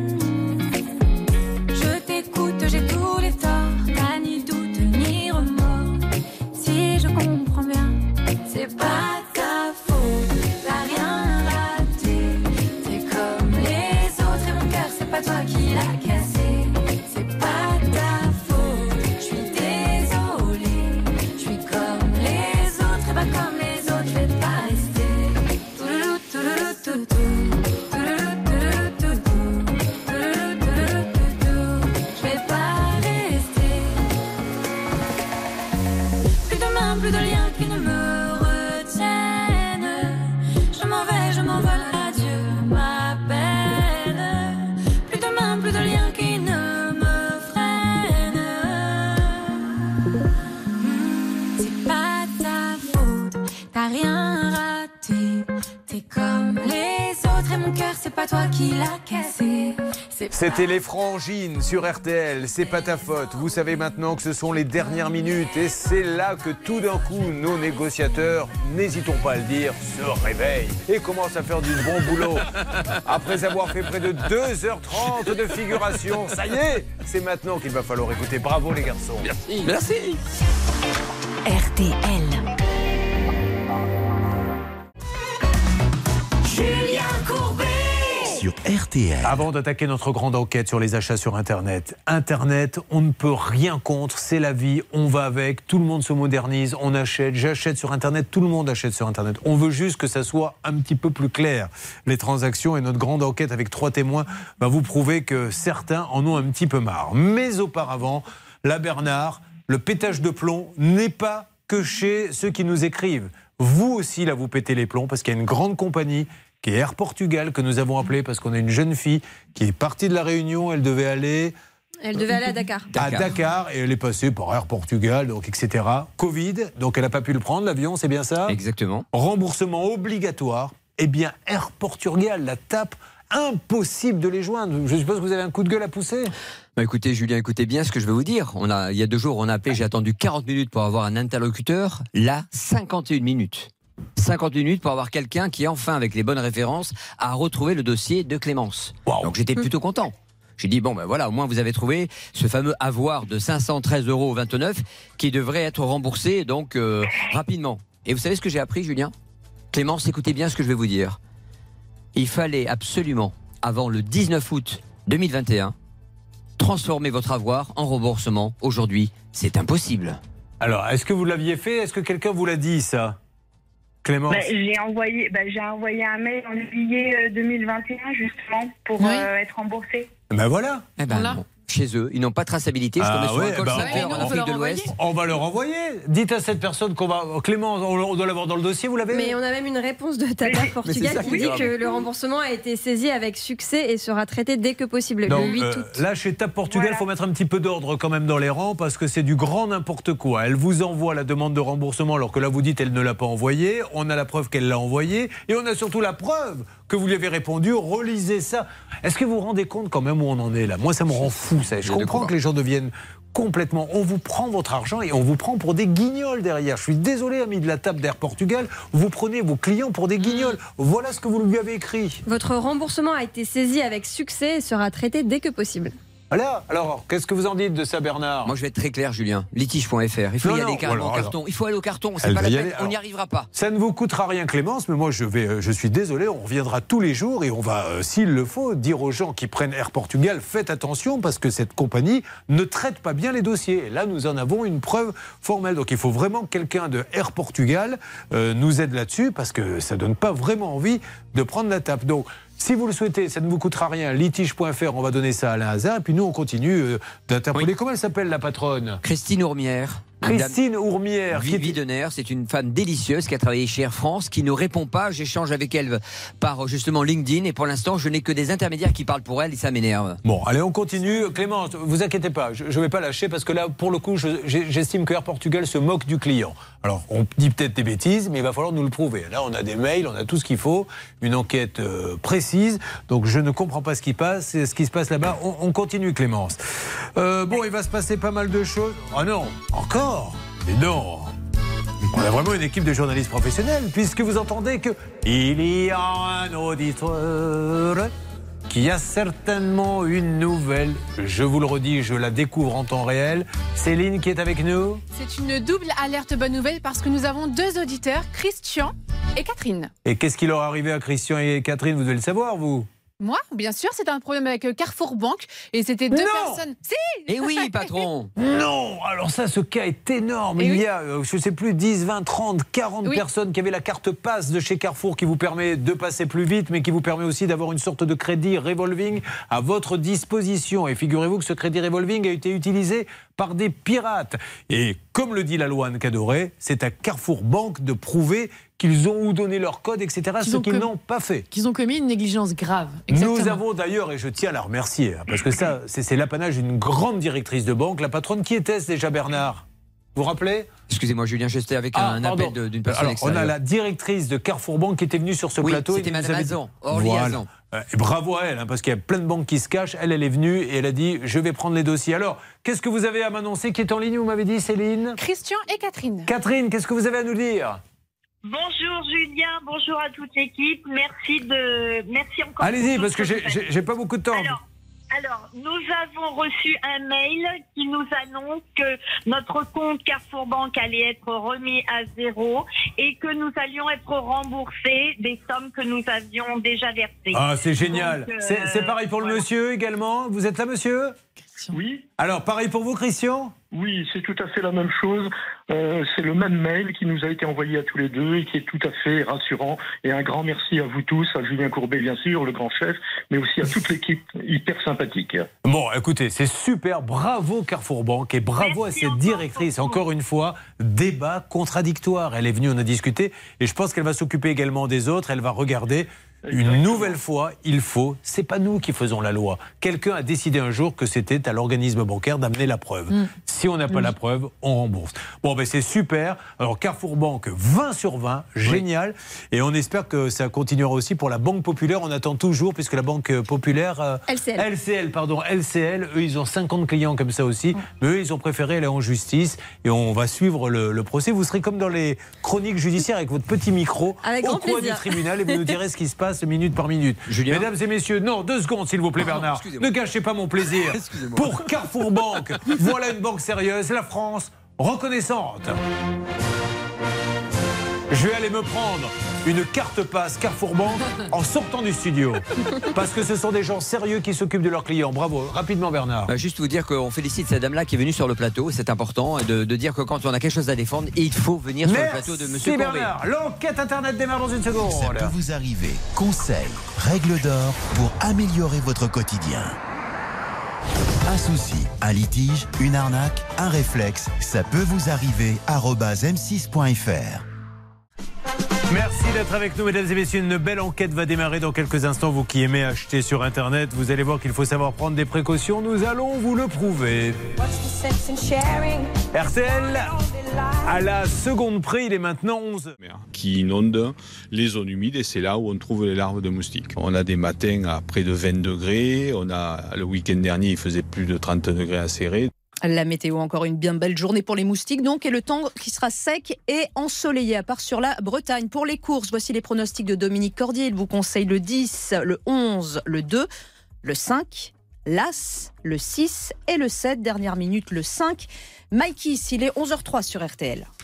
Je t'écoute, j'ai tous les torts, t'as ni doute ni remords. Si je comprends bien, c'est pas ta faute, t'as rien raté. T'es comme les autres et mon cœur c'est pas toi qui l'as cassé. C'est pas ta faute, je suis désolée. Je suis comme les autres et pas comme les autres, je vais pas rester. Touloulou, touloulou, toutou. Touloulou, touloulou, toutou. Touloulou, touloulou, toutou. Je vais pas rester. Plus de mains, plus de liens qui ne me retiennent. Je m'en vais, je m'envole, adieu ma peine. Plus de mains, plus de liens qui ne me freinent. Hmm, c'est pas ta faute, t'as rien raté. T'es comme les autres et mon cœur c'est pas toi qui l'as cassé. C'est C'était les frangines sur R T L, c'est pas ta faute. Vous savez maintenant que ce sont les dernières minutes et c'est là que tout d'un coup, nos négociateurs, n'hésitons pas à le dire, se réveillent et commencent à faire du bon boulot. Après avoir fait près de deux heures trente de figuration, ça y est, c'est maintenant qu'il va falloir écouter. Bravo les garçons. Merci. Merci. R T L. Julien Courbet sur R T L. Avant d'attaquer notre grande enquête sur les achats sur Internet, Internet, on ne peut rien contre, c'est la vie, on va avec, tout le monde se modernise, on achète, j'achète sur Internet, tout le monde achète sur Internet. On veut juste que ça soit un petit peu plus clair, les transactions, et notre grande enquête avec trois témoins va vous prouver que certains en ont un petit peu marre. Mais auparavant, la Bernard, le pétage de plomb n'est pas que chez ceux qui nous écrivent. Vous aussi, là, vous pétez les plombs parce qu'il y a une grande compagnie qui est Air Portugal, que nous avons appelée parce qu'on a une jeune fille qui est partie de la Réunion, elle devait aller... Elle devait aller à Dakar. À Dakar, et elle est passée par Air Portugal, donc et cetera. Covid, donc elle n'a pas pu le prendre, l'avion, c'est bien ça? Exactement. Remboursement obligatoire. Eh bien, Air Portugal la tape, impossible de les joindre. Je suppose que vous avez un coup de gueule à pousser. Bah écoutez Julien, écoutez bien ce que je vais vous dire. On a, il y a deux jours, on a appelé, j'ai attendu quarante minutes pour avoir un interlocuteur. Là, cinquante et une minutes. cinquante minutes pour avoir quelqu'un qui, enfin, avec les bonnes références, a retrouvé le dossier de Clémence. Wow. Donc j'étais plutôt content. J'ai dit, bon ben voilà, au moins vous avez trouvé ce fameux avoir de cinq cent treize euros vingt-neuf qui devrait être remboursé donc euh, rapidement. Et vous savez ce que j'ai appris, Julien? Clémence, écoutez bien ce que je vais vous dire. Il fallait absolument, avant le dix-neuf août deux mille vingt et un, transformer votre avoir en remboursement. Aujourd'hui, c'est impossible. Alors, est-ce que vous l'aviez fait? Est-ce que quelqu'un vous l'a dit, ça, Clémence? Bah, j'ai envoyé, bah, j'ai envoyé un mail en juillet deux mille vingt et un, justement, pour Oui. euh, être remboursé. Ben voilà. Eh ben, Voilà. bon, chez eux, ils n'ont pas de traçabilité. Je Ah tombais sur ouais, un call bah, center on- en on peut Afrique leur de envoyer. l'Ouest. On va le renvoyer. Dites à cette personne qu'on va... Clémence, on on doit l'avoir dans le dossier, vous l'avez? Mais on a même une réponse de Tata c'est Portugal ça qui qui est dit grave. que le remboursement a été saisi avec succès et sera traité dès que possible, Donc, le huit euh, août. là, chez T A P Portugal, il Voilà. faut mettre un petit peu d'ordre quand même dans les rangs parce que c'est du grand n'importe quoi. Elle vous envoie la demande de remboursement alors que là, vous dites elle ne l'a pas envoyée. On a la preuve qu'elle l'a envoyée et on a surtout la preuve que vous lui avez répondu. Relisez ça. Est-ce que vous vous rendez compte quand même où on en est là? Moi, ça me rend fou. Ça. Je de comprends quoi. que les gens deviennent complètement... On vous prend votre argent et on vous prend pour des guignols derrière. Je suis désolé, amis de la table d'Air Portugal. Vous prenez vos clients pour des guignols. Voilà ce que vous lui avez écrit. Votre remboursement a été saisi avec succès et sera traité dès que possible. Voilà. Alors, qu'est-ce que vous en dites de ça, Bernard? Moi, je vais être très clair, Julien. litige point F R. Il faut Non, y aller non, carrément voilà, au carton. Il faut aller au carton. C'est Elle pas va la y peine. aller. On n'y Alors, arrivera pas. Ça ne vous coûtera rien, Clémence, mais moi je vais, euh, je suis désolé, on reviendra tous les jours et on va, euh, s'il le faut, dire aux gens qui prennent Air Portugal, faites attention parce que cette compagnie ne traite pas bien les dossiers. Et là, nous en avons une preuve formelle. Donc il faut vraiment que quelqu'un de Air Portugal euh, nous aide là-dessus parce que ça donne pas vraiment envie de prendre la tape. Donc si vous le souhaitez, ça ne vous coûtera rien. litige point F R, on va donner ça à Alain Hazard. Et puis nous, on continue euh, d'interpeller. Oui. Comment elle s'appelle, la patronne? Christine Ourmière. Christine Ourmière. qui Vivi était- Denner, c'est une femme délicieuse qui a travaillé chez Air France, qui ne répond pas. J'échange avec elle par justement LinkedIn et pour l'instant, je n'ai que des intermédiaires qui parlent pour elle et ça m'énerve. Bon, allez, on continue. Clémence, vous inquiétez pas, je ne vais pas lâcher parce que là, pour le coup, je- j'ai- j'estime que Air Portugal se moque du client. Alors, on dit peut-être des bêtises, mais il va falloir nous le prouver. Là, on a des mails, on a tout ce qu'il faut, une enquête euh, précise. Donc, je ne comprends pas ce qui passe, ce qui se passe là-bas. On, on continue, Clémence. Euh, bon, il va se passer pas mal de choses. Ah non, encore? Mais non. On a vraiment une équipe de journalistes professionnels, puisque vous entendez que il y a un auditeur qui a certainement une nouvelle. Je vous le redis, je la découvre en temps réel. Céline qui est avec nous. C'est une double alerte bonne nouvelle parce que nous avons deux auditeurs, Christian et Catherine. Et qu'est-ce qui leur est arrivé à Christian et Catherine? Vous devez le savoir, vous. Moi, bien sûr, c'était un problème avec Carrefour Banque et c'était deux Non. personnes. Si. Eh oui, patron. Non, alors ça, ce cas est énorme. Et Il oui. y a, euh, je ne sais plus, dix, vingt, trente, quarante Oui. personnes qui avaient la carte passe de chez Carrefour qui vous permet de passer plus vite, mais qui vous permet aussi d'avoir une sorte de crédit revolving à votre disposition. Et figurez-vous que ce crédit revolving a été utilisé par des pirates. Et comme le dit la loi Anne Cadoré, c'est à Carrefour Banque de prouver qu'ils ont ou donné leur code, et cetera, Qu'ils ce ont qu'ils com- n'ont pas fait. Qu'ils ont commis une négligence grave. Exactement. Nous avons d'ailleurs, et je tiens à la remercier, hein, parce que ça, c'est c'est l'apanage d'une grande directrice de banque. La patronne, qui était-ce déjà, Bernard? Vous vous rappelez? Excusez-moi, Julien, j'étais avec Ah, un pardon. appel de- d'une personne Alors, extérieure. on a la directrice de Carrefour Banque qui était venue sur ce Oui, plateau. c'était et qui nous Madame avait dit- Azan, Orly Voilà. Azan. Euh, Et bravo à elle, hein, parce qu'il y a plein de banques qui se cachent. Elle, elle est venue et elle a dit « Je vais prendre les dossiers ». Alors, qu'est-ce que vous avez à m'annoncer qui est en ligne, vous m'avez dit, Céline? Christian et Catherine. Catherine, qu'est-ce que vous avez à nous dire? Bonjour Julien, bonjour à toute l'équipe. Merci de, merci encore. Allez-y, pour parce que tout ce j'ai vous faites. j'ai- j'ai pas beaucoup de temps. Alors, alors, nous avons reçu un mail qui nous annonce que notre compte Carrefour Banque allait être remis à zéro et que nous allions être remboursés des sommes que nous avions déjà versées. Ah, c'est génial. Donc, euh, C'est c'est pareil pour le voilà. monsieur également. Vous êtes là, monsieur? Oui. Alors, pareil pour vous, Christian? Oui, c'est tout à fait la même chose. Euh, c'est le même mail qui nous a été envoyé à tous les deux et qui est tout à fait rassurant. Et un grand merci à vous tous, à Julien Courbet bien sûr, le grand chef, mais aussi à toute l'équipe hyper sympathique. Bon, écoutez, c'est super. Bravo Carrefour Banque et bravo à cette directrice. Encore une fois, débat contradictoire. Elle est venue, on a discuté et je pense qu'elle va s'occuper également des autres. Elle va regarder. Une nouvelle fois, il faut, c'est pas nous qui faisons la loi. Quelqu'un a décidé un jour que c'était à l'organisme bancaire d'amener la preuve. Mm. Si on n'a pas Oui. la preuve, on rembourse. Bon, ben c'est super. Alors Carrefour Banque, vingt sur vingt, génial. Et on espère que ça continuera aussi pour la Banque Populaire. On attend toujours, puisque la Banque Populaire... euh, L C L. L C L, pardon, L C L, eux, ils ont cinquante clients comme ça aussi. Mais eux, ils ont préféré aller en justice. Et on va suivre le, le procès. Vous serez comme dans les chroniques judiciaires avec votre petit micro Avec au grand coin plaisir. du tribunal et vous nous direz ce qui se passe minute par minute. Julien. Mesdames et messieurs, non, deux secondes s'il vous plaît, Bernard. excusez-moi. Ne gâchez pas mon plaisir. Excusez-moi. Pour Carrefour Banque, voilà une banque sérieuse, la France reconnaissante. Je vais aller me prendre une carte passe Carrefour Banque en sortant du studio. Parce que ce sont des gens sérieux qui s'occupent de leurs clients. Bravo. Rapidement, Bernard. Bah, juste vous dire qu'on félicite cette dame-là qui est venue sur le plateau, c'est important, et de, de dire que quand on a quelque chose à défendre, il faut venir sur le plateau de Monsieur Merci Courbet. Bernard. L'enquête Internet démarre dans une seconde. Ça peut vous arriver. Conseils, règles d'or pour améliorer votre quotidien. Un souci, un litige, une arnaque, un réflexe, ça peut vous arriver. arobase m six point f r. Merci d'être avec nous, mesdames et messieurs. Une belle enquête va démarrer dans quelques instants. Vous qui aimez acheter sur Internet, vous allez voir qu'il faut savoir prendre des précautions. Nous allons vous le prouver. R T L, à la seconde près, il est maintenant onze heures. Qui inonde les zones humides et c'est là où on trouve les larves de moustiques. On a des matins à près de vingt degrés, on a, le week-end dernier il faisait plus de trente degrés à Serré. La météo, encore une bien belle journée pour les moustiques, donc, et le temps qui sera sec et ensoleillé, à part sur la Bretagne. Pour les courses, voici les pronostics de Dominique Cordier. Il vous conseille le dix, le onze, le deux, le cinq, l'As, le six et le sept. Dernière minute, le cinq. Mikey, il est onze heures zéro trois sur R T L.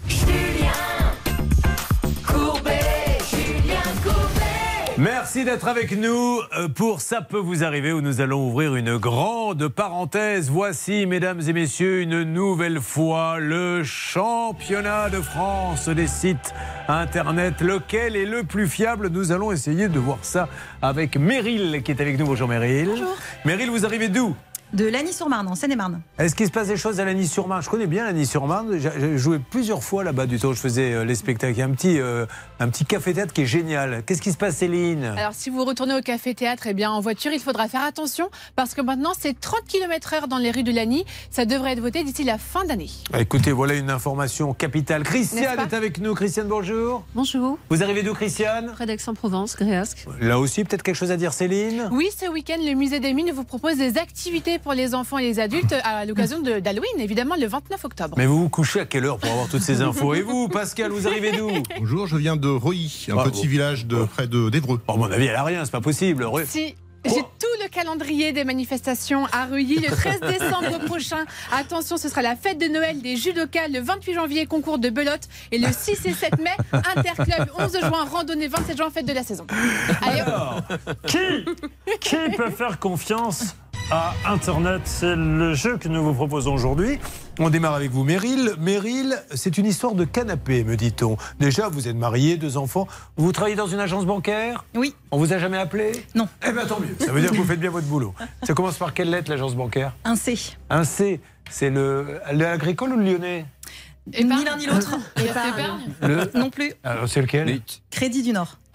Merci d'être avec nous pour Ça peut vous arriver où nous allons ouvrir une grande parenthèse. Voici, mesdames et messieurs, une nouvelle fois le championnat de France des sites internet. Lequel est le plus fiable? Nous allons essayer de voir ça avec Meryl qui est avec nous. Bonjour Meryl. Bonjour. Meryl, vous arrivez d'où? De Lagny-sur-Marne, en Seine-et-Marne. Est-ce qu'il se passe des choses à Lagny-sur-Marne? Je connais bien Lagny-sur-Marne. J'ai j'ai joué plusieurs fois là-bas du temps où je faisais euh, les spectacles. Il y a un petit, euh, un petit café-théâtre qui est génial. Qu'est-ce qui se passe, Céline? Alors, si vous retournez au café-théâtre, eh bien, en voiture, il faudra faire attention parce que maintenant, c'est trente kilomètres heure dans les rues de Lagny. Ça devrait être voté d'ici la fin d'année. Écoutez, voilà une information capitale. Christiane N'est-ce pas est avec nous. Christiane, bonjour. Bonjour. Vous arrivez d'où, Christiane? Près d'Aix-en-Provence, Gréasque. Là aussi, peut-être quelque chose à dire, Céline? Oui, ce week-end, le musée des Mines vous propose des activités pour les enfants et les adultes à l'occasion de- d'Halloween, évidemment, le vingt-neuf octobre. Mais vous vous couchez à quelle heure pour avoir toutes ces infos? Et vous, Pascal, vous arrivez d'où? Bonjour, je viens de Reuilly, un Ah, petit bon. village de près de d'Évreux. À mon avis, elle a rien, c'est pas possible. Re- Si. J'ai tout le calendrier des manifestations à Reuilly le treize décembre prochain. Attention, ce sera la fête de Noël des judokas le vingt-huit janvier, concours de belote. Et le six et sept mai, interclub. onze juin, randonnée. vingt-sept juin, fête de la saison. Allez, hop. Alors, qui, qui peut faire confiance à Internet? C'est le jeu que nous vous proposons aujourd'hui. On démarre avec vous, Meryl. Meryl, c'est une histoire de canapé, me dit-on. Déjà, vous êtes mariée, deux enfants. Vous travaillez dans une agence bancaire? Oui. On vous a jamais appelé? Non. Eh bien, tant mieux. Ça veut dire que vous faites bien votre boulot. Ça commence par quelle lettre, l'agence bancaire? Un C. Un C. C'est le, le agricole ou le lyonnais? Ni l'un ni l'autre. Épargne. Le- Non plus. Alors, c'est lequel? Crédit du Nord.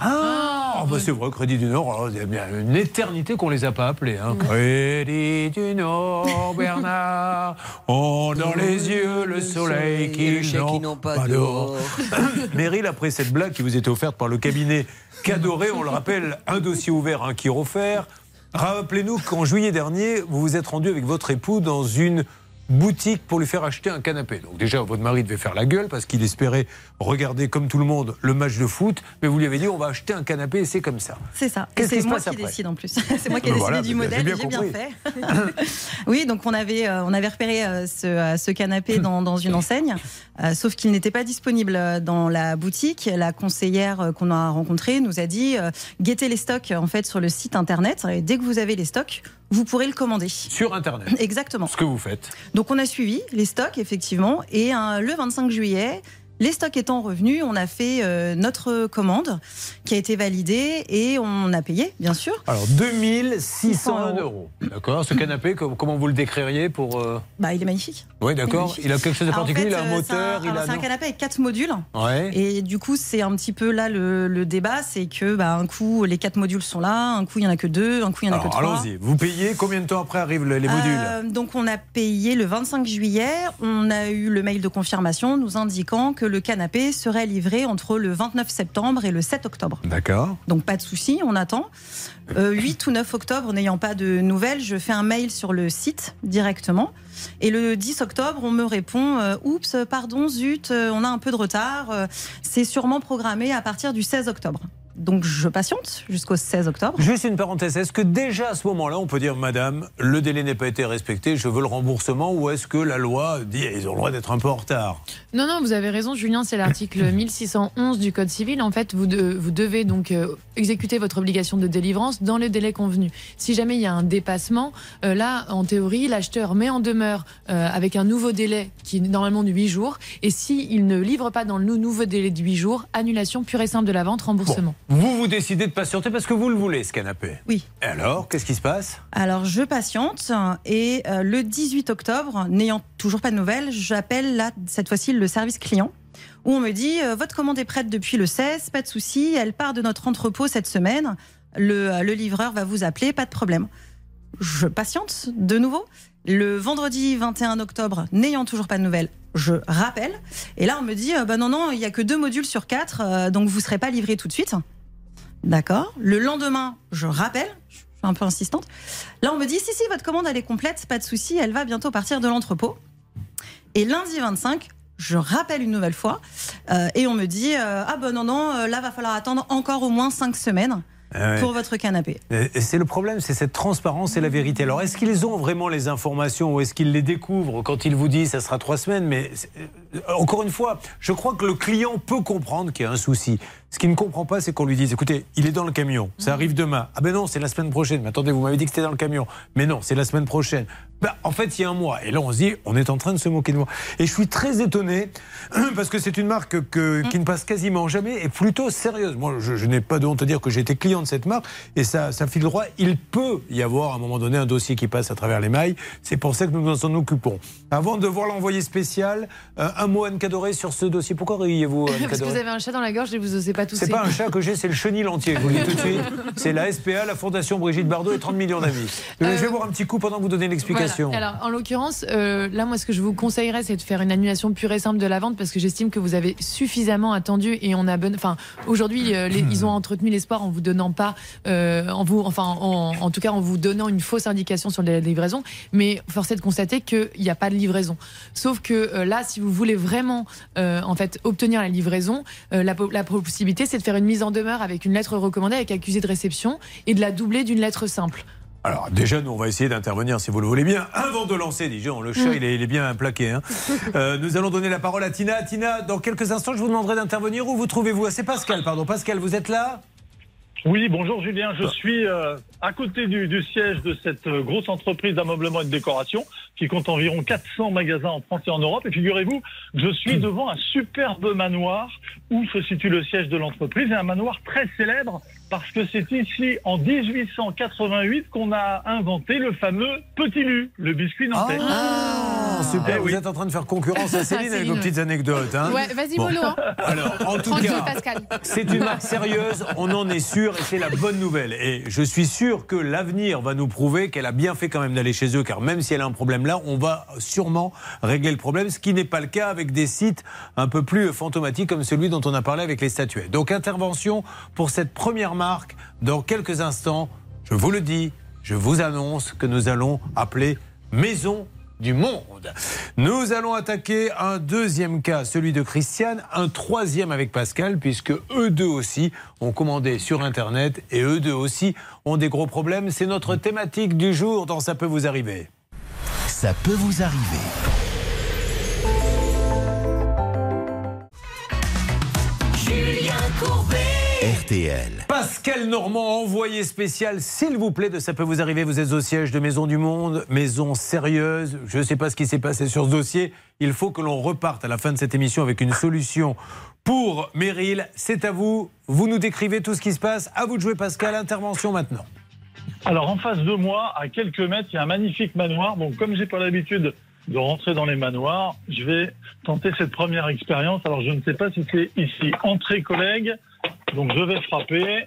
Ah, bah c'est vrai, Crédit du Nord, alors, il y a bien une éternité qu'on les a pas appelés. Hein. Crédit du Nord, Bernard, ont dans les yeux le soleil qu'ils n'ont, n'ont pas, pas d'or. Meryl, après cette blague qui vous était offerte par le cabinet Cadoré, on le rappelle, un dossier ouvert, un kiro offert. Rappelez-nous qu'en juillet dernier, vous vous êtes rendu avec votre époux dans une boutique pour lui faire acheter un canapé. Donc déjà, votre mari devait faire la gueule parce qu'il espérait regarder comme tout le monde le match de foot, mais vous lui avez dit on va acheter un canapé et c'est comme ça. C'est ça. Qu'est-ce c'est qui se moi passe qui après décide en plus. C'est moi qui ai ben décidé voilà, du modèle, bien j'ai bien compris. fait. Oui, donc on avait, euh, on avait repéré euh, ce, euh, ce canapé dans, dans une enseigne, euh, sauf qu'il n'était pas disponible dans la boutique. La conseillère euh, qu'on a rencontrée nous a dit euh, guettez les stocks en fait sur le site internet et dès que vous avez les stocks, vous pourrez le commander. Sur Internet. Exactement. Ce que vous faites. Donc on a suivi les stocks, effectivement, et euh, le vingt-cinq juillet, les stocks étant revenus, on a fait euh, notre commande qui a été validée et on a payé, bien sûr. Alors deux mille six cent un euros. D'accord. Ce canapé, comment vous le décririez pour euh... Bah, il est magnifique. Oui, d'accord. Il, il a quelque chose de particulier, en fait, il a un moteur. C'est un, il a... un canapé avec quatre modules. Ouais. Et du coup, c'est un petit peu là le, le débat, c'est que bah, un coup les quatre modules sont là, un coup il y en a que deux, un coup il y en a Alors, que trois. allons-y. Vous payez combien de temps après arrivent les modules euh, Donc on a payé le vingt-cinq juillet. On a eu le mail de confirmation nous indiquant que le canapé serait livré entre le vingt-neuf septembre et le sept octobre. D'accord. Donc pas de souci, on attend. Euh, huit ou neuf octobre, n'ayant pas de nouvelles, je fais un mail sur le site directement. Et le dix octobre, on me répond euh, « Oups, pardon, zut, euh, on a un peu de retard. Euh, c'est sûrement programmé à partir du seize octobre. » Donc je patiente jusqu'au seize octobre. Juste une parenthèse, est-ce que déjà à ce moment-là, on peut dire « Madame, le délai n'a pas été respecté, je veux le remboursement » ou est-ce que la loi dit « Ils ont le droit d'être un peu en retard » ? Non, non, vous avez raison, Julien, c'est l'article mille six cent onze du Code civil. En fait, vous, de, vous devez donc euh, exécuter votre obligation de délivrance dans le délai convenu. Si jamais il y a un dépassement, euh, là, en théorie, l'acheteur met en demeure euh, avec un nouveau délai qui est normalement de huit jours. Et s'il ne livre pas dans le nouveau délai de huit jours, annulation pure et simple de la vente, remboursement. Bon, vous, vous décidez de patienter parce que vous le voulez, ce canapé. Oui. Et alors, qu'est-ce qui se passe ? Alors, je patiente et euh, le dix-huit octobre, n'ayant toujours pas de nouvelles, j'appelle là, cette fois-ci le service client où on me dit euh, votre commande est prête depuis le seize, pas de souci, elle part de notre entrepôt cette semaine, le, euh, le livreur va vous appeler, pas de problème. Je patiente de nouveau. Le vendredi vingt et un octobre, n'ayant toujours pas de nouvelles, je rappelle et là on me dit euh, bah non non, il y a que deux modules sur quatre, euh, donc vous serez pas livré tout de suite. D'accord. Le lendemain, je rappelle, je suis un peu insistante. Là, on me dit si, si, votre commande, elle est complète, pas de souci, elle va bientôt partir de l'entrepôt. Et lundi vingt-cinq, je rappelle une nouvelle fois euh, et on me dit euh, ah ben non, non, euh, là, va falloir attendre encore au moins cinq semaines. Ah ouais. Pour votre canapé. Et c'est le problème, c'est cette transparence et la vérité. Alors, est-ce qu'ils ont vraiment les informations ou est-ce qu'ils les découvrent quand ils vous disent ça sera trois semaines ? Mais encore une fois, je crois que le client peut comprendre qu'il y a un souci. Ce qu'il ne comprend pas, c'est qu'on lui dise écoutez, il est dans le camion, ça arrive demain. Ah ben non, c'est la semaine prochaine. Mais attendez, vous m'avez dit que c'était dans le camion. Mais non, c'est la semaine prochaine. Ben, en fait, il y a un mois. Et là, on se dit on est en train de se moquer de moi. Et je suis très étonné parce que c'est une marque que, qui ne passe quasiment jamais et plutôt sérieuse. Moi, je, je n'ai pas de honte à dire que j'ai été client de cette marque et ça, ça file droit. Il peut y avoir à un moment donné un dossier qui passe à travers les mailles. C'est pour ça que nous nous en occupons. Avant de voir l'envoyé spécial, euh, un mot Anne Cadoré sur ce dossier. Pourquoi riez-vous, Anne Cadoré ? Parce que vous avez un chat dans la gorge et vous n'osez pas tousser. C'est pas un chat que j'ai, c'est le chenil entier. Je vous le dis tout de suite. C'est la S P A, la Fondation Brigitte Bardot et trente millions d'amis. Euh, je vais boire un petit coup pendant que vous donnez l'explication. Voilà. Alors, en l'occurrence, euh, là, moi, ce que je vous conseillerais, c'est de faire une annulation pure et simple de la vente parce que j'estime que vous avez suffisamment attendu et on a bonne. Enfin, aujourd'hui, euh, les... ils ont entretenu l'espoir en vous donnant pas, euh, en vous, enfin, en, en tout cas, en vous donnant une fausse indication sur la livraison. Mais force est de constater qu'il n'y a pas de livraison. Sauf que euh, là, si vous voulez vraiment, euh, en fait, obtenir la livraison, euh, la, la possibilité, c'est de faire une mise en demeure avec une lettre recommandée avec accusé de réception et de la doubler d'une lettre simple. Alors déjà, nous, on va essayer d'intervenir, si vous le voulez bien, avant de lancer, disons, le chat, mmh. il, est, il est bien plaqué. Hein. Euh, nous allons donner la parole à Tina. Tina, dans quelques instants, je vous demanderai d'intervenir. Où vous trouvez-vous ? C'est Pascal, pardon. Pascal, vous êtes là ? Oui, bonjour Julien, je suis euh, à côté du, du siège de cette euh, grosse entreprise d'ameublement et de décoration qui compte environ quatre cents magasins en France et en Europe. Et figurez-vous, je suis devant un superbe manoir où se situe le siège de l'entreprise et un manoir très célèbre parce que c'est ici en dix-huit cent quatre-vingt-huit qu'on a inventé le fameux Petit Lu, le biscuit nantais. Ah, super. Eh Vous oui. êtes en train de faire concurrence à Céline avec Céline, vos petites anecdotes. Hein. Ouais, vas-y, Bon. mollo. Hein. Alors, en tout Tranquille, cas, Pascal. c'est une marque sérieuse, on en est sûr, et c'est la bonne nouvelle. Et je suis sûr que l'avenir va nous prouver qu'elle a bien fait quand même d'aller chez eux, car même si elle a un problème là, on va sûrement régler le problème, ce qui n'est pas le cas avec des sites un peu plus fantomatiques comme celui dont on a parlé avec les statuettes. Donc, intervention pour cette première marque dans quelques instants. Je vous le dis, je vous annonce que nous allons appeler Maison du Monde. Nous allons attaquer un deuxième cas, celui de Christiane, un troisième avec Pascal, puisque eux deux aussi ont commandé sur Internet et eux deux aussi ont des gros problèmes. C'est notre thématique du jour dans Ça peut vous arriver. Ça peut vous arriver. Julien Courbet. R T L. Pascal Normand, envoyé spécial, s'il vous plaît, de Ça peut vous arriver. Vous êtes au siège de Maison du Monde, maison sérieuse. Je ne sais pas ce qui s'est passé sur ce dossier. Il faut que l'on reparte à la fin de cette émission avec une solution pour Meryl. C'est à vous. Vous nous décrivez tout ce qui se passe. À vous de jouer, Pascal. Intervention maintenant. Alors, en face de moi, à quelques mètres, il y a un magnifique manoir. Donc, comme j'ai pas l'habitude de rentrer dans les manoirs, je vais tenter cette première expérience. Alors, je ne sais pas si c'est ici. Entrée collègue. Donc, je vais frapper.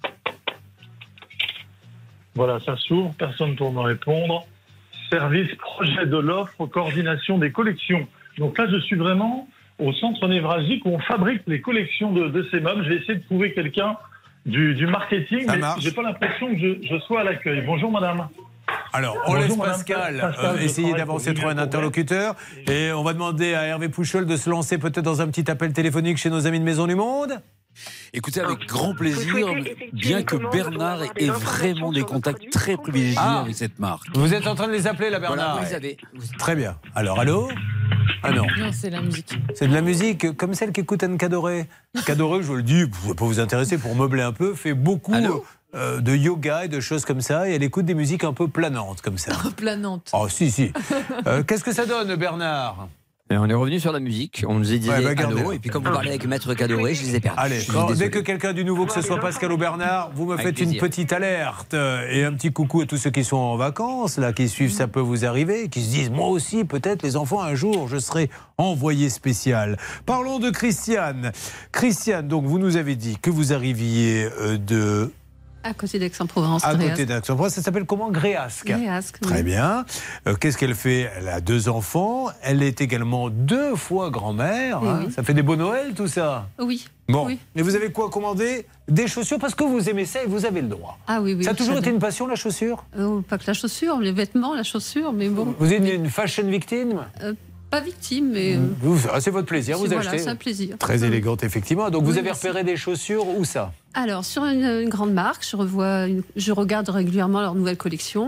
Voilà, ça s'ouvre. Personne pour me répondre. Service projet de l'offre, coordination des collections. Donc là, je suis vraiment au centre névralgique où on fabrique les collections de, de ces meubles. Je vais essayer de trouver quelqu'un du, du marketing, Ça mais marche. j'ai pas l'impression que je, je sois à l'accueil. Bonjour, madame. Alors, on Bonjour, laisse madame. Pascal, Pascal, euh, je essayer travaille d'avancer, pour trouver un Julien interlocuteur. Et on va demander à Hervé Pouchol de se lancer peut-être dans un petit appel téléphonique chez nos amis de Maison du Monde. Écoutez, avec grand plaisir, bien que Bernard ait vraiment des contacts très privilégiés Ah. avec cette marque. Vous êtes en train de les appeler là, Bernard. Voilà, vous les avez. Très bien. Alors, allô? Ah non. Non, c'est la musique. C'est de la musique comme celle qu'écoute Anne Cadoré. Cadoré, je vous le dis, ça peut vous intéresser pour meubler un peu, fait beaucoup euh, de yoga et de choses comme ça. Et elle écoute des musiques un peu planantes comme ça. Planante. Oh, si, si. Euh, Qu'est-ce que ça donne, Bernard? Et on est revenu sur la musique, on nous a dit Ouais, bah, allô, gardez-la. et puis comme vous parlez avec Maître Cadoré, je les ai perdus. Allez, Je suis quand- désolé. dès que quelqu'un du nouveau, que ce soit Pascal ou Bernard, vous me Avec faites une plaisir. petite alerte euh, et un petit coucou à tous ceux qui sont en vacances, là, qui suivent Ça peut vous arriver, qui se disent moi aussi, peut-être les enfants, un jour, je serai envoyé spécial. Parlons de Christiane. Christiane, donc vous nous avez dit que vous arriviez euh, de À côté d'Aix-en-Provence. à Gréasque. côté d'Aix-en-Provence, ça s'appelle comment? Gréasque. Gréasque, oui. Très bien. Euh, Qu'est-ce qu'elle fait? Elle a deux enfants. Elle est également deux fois grand-mère. Eh hein. oui. Ça fait des beaux Noëls, tout ça. Oui. Bon. Oui. Et vous avez quoi commandé? Des chaussures parce que vous aimez ça et vous avez le droit. Ah oui, oui. ça a toujours j'adore. été une passion, la chaussure? Euh, Pas que la chaussure, les vêtements, la chaussure, mais bon. Vous êtes une, une fashion victime? Euh, pas victime, mais. euh, Vous- ah, C'est votre plaisir, vous c'est- voilà, achetez. c'est un plaisir. Très élégante, effectivement. Donc vous Oui, avez merci. repéré des chaussures, où ça? Alors, sur une, une grande marque, je, revois une- je regarde régulièrement leur nouvelle collection.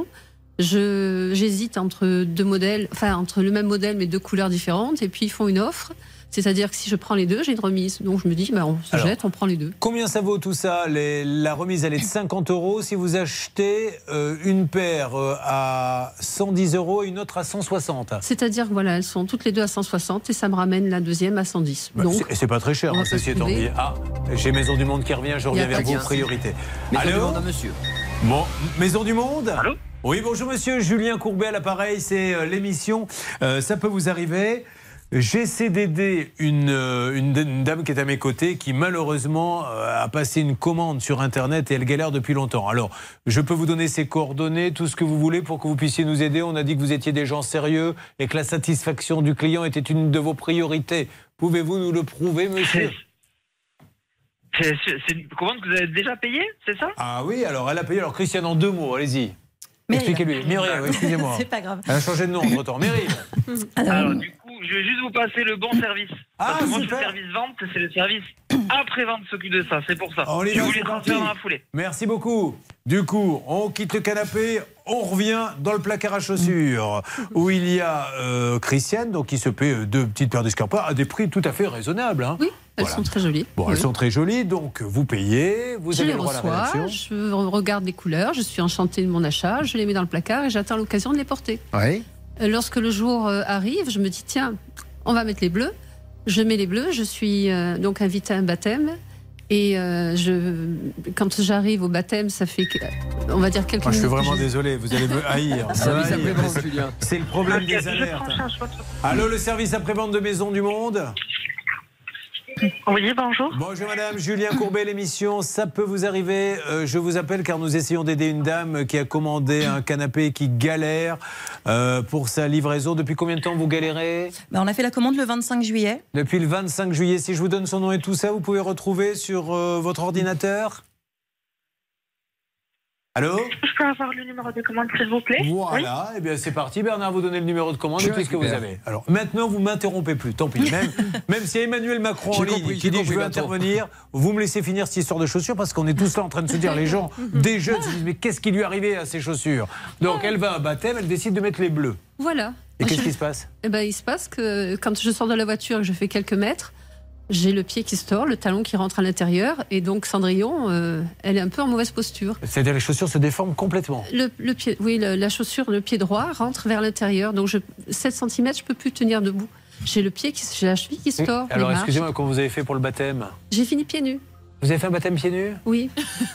Je- J'hésite entre deux modèles, enfin entre le même modèle mais deux couleurs différentes, et puis ils font une offre. C'est-à-dire que si je prends les deux, j'ai une remise. Donc je me dis, bah, on se Alors, jette, on prend les deux. Combien ça vaut tout ça? Les- La remise, elle est de cinquante euros. Si vous achetez euh, une paire euh, à cent dix euros et une autre à cent soixante. C'est-à-dire que voilà, elles sont toutes les deux à cent soixante et ça me ramène la deuxième à cent dix. Bah, Donc, c'est- c'est pas très cher, on hein, va pas ceci étant trouver. dit. Ah, j'ai Maison du Monde qui revient, je Il y reviens a vers pas de vous, souci. priorité. Maison du Allô? Monde, un monsieur. Bon, Maison du Monde. Allô? Oui, bonjour monsieur, Julien Courbet à l'appareil, c'est euh, l'émission. Euh, ça peut vous arriver. J'essaie d'aider une, euh, une, une dame qui est à mes côtés qui malheureusement euh, a passé une commande sur Internet et elle galère depuis longtemps. Alors, je peux vous donner ses coordonnées, tout ce que vous voulez pour que vous puissiez nous aider. On a dit que vous étiez des gens sérieux et que la satisfaction du client était une de vos priorités. Pouvez-vous nous le prouver, monsieur? C'est c'est une commande que vous avez déjà payée, c'est ça? Ah oui, alors elle a payé. Alors Christiane, en deux mots, allez-y. Meryl. Expliquez-lui. Mireille, oui, excusez-moi. C'est pas grave. Elle a changé de nom entre-temps. Meryl. Alors, du coup, je vais juste vous passer le bon service. Ah, Parce que moi, je suis super. le service vente, c'est le service après-vente qui s'occupe de ça, c'est pour ça. On y je va, vous c'est les parti. transfère dans la foulée. Merci beaucoup. Du coup, on quitte le canapé, on revient dans le placard à chaussures où il y a euh, Christiane, donc qui se paie euh, deux petites paires d'escarpins à des prix tout à fait raisonnables. Hein. Oui, elles Voilà. sont très jolies. Bon, Oui. elles sont très jolies, donc vous payez, vous je avez les le droit à la reçois, rédaction. je regarde les couleurs, je suis enchantée de mon achat, je les mets dans le placard et j'attends l'occasion de les porter. Oui. Euh, Lorsque le jour euh, arrive, je me dis tiens, on va mettre les bleus. Je mets les bleus, je suis euh, donc invitée à un baptême. Et euh, je, quand j'arrive au baptême, ça fait on va dire quelques Moi, je suis minutes. vraiment désolé, vous allez me haïr. Service Me haïr. après-vente, Julien. C'est le problème Ok, des je alertes. prends en charge votre- Allô, le service après-vente de Maison du Monde. Oui, bonjour. Bonjour madame, Julien Courbet, l'émission Ça peut vous arriver. Euh, je vous appelle car nous essayons d'aider une dame qui a commandé un canapé qui galère euh, pour sa livraison. Depuis combien de temps vous galérez? Ben, on a fait la commande le vingt-cinq juillet. Depuis le vingt-cinq juillet. Si je vous donne son nom et tout ça, vous pouvez retrouver sur euh, votre ordinateur. Allô? Je peux avoir le numéro de commande, s'il vous plaît? Voilà, et eh bien c'est parti. Bernard, vous donnez le numéro de commande Je et tout ce que vous récupère. avez. Alors maintenant, vous m'interrompez plus. Tant pis. Même, même si Emmanuel Macron en J'ai ligne compris, qui j'ai dit compris, je veux Bertrand. intervenir, vous me laissez finir cette histoire de chaussures parce qu'on est tous là en train de se dire, les gens, des jeunes se disent mais qu'est-ce qui lui est arrivé à ces chaussures? Donc elle va à un baptême, elle décide de mettre les bleus. Voilà. Et Moi, qu'est-ce je- qui se passe? Eh ben, il se passe que quand je sors de la voiture et que je fais quelques mètres, j'ai le pied qui se tord, le talon qui rentre à l'intérieur, et donc Cendrillon, euh, elle est un peu en mauvaise posture. C'est-à-dire les chaussures se déforment complètement. Le, le pied, oui, le- la chaussure, le pied droit rentre vers l'intérieur, donc je, sept centimètres, je peux plus tenir debout. J'ai le pied, qui, j'ai la cheville qui se tord. les Alors marches. excusez-moi, quand vous avez fait pour le baptême, J'ai fini pieds nus. vous avez fait un baptême pieds nus? Oui.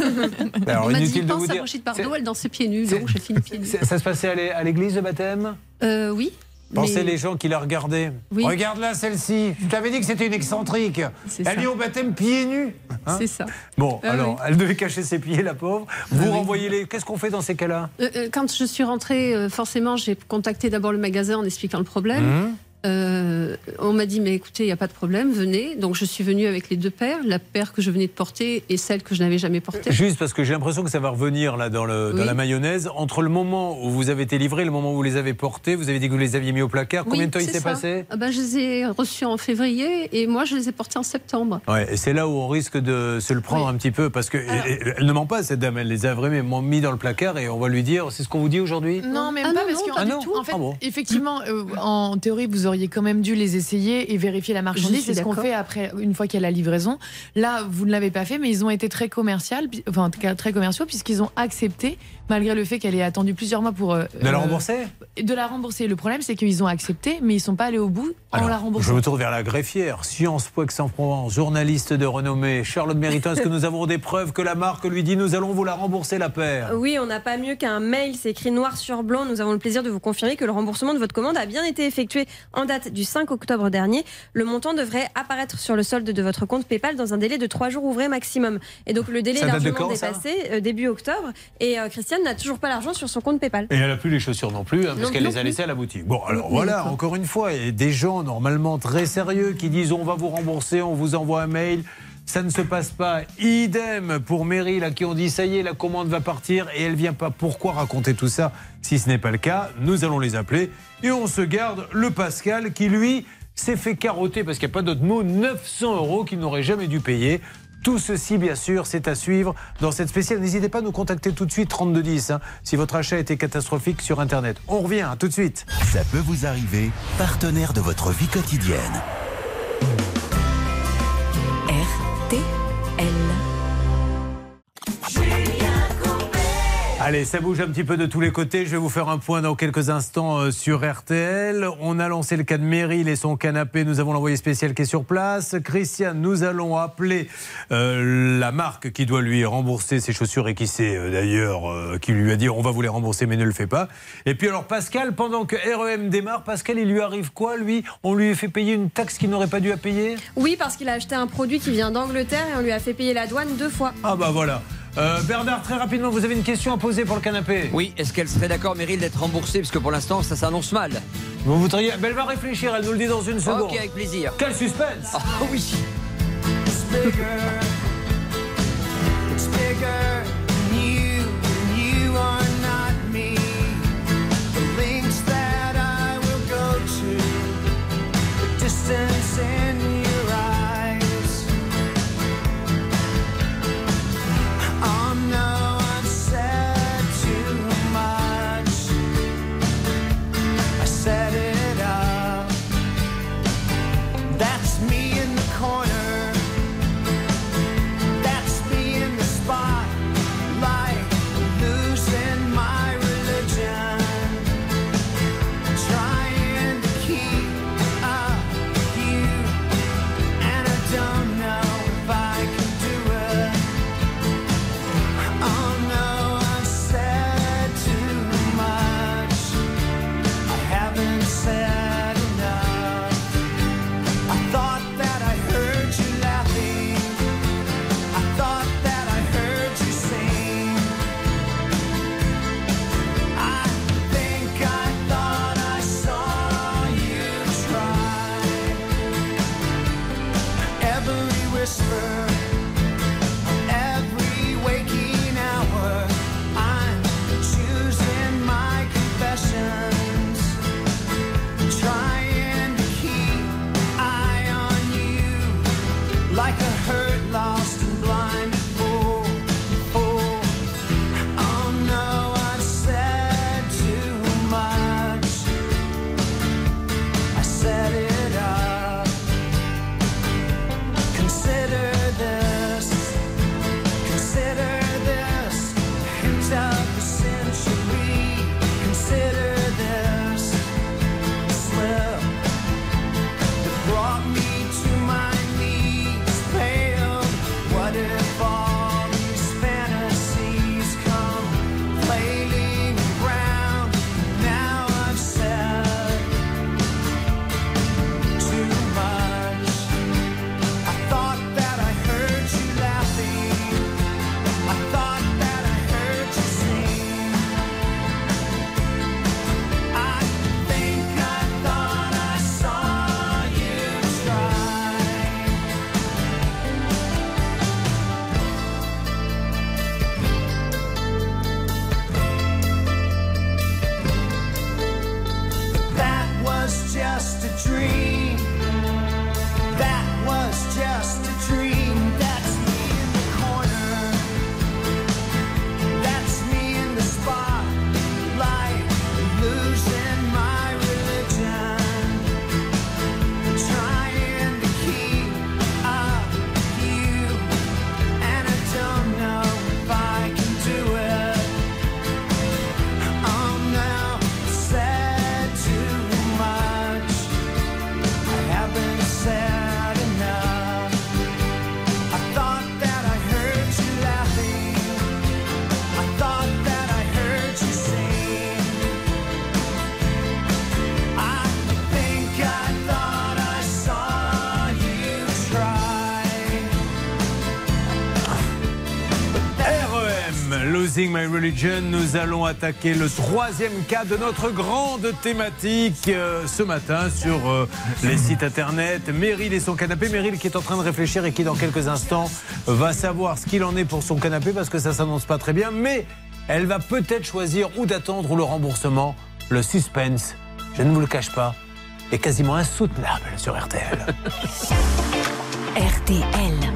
Alors On m'a dit, inutile de pense vous à dire. Brigitte Bardot, elle dansait pieds nus, donc j'ai fini pieds nus. C'est- Ça se passait à l'é- à l'église le baptême? Euh, oui. Pensez mais- les gens qui la regardaient. Oui. Regarde là celle-ci. Je t'avais dit que c'était une excentrique. C'est Elle ça. est au baptême pieds nus. Hein? C'est ça. Bon, Ah alors, oui. elle devait cacher ses pieds, la pauvre. Vous Ah oui. renvoyez les. Qu'est-ce qu'on fait dans ces cas-là? Euh, euh, Quand je suis rentrée, euh, forcément, j'ai contacté d'abord le magasin en expliquant le problème. Mmh. Euh, on m'a dit, mais écoutez, il n'y a pas de problème, venez. Donc je suis venue avec les deux paires, la paire que je venais de porter et celle que je n'avais jamais portée. Juste parce que j'ai l'impression que ça va revenir là dans, le, dans Oui. la mayonnaise. Entre le moment où vous avez été livré et le moment où vous les avez portés, vous avez dit que vous les aviez mis au placard. Combien Oui, de temps il c'est s'est ça. passé? Ah ben, je les ai reçus en février et moi je les ai portés en septembre. Ouais, et c'est là où on risque de se le prendre un petit peu parce que Alors- et- et- elle ne ment pas cette dame, elle les a vraiment mis dans le placard et on va lui dire, c'est ce qu'on vous dit aujourd'hui? Non, même Ah pas, non, parce non, qu'en pas du en tout. fait, Ah bon. effectivement, euh, en théorie, vous auriez quand même dû les essayer et vérifier la Je marchandise. suis C'est ce qu'on d'accord. fait après, une fois qu'il y a la livraison. Là, vous ne l'avez pas fait, mais ils ont été très commercial, pi- enfin, en tout cas, très commerciaux, puisqu'ils ont accepté, malgré le fait qu'elle ait attendu plusieurs mois pour. euh, De la euh, rembourser? De la rembourser. Le problème, c'est qu'ils ont accepté, mais ils ne sont pas allés au bout en Alors, la je remboursant. me tourne vers la greffière, Sciences Po Aix-en-Provence, journaliste de renommée, Charlotte Mériton. Est-ce que nous avons des preuves que la marque lui dit nous allons vous la rembourser la paire? Oui, on n'a pas mieux qu'un mail, c'est écrit noir sur blanc. Nous avons le plaisir de vous confirmer que le remboursement de votre commande a bien été effectué en date du cinq octobre dernier. Le montant devrait apparaître sur le solde de votre compte PayPal dans un délai de trois jours ouvrés maximum. Et donc le délai Ça est date de largement quand, ça dépassé, euh, début octobre. Et euh, Christiane n'a toujours pas l'argent sur son compte PayPal. Et elle n'a plus les chaussures non plus, hein, parce Non, qu'elle non les a plus. laissées à la boutique. Bon, alors Oui, voilà, d'accord. encore une fois, il y a des gens normalement très sérieux qui disent on va vous rembourser, on vous envoie un mail. Ça ne se passe pas. Idem pour Meryl, à qui on dit ça y est, la commande va partir et elle vient pas. Pourquoi raconter tout ça si ce n'est pas le cas? Nous allons les appeler et on se garde le Pascal qui, lui, s'est fait carotter, parce qu'il n'y a pas d'autre mot, neuf cents euros qu'il n'aurait jamais dû payer. Tout ceci, bien sûr, c'est à suivre dans cette spéciale. N'hésitez pas à nous contacter tout de suite, trente-deux dix, hein, si votre achat était catastrophique sur Internet. On revient, hein, tout de suite. Ça peut vous arriver, partenaire de votre vie quotidienne. R T L. Allez, ça bouge un petit peu de tous les côtés. Je vais vous faire un point dans quelques instants euh, sur R T L. On a lancé le cas de Meryl et son canapé. Nous avons l'envoyé spécial qui est sur place. Christiane, nous allons appeler euh, la marque qui doit lui rembourser ses chaussures et qui sait euh, d'ailleurs, euh, qui lui a dit on va vous les rembourser mais ne le fait pas. Et puis alors Pascal, pendant que R E M démarre, Pascal, il lui arrive quoi lui? On lui fait payer une taxe qu'il n'aurait pas dû à payer? Oui, parce qu'il a acheté un produit qui vient d'Angleterre et on lui a fait payer la douane deux fois. Ah bah voilà. Euh, Bernard, très rapidement, vous avez une question à poser pour le canapé? Oui, est-ce qu'elle serait d'accord, Meryl, d'être remboursée? Parce que pour l'instant, ça s'annonce mal. Vous voudriez... Ben, elle va réfléchir, elle nous le dit dans une seconde. Ok, avec plaisir. Quel suspense! Ah oui. It's bigger, it's bigger than you, and you are not me. The links that I will go to, the distance in your eyes. Oh no, I've said too much. I set it up. That's me in the corner. That's me in the spot. Losing My Religion. Nous allons attaquer le troisième cas de notre grande thématique euh, ce matin sur euh, les sites internet. Meryl et son canapé. Meryl qui est en train de réfléchir et qui dans quelques instants va savoir ce qu'il en est pour son canapé parce que ça s'annonce pas très bien. Mais elle va peut-être choisir ou d'attendre ou le remboursement. Le suspense, je ne vous le cache pas, est quasiment insoutenable sur R T L. R T L.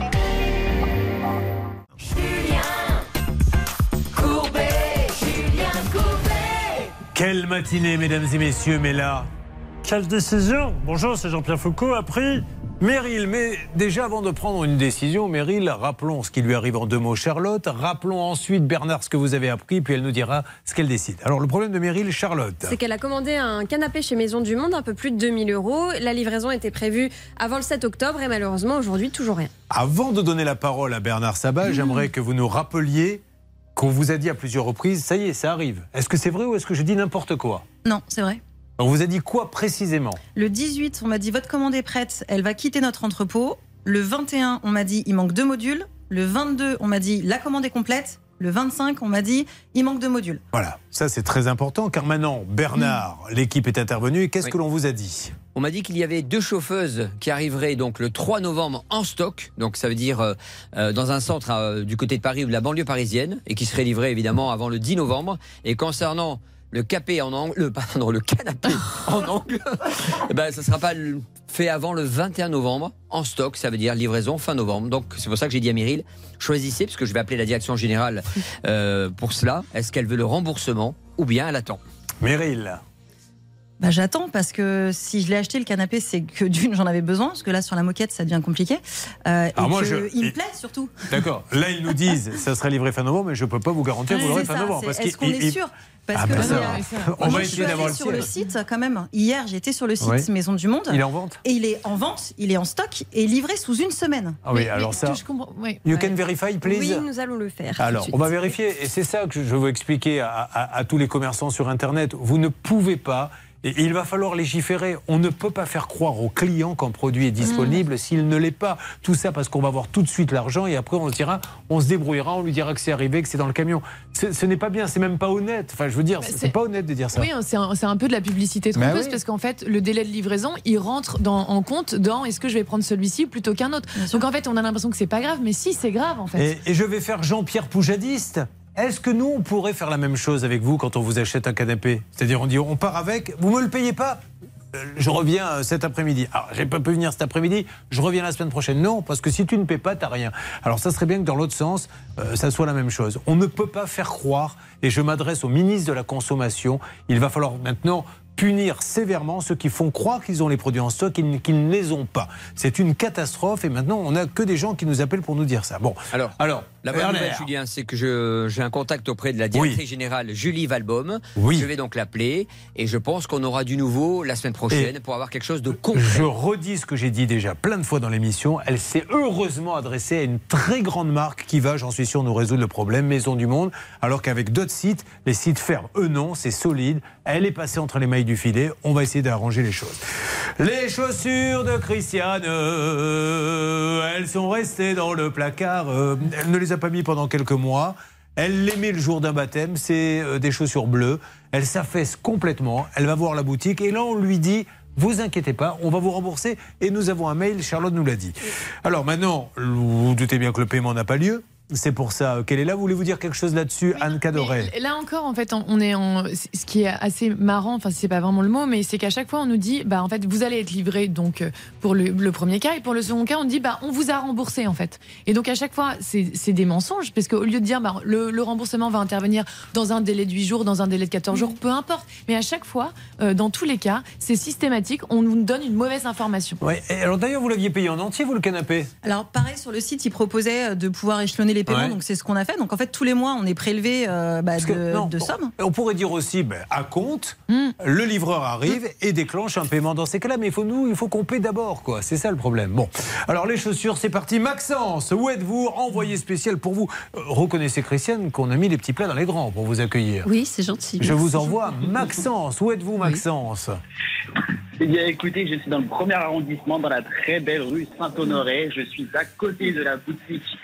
Quelle matinée, mesdames et messieurs, mais là... Quelle décision? Bonjour, c'est Jean-Pierre Foucault, a pris... Meryl, mais déjà avant de prendre une décision, Meryl, rappelons ce qui lui arrive en deux mots, Charlotte. Rappelons ensuite, Bernard, ce que vous avez appris, puis elle nous dira ce qu'elle décide. Alors, le problème de Meryl, Charlotte. C'est qu'elle a commandé un canapé chez Maison du Monde, un peu plus de deux mille euros. La livraison était prévue avant le sept octobre et malheureusement, aujourd'hui, toujours rien. Avant de donner la parole à Bernard Sabat, mmh. j'aimerais que vous nous rappeliez qu'on vous a dit à plusieurs reprises, ça y est, ça arrive. Est-ce que c'est vrai ou est-ce que je dis n'importe quoi? Non, c'est vrai. On vous a dit quoi précisément? Le dix-huit, on m'a dit votre commande est prête, elle va quitter notre entrepôt. Le vingt et un, on m'a dit il manque deux modules. Le vingt-deux, on m'a dit la commande est complète. Le vingt-cinq, on m'a dit il manque deux modules. Voilà, ça c'est très important car maintenant, Bernard, mmh. l'équipe est intervenue. Et qu'est-ce oui. que l'on vous a dit? On m'a dit qu'il y avait deux chauffeuses qui arriveraient donc le trois novembre en stock, donc ça veut dire euh, euh, dans un centre euh, du côté de Paris ou de la banlieue parisienne, et qui seraient livrées évidemment avant le dix novembre. Et concernant le capé en angle, le, pardon, le canapé en angle, eh ben, ça ne sera pas fait avant le vingt et un novembre en stock, ça veut dire livraison fin novembre. Donc c'est pour ça que j'ai dit à Meryl, choisissez, parce que je vais appeler la direction générale euh, pour cela. Est-ce qu'elle veut le remboursement ou bien elle attend? Meryl. Bah, j'attends parce que si je l'ai acheté le canapé, c'est que d'une j'en avais besoin parce que là sur la moquette ça devient compliqué. Euh, et moi, que je... il me plaît surtout. D'accord. Là ils nous disent ça sera livré fin novembre, mais je peux pas vous garantir que vous l'aurez fin novembre. Parce Est-ce qu'on est il... sûr? Parce ah que ben ça, on moi, va essayer d'avoir le sur le site quand même. Hier j'étais sur le site oui. Maison du Monde. Il est en vente. Et il est en vente, il est en stock et livré sous une semaine. Ah oui, mais, alors mais, ça. Je comprends. Oui. You can verify, please. Oui, nous allons le faire. Alors on va vérifier et c'est ça que je veux expliquer à, à, à tous les commerçants sur Internet. Vous ne pouvez pas. Et il va falloir légiférer. On ne peut pas faire croire aux clients qu'un produit est disponible mmh. s'il ne l'est pas. Tout ça parce qu'on va avoir tout de suite l'argent et après on se dira, on se débrouillera, on lui dira que c'est arrivé, que c'est dans le camion. Ce n'est pas bien, c'est même pas honnête. Enfin, je veux dire, bah, c'est pas honnête de dire ça. Oui, c'est un, un peu de la publicité trompeuse bah oui. parce qu'en fait, le délai de livraison, il rentre dans, en compte dans est-ce que je vais prendre celui-ci plutôt qu'un autre. Bien Donc sûr. En fait, on a l'impression que c'est pas grave, mais si, c'est grave en fait. Et, et je vais faire Jean-Pierre Poujadiste. Est-ce que nous, on pourrait faire la même chose avec vous quand on vous achète un canapé? C'est-à-dire, on dit, on part avec, vous me le payez pas, je reviens cet après-midi. Alors, j'ai pas pu venir cet après-midi, je reviens la semaine prochaine. Non, parce que si tu ne paies pas, t'as rien. Alors, ça serait bien que dans l'autre sens, euh, ça soit la même chose. On ne peut pas faire croire, et je m'adresse au ministre de la Consommation, il va falloir maintenant punir sévèrement ceux qui font croire qu'ils ont les produits en stock et qu'ils ne les ont pas. C'est une catastrophe et maintenant on n'a que des gens qui nous appellent pour nous dire ça. Bon, alors, alors la bonne nouvelle, Julien, c'est que je, j'ai un contact auprès de la directrice oui. générale Julie Valbom. Oui. Je vais donc l'appeler et je pense qu'on aura du nouveau la semaine prochaine et pour avoir quelque chose de concret. Je redis ce que j'ai dit déjà plein de fois dans l'émission. Elle s'est heureusement adressée à une très grande marque qui va, j'en suis sûr, nous résoudre le problème, Maison du Monde, alors qu'avec d'autres sites, les sites ferment. Eux non, c'est solide. Elle est passée entre les mailles du filet. On va essayer d'arranger les choses. Les chaussures de Christiane, euh, elles sont restées dans le placard. Euh, elle ne les a pas mis pendant quelques mois. Elle les met le jour d'un baptême. C'est euh, des chaussures bleues. Elle s'affaisse complètement. Elle va voir la boutique et là on lui dit: vous inquiétez pas, on va vous rembourser. Et nous avons un mail. Charlotte nous l'a dit. Alors maintenant, vous, vous doutez bien que le paiement n'a pas lieu. C'est pour ça qu'elle est là. Voulez-vous dire quelque chose là-dessus, oui, Anne Cadoret? Là encore, en fait, on est en. Ce qui est assez marrant, enfin, c'est pas vraiment le mot, mais c'est qu'à chaque fois, on nous dit, bah, en fait, vous allez être livré donc pour le, le premier cas, et pour le second cas, on dit, bah, on vous a remboursé, en fait. Et donc, à chaque fois, c'est des mensonges, parce qu'au lieu de dire, bah, le, le remboursement va intervenir dans un délai de huit jours, dans un délai de quatorze jours, peu importe. Mais à chaque fois, euh, dans tous les cas, c'est systématique. On nous donne une mauvaise information. Ouais. Et alors, d'ailleurs, vous l'aviez payé en entier, vous, le canapé? Alors, pareil, sur le site, ils proposaient de pouvoir échelonner les paiements, ouais. donc c'est ce qu'on a fait. Donc en fait, tous les mois, on est prélevé euh, bah, de, que, non, de sommes. On pourrait dire aussi, bah, à compte, mm. le livreur arrive mm. et déclenche un paiement dans ces cas-là. Mais il faut, nous, il faut qu'on paie d'abord, quoi. C'est ça le problème. Bon, alors les chaussures, c'est parti. Maxence, où êtes-vous? Envoyé spécial pour vous. Euh, reconnaissez, Christiane, qu'on a mis les petits plats dans les grands pour vous accueillir. Oui, c'est gentil. Je vous envoie Maxence. Où êtes-vous, Maxence? Oui. Eh bien, écoutez, je suis dans le premier arrondissement, dans la très belle rue Saint-Honoré. Je suis à côté de la boutique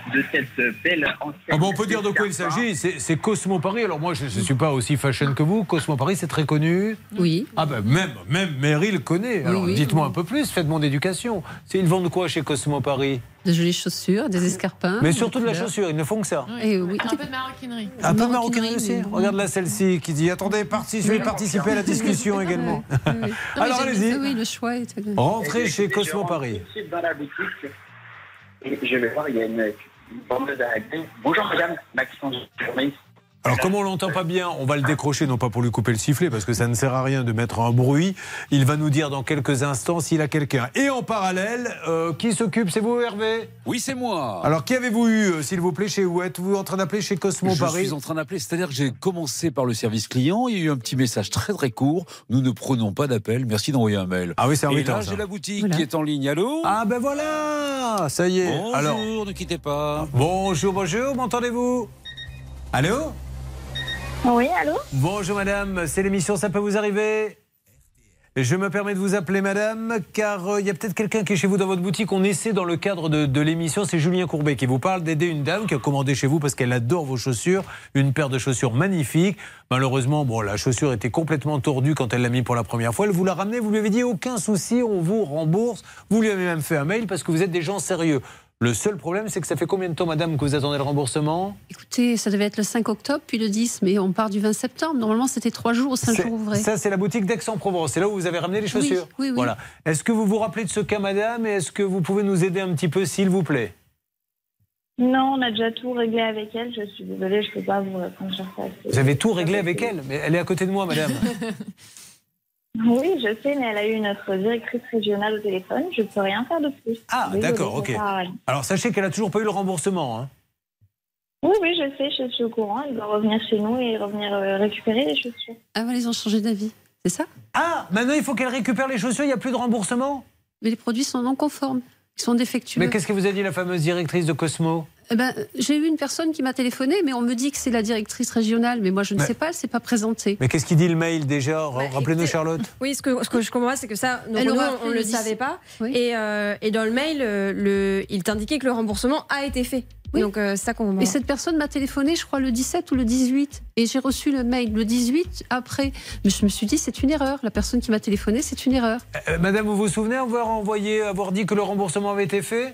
de cette belle ancienne. Ah bon, on peut dire de quoi il s'agit. C'est c'est Cosmo Paris. Alors moi, je ne suis pas aussi fashion que vous. Cosmo Paris, c'est très connu. Oui. Ah ben même, même Meryl connaît. Alors oui, dites-moi oui. un peu plus, faites mon éducation. C'est- Ils vendent quoi chez Cosmo Paris? De jolies chaussures, des escarpins. Mais surtout de la couleurs. chaussure, ils ne font que ça. Et oui. Un peu de maroquinerie. Un peu de Maroquinerie, maroquinerie aussi. mais bon. Regarde là celle-ci qui dit attendez, participez, participez à la discussion également. Oui, oui. Non, mais Alors j'aime- allez-y. Oui, le choix est. Rentrez chez Je Cosmo rentre Paris. tout de suite dans la boutique et je vais voir, il y a une, une vendeuse à la clé. Bonjour madame, Maxence journaliste. Alors comme on l'entend pas bien, on va le décrocher, non pas pour lui couper le sifflet, parce que ça ne sert à rien de mettre un bruit. Il va nous dire dans quelques instants s'il a quelqu'un. Et en parallèle, euh, qui s'occupe? C'est vous, Hervé? Oui, c'est moi. Alors qui avez-vous eu, euh, s'il vous plaît, chez où êtes-vous en train d'appeler chez Cosmo Je Paris? suis en train d'appeler, c'est-à-dire que j'ai commencé par le service client, il y a eu un petit message très très court, nous ne prenons pas d'appel, merci d'envoyer un mail. Ah oui, c'est Et embêtant, là, ça. j'ai la boutique Voilà. qui est en ligne, allô? Ah ben voilà, ça y est. Bonjour, Alors, ne quittez pas. bonjour, bonjour, m'entendez-vous? Allô? Oui, allô? Bonjour madame, c'est l'émission Ça peut vous arriver? Je me permets de vous appeler madame, car euh, il y a peut-être quelqu'un qui est chez vous dans votre boutique. On essaie dans le cadre de, de l'émission, c'est Julien Courbet qui vous parle d'aider une dame qui a commandé chez vous parce qu'elle adore vos chaussures, une paire de chaussures magnifiques. Malheureusement, bon, la chaussure était complètement tordue quand elle l'a mis pour la première fois. Elle vous l'a ramenée, vous lui avez dit aucun souci, on vous rembourse. Vous lui avez même fait un mail parce que vous êtes des gens sérieux. Le seul problème, c'est que ça fait combien de temps, madame, que vous attendez le remboursement? Écoutez, ça devait être le cinq octobre, puis le dix, mais on part du vingt septembre. Normalement, c'était trois jours ou cinq C'est- jours ouvrés. Ça, c'est la boutique d'Aix-en-Provence. C'est là où vous avez ramené les chaussures. Oui, oui, oui. Voilà. Est-ce que vous vous rappelez de ce cas, madame, et est-ce que vous pouvez nous aider un petit peu, s'il vous plaît? Non, on a déjà tout réglé avec elle. Je suis désolée, je ne peux pas vous répondre sur ça. Vous avez tout réglé avec elle, mais elle est à côté de moi, madame. Oui, je sais, mais elle a eu notre directrice régionale au téléphone. Je ne peux rien faire de plus. Ah, Désolée, d'accord, ça ok. sert à rien. Alors, sachez qu'elle a toujours pas eu le remboursement. Hein. Oui, oui, je sais, je suis au courant. Elle doit revenir chez nous et revenir euh, récupérer les chaussures. Ah, voilà, ils ont changé d'avis, c'est ça? Ah, maintenant, il faut qu'elle récupère les chaussures, il n'y a plus de remboursement? Mais les produits sont non conformes, ils sont défectueux. Mais qu'est-ce que vous a dit la fameuse directrice de Cosmo? Eh ben, j'ai eu une personne qui m'a téléphoné, mais on me dit que c'est la directrice régionale. Mais moi, je ne Mais- sais pas, elle ne s'est pas présentée. Mais qu'est-ce qu'il dit le mail déjà? Rappelez-nous, écoutez- Charlotte. Oui, ce que, ce que je comprends, c'est que ça, donc, Elle nous, aura on appelé ne le le dix. savait pas. Oui. Et, euh, et dans le mail, euh, le, il t'indiquait que le remboursement a été fait. Oui. Donc, euh, c'est ça qu'on comprend. Et cette personne m'a téléphoné, je crois, le dix-sept ou le dix-huit. Et j'ai reçu le mail le dix-huit après. Mais je me suis dit, c'est une erreur. La personne qui m'a téléphoné, c'est une erreur. Euh, madame, vous vous souvenez avoir envoyé, avoir dit que le remboursement avait été fait?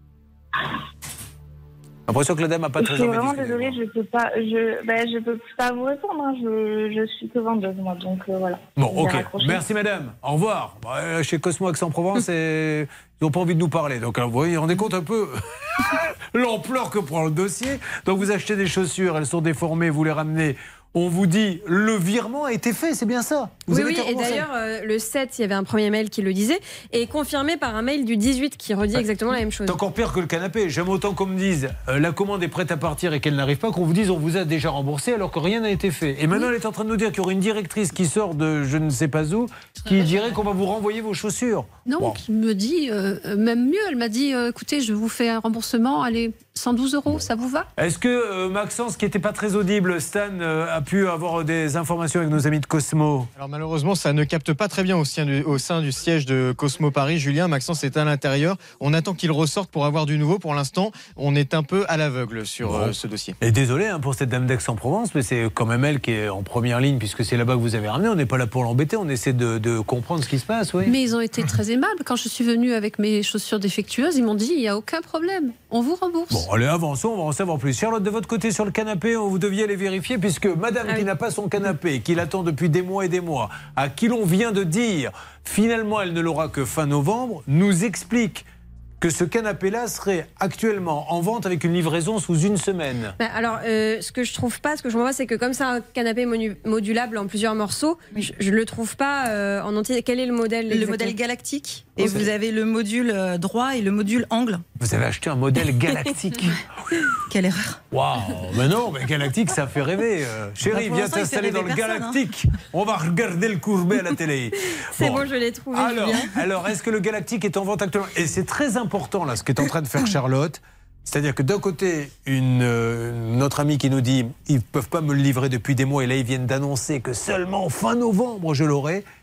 J'ai l'impression que la dame n'a pas Je très suis envie de vraiment discuter. désolée, je peux pas, je, ben, je peux pas vous répondre. Hein. Je, je suis que vendeuse, moi, donc euh, voilà. Bon, Je vais ok. raccrocher. Merci, madame. Au revoir. Bah, euh, chez Cosmo Aix-en-Provence, et... ils n'ont pas envie de nous parler. Donc, alors, vous voyez, vous vous rendez compte un peu l'ampleur que prend le dossier. Donc, vous achetez des chaussures, elles sont déformées, vous les ramenez. On vous dit, le virement a été fait, c'est bien ça? Vous Oui, avez oui, été et remboursé. d'ailleurs, euh, le sept, il y avait un premier mail qui le disait, et confirmé par un mail du dix-huit qui redit exactement la même chose. C'est encore pire que le canapé. J'aime autant qu'on me dise euh, la commande est prête à partir et qu'elle n'arrive pas, qu'on vous dise on vous a déjà remboursé alors que rien n'a été fait. Et maintenant, elle est en train de nous dire qu'il y aura une directrice qui sort de je ne sais pas où qui dirait qu'on va vous renvoyer vos chaussures. Non, Bon. qui me dit, euh, même mieux, elle m'a dit, euh, écoutez, je vous fais un remboursement, allez, cent douze euros, ça vous va? Est-ce que euh, Maxence, qui n'était pas très audible, Stan, euh, a pu avoir des informations avec nos amis de Cosmo? Alors malheureusement, ça ne capte pas très bien au sein du, au sein du siège de Cosmo Paris. Julien, Maxence est à l'intérieur. On attend qu'il ressorte pour avoir du nouveau. Pour l'instant, on est un peu à l'aveugle sur Bon. euh, ce dossier. Et désolé hein, pour cette dame d'Aix-en-Provence, mais c'est quand même elle qui est en première ligne puisque c'est là-bas que vous avez ramené. On n'est pas là pour l'embêter, on essaie de, de comprendre ce qui se passe. Oui. Mais ils ont été très aimables. Quand je suis venue avec mes chaussures défectueuses, ils m'ont dit, il n'y a aucun problème, on vous rembourse. Bon, allez, avançons, on va en savoir plus. Charlotte, de votre côté, sur le canapé, vous deviez aller vérifier, puisque madame Ah qui oui. n'a pas son canapé, qui l'attend depuis des mois et des mois, à qui l'on vient de dire, finalement, elle ne l'aura que fin novembre, nous explique que ce canapé-là serait actuellement en vente avec une livraison sous une semaine. Bah, alors, euh, ce que je trouve pas, ce que je vois, c'est que comme c'est un canapé monu- modulable en plusieurs morceaux, je, je le trouve pas euh, en entier. Quel est le modèle Le exactement modèle galactique. Et vous avez le module euh, droit et le module angle. Vous avez acheté un modèle galactique. Quelle erreur. Waouh, mais non, mais galactique, ça fait rêver. Euh, chérie, Bah, pour viens l'instant, il fait t'installer dans rêver le personne, galactique. On va regarder le Courbet à la télé. C'est bon, je l'ai trouvé. Alors, Julien. alors est-ce que le galactique est en vente actuellement? Et c'est très important là, ce qu'est en train de faire Charlotte. C'est-à-dire que d'un côté, une, euh, notre amie qui nous dit ils ne peuvent pas me le livrer depuis des mois et là ils viennent d'annoncer que seulement fin novembre je l'aurai.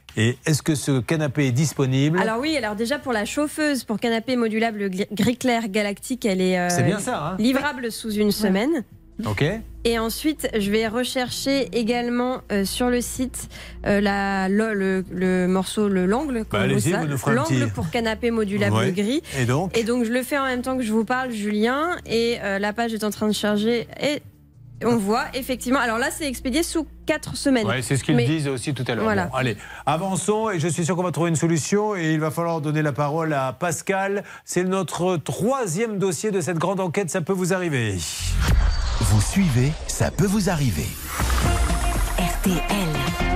Et est-ce que ce canapé est disponible? Alors oui, alors déjà pour la chauffeuse, pour canapé modulable gris- gris clair galactique, elle est, euh, C'est bien ça, hein. livrable sous une semaine. Ok. Et ensuite, je vais rechercher également euh, sur le site euh, la, le, le, le morceau, le l'angle. Bah, comment allez-y, ça vous nous ferez un L'angle petit- pour canapé modulable Ouais. gris. Et donc Et donc je le fais en même temps que je vous parle, Julien. Et euh, la page est en train de charger. Et on voit effectivement. Alors là, c'est expédié sous quatre semaines. Ouais, c'est ce qu'ils Mais- disent aussi tout à l'heure. Voilà. Bon, allez, avançons et je suis sûr qu'on va trouver une solution et il va falloir donner la parole à Pascal. C'est notre troisième dossier de cette grande enquête, ça peut vous arriver. Vous suivez, ça peut vous arriver. R T L.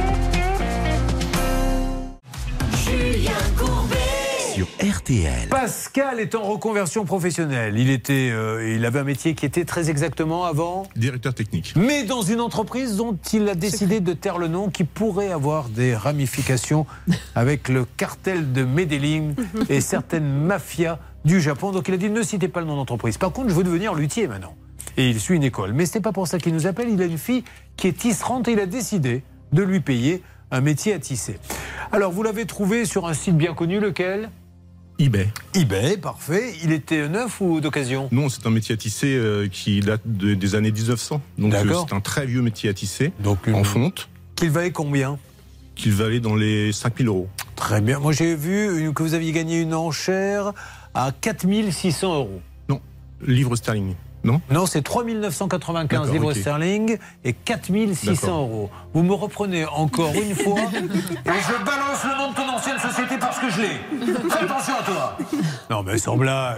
Julien Courbet. Sur R T L. Pascal est en reconversion professionnelle. Il, était, euh, il avait un métier qui était très exactement avant Directeur technique. mais dans une entreprise dont il a décidé de taire le nom qui pourrait avoir des ramifications avec le cartel de Medellín et certaines mafias du Japon. Donc il a dit ne citez pas le nom d'entreprise. Par contre, je veux devenir luthier maintenant. Et il suit une école. Mais ce n'est pas pour ça qu'il nous appelle. Il a une fille qui est tisserante et il a décidé de lui payer un métier à tisser. Alors vous l'avez trouvé sur un site bien connu, lequel ? eBay. eBay, parfait. Il était neuf ou d'occasion ? Non, c'est un métier à tisser euh, qui date de- des années dix-neuf cents. Donc euh, D'accord. c'est un très vieux métier à tisser, Donc, en une- fonte, Qu'il valait combien ? qu'il valait dans les cinq mille euros. Très bien. Moi, j'ai vu une- que vous aviez gagné une enchère à quatre mille six cents euros. Non, livre sterling. Non Non, c'est trois mille neuf cent quatre-vingt-quinze D'accord, livres ok. sterling et quatre mille six cents D'accord. euros. Vous me reprenez encore une fois et je balance le nom de ton ancienne société parce que je l'ai. Fais attention à toi. Non, mais sans blague.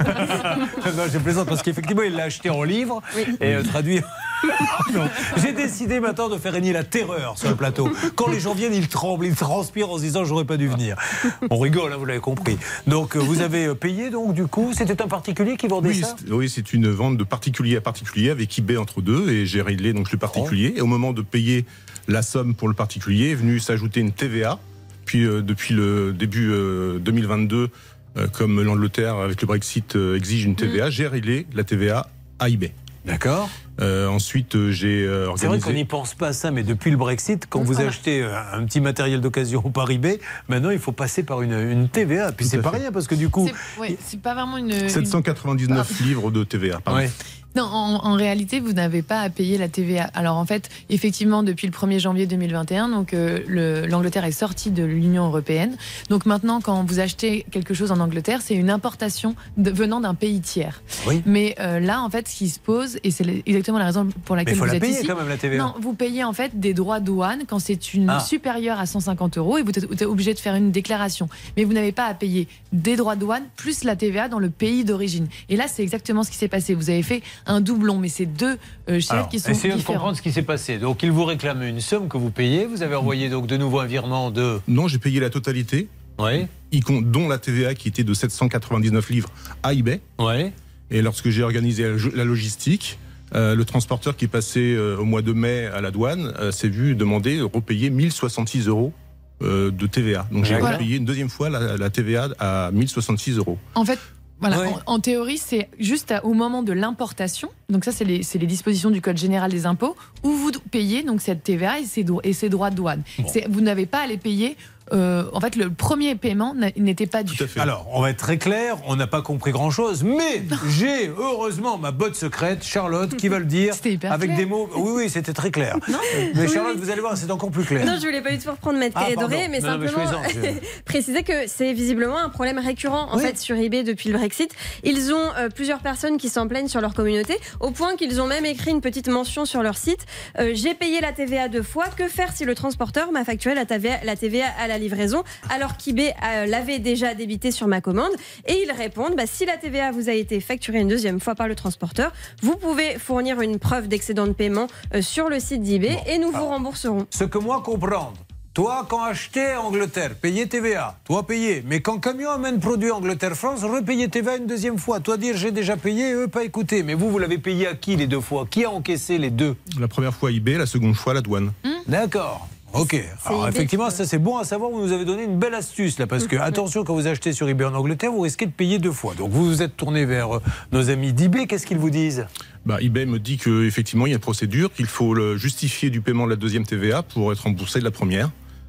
Non, je plaisante parce qu'effectivement, il l'a acheté en livre et euh, traduit. Non. J'ai décidé maintenant de faire régner la terreur sur le plateau. Quand les gens viennent, ils tremblent, ils transpirent en se disant j'aurais pas dû venir. On rigole, hein, vous l'avez compris. Donc euh, vous avez euh, payé donc du coup, c'était un particulier qui vendait Oui, ça. c'est- oui, c'est une vente de particulier à particulier avec eBay entre deux et j'ai réglé donc le particulier. Oh. Et au moment de payer la somme pour le particulier, est venue s'ajouter une T V A. Puis euh, depuis le début euh, deux mille vingt-deux, euh, comme l'Angleterre avec le Brexit euh, exige une T V A, j'ai réglé la T V A à eBay. D'accord. Euh, ensuite, euh, j'ai euh, C'est vrai organisé. qu'on n'y pense pas à ça, mais depuis le Brexit, quand vous Voilà. achetez euh, un petit matériel d'occasion par eBay, maintenant il faut passer par une, une T V A. Puis Tout c'est à pas fait. rien parce que du coup, C'est ouais, c'est pas vraiment une. une- sept cent quatre-vingt-dix-neuf livres de T V A. Pardon. Ouais. Non, en, en réalité, vous n'avez pas à payer la T V A. Alors en fait, effectivement, depuis le premier janvier deux mille vingt et un, donc euh, le- l'Angleterre est sortie de l'Union européenne. Donc maintenant, quand vous achetez quelque chose en Angleterre, c'est une importation de- venant d'un pays tiers. Oui. Mais euh, là, en fait, ce qui se pose, et c'est le- exactement la raison pour mais laquelle il faut vous la êtes payer ici. quand même la T V A. Non, vous payez en fait des droits douane quand c'est une Ah. supérieure à cent cinquante euros et vous êtes, vous êtes obligé de faire une déclaration. Mais vous n'avez pas à payer des droits douane plus la T V A dans le pays d'origine. Et là, c'est exactement ce qui s'est passé. Vous avez fait un doublon, mais c'est deux euh, chefs Alors, qui sont essayons de différents. comprendre ce qui s'est passé. Donc il vous réclame une somme que vous payez. Vous avez envoyé donc de nouveau un virement de. Non, j'ai payé la totalité, Oui. y com- dont la T V A qui était de sept cent quatre-vingt-dix-neuf livres à eBay. Oui. Et lorsque j'ai organisé la lo- la logistique, euh, le transporteur qui est passé euh, au mois de mai à la douane euh, s'est vu demander de repayer mille soixante-six euros euh, de T V A. Donc j'ai Voilà. repayé une deuxième fois la, la T V A à mille soixante-six euros. En fait, voilà, Ouais. en, en théorie, c'est juste à- au moment de l'importation. Donc ça, c'est les, c'est les dispositions du Code général des impôts où vous payez donc cette T V A et ses, dro- et ses droits de douane. C'est- Vous n'avez pas à les payer. euh, en fait, le premier paiement n'a- n'était pas dû. Alors, on va être très clair, on n'a pas compris grand-chose, mais j'ai heureusement ma botte secrète, Charlotte, qui va le dire avec clair. des mots. Oui, oui, c'était très clair. Mais Oui, Charlotte, oui. vous allez voir, c'est encore plus clair. Non, je voulais pas du tout reprendre Maître Ah, Doré, pardon. mais Non, non, mais je simplement plaisante, préciser que c'est visiblement un problème récurrent en fait sur eBay depuis le Brexit. Ils ont euh, plusieurs personnes qui s'en plaignent sur leur communauté, au point qu'ils ont même écrit une petite mention sur leur site. Euh, J'ai payé la T V A deux fois. Que faire si le transporteur m'a facturé la T V A, la T V A à la livraison alors qu'eBay euh, l'avait déjà débité sur ma commande? Et ils répondent bah, si la T V A vous a été facturée une deuxième fois par le transporteur, vous pouvez fournir une preuve d'excédent de paiement euh, sur le site d'eBay et nous vous rembourserons. Ce que moi comprendre, toi, quand acheter Angleterre, payer T V A, toi payer. Mais quand camion amène produit Angleterre-France, repayer T V A une deuxième fois. Toi dire j'ai déjà payé, eux pas écouté. Mais vous, vous l'avez payé à qui les deux fois? Qui a encaissé les deux? La première fois eBay, la seconde fois la douane. D'accord. Ok. Alors eBay effectivement, qui- ça c'est bon à savoir. Vous nous avez donné une belle astuce là, parce que attention, quand vous achetez sur eBay en Angleterre, vous risquez de payer deux fois. Donc vous vous êtes tourné vers euh, nos amis d'eBay. Qu'est-ce qu'ils vous disent? Bah, eBay me dit qu'effectivement, il y a une procédure, qu'il faut le justifier du paiement de la deuxième T V A pour être remboursé de la première.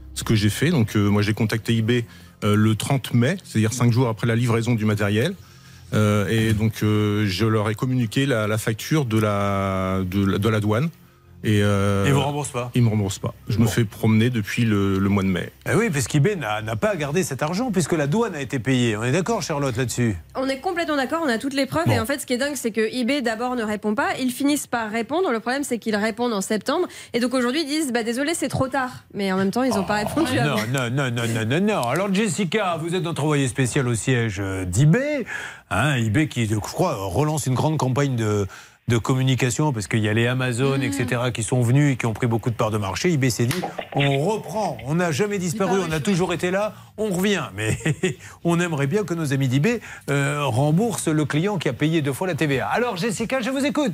Ce que j'ai fait, donc euh, moi j'ai contacté eBay euh, le trente mai, c'est-à-dire cinq jours après la livraison du matériel. Euh, et donc euh, je leur ai communiqué la, la facture de la, de, la, de la douane. Et euh, ils ne vous remboursent pas. Ils ne me remboursent pas. Je bon. me fais promener depuis le, le mois de mai. Eh oui, parce qu'eBay n'a, n'a pas à garder cet argent puisque la douane a été payée. On est d'accord, Charlotte, là-dessus? On est complètement d'accord, on a toutes les preuves. Bon. Et en fait, ce qui est dingue, c'est que eBay d'abord ne répond pas. Ils finissent par répondre. Le problème, c'est qu'ils répondent en septembre. Et donc aujourd'hui, ils disent bah, désolé, c'est trop tard. Mais en même temps, ils n'ont oh, pas répondu non, avant. Non, non, non, non, non, non. Alors, Jessica, vous êtes notre envoyée spéciale au siège d'eBay. Hein, eBay qui, je crois, relance une grande campagne de. de communication, parce qu'il y a les Amazon, mmh. et cetera, qui sont venus et qui ont pris beaucoup de parts de marché. eBay s'est dit, on reprend, on n'a jamais disparu, on a toujours été là, on revient. Mais on aimerait bien que nos amis d'eBay euh, remboursent le client qui a payé deux fois la T V A. Alors, Jessica, je vous écoute.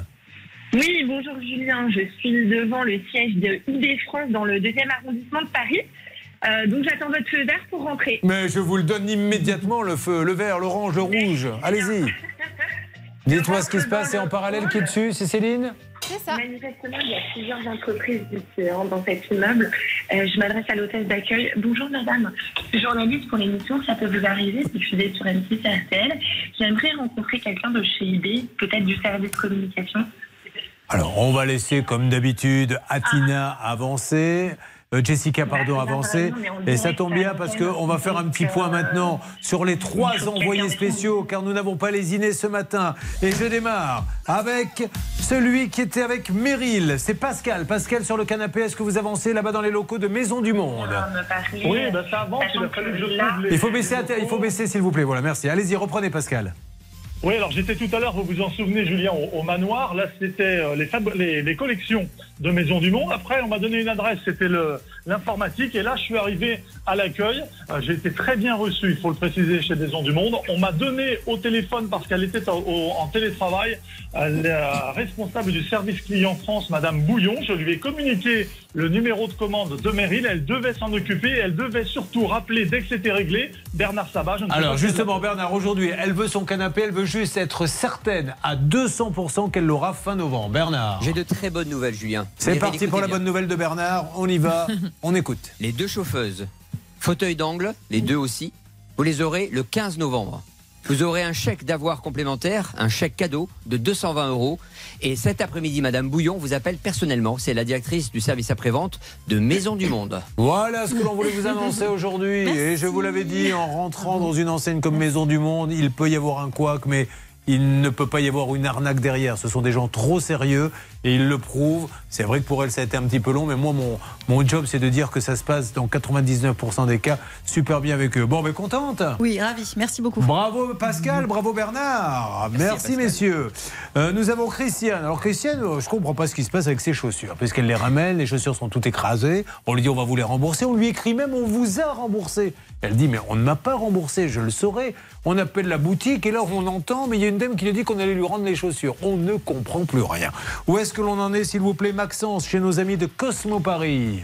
Oui, bonjour Julien, je suis devant le siège de eBay France dans le deuxième arrondissement de Paris. Euh, donc j'attends votre feu vert pour rentrer. Mais je vous le donne immédiatement, le feu, le vert, l'orange, le rouge. Allez-y. Dites-moi ce qui se passe, c'est en parallèle qui est dessus, c'est Céline? C'est ça. Manifestement, il y a plusieurs entreprises différentes dans cet immeuble. Euh, je m'adresse à l'hôtesse d'accueil. Bonjour madame, je suis journaliste pour l'émission Ça peut vous arriver, diffusée sur M six R T L. J'aimerais rencontrer quelqu'un de chez eBay, peut-être du service communication. Alors, on va laisser, comme d'habitude, Atina ah. avancer. Jessica, pardon, avancer. Et ça tombe bien parce qu'on va faire un petit point maintenant sur les trois envoyés spéciaux, car nous n'avons pas lésiné ce matin. Et je démarre avec celui qui était avec Meryl. C'est Pascal. Pascal sur le canapé. Est-ce que vous avancez là-bas dans les locaux de Maison du Monde? Oui, ben ça avance. Il a fallu que je trouve les... Il faut baisser, il faut baisser, s'il vous plaît. Voilà, merci. Allez-y, reprenez, Pascal. Oui, alors j'étais tout à l'heure, vous vous en souvenez, Julien, au, au manoir. Là, c'était les, fab... les, les collections de Maison du Monde. Après, on m'a donné une adresse, c'était le, l'informatique. Et là, je suis arrivé à l'accueil. Euh, j'ai été très bien reçu, il faut le préciser, chez Maison du Monde. On m'a donné au téléphone, parce qu'elle était au, au, en télétravail, euh, la responsable du service client France, Madame Bouillon. Je lui ai communiqué le numéro de commande de Meryl. Elle devait s'en occuper. Elle devait surtout rappeler, dès que c'était réglé, Bernard Sabat. Je ne sais Alors, pas justement, Bernard, aujourd'hui, elle veut son canapé. Elle veut juste être certaine à deux cents pour cent qu'elle l'aura fin novembre. Bernard. J'ai de très bonnes nouvelles, Julien. C'est parti pour la bonne nouvelle de Bernard. On y va. On écoute. Les deux chauffeuses, fauteuil d'angle, les deux aussi, vous les aurez le quinze novembre. Vous aurez un chèque d'avoir complémentaire, un chèque cadeau de deux cent vingt euros. Et cet après-midi, Madame Bouillon vous appelle personnellement. C'est la directrice du service après-vente de Maison du Monde. Voilà ce que l'on voulait vous annoncer aujourd'hui. Et je vous l'avais dit, en rentrant dans une enseigne comme Maison du Monde, il peut y avoir un couac, mais il ne peut pas y avoir une arnaque derrière. Ce sont des gens trop sérieux et ils le prouvent. C'est vrai que pour elle, ça a été un petit peu long, mais moi, mon, mon job, c'est de dire que ça se passe dans quatre-vingt-dix-neuf pour cent des cas super bien avec eux. Bon, mais contente? Oui, ravi. Merci beaucoup. Bravo Pascal, bravo Bernard. Merci, Merci messieurs. Euh, nous avons Christiane. Alors Christiane, je ne comprends pas ce qui se passe avec ses chaussures, puisqu'elle les ramène, les chaussures sont toutes écrasées. On lui dit on va vous les rembourser. On lui écrit même on vous a remboursé. Elle dit mais on ne m'a pas remboursé, je le saurais. On appelle la boutique et là on entend, mais il y a une dame qui lui dit qu'on allait lui rendre les chaussures. On ne comprend plus rien. Où est-ce que l'on en est, s'il vous plaît, Maxence, chez nos amis de Cosmo Paris?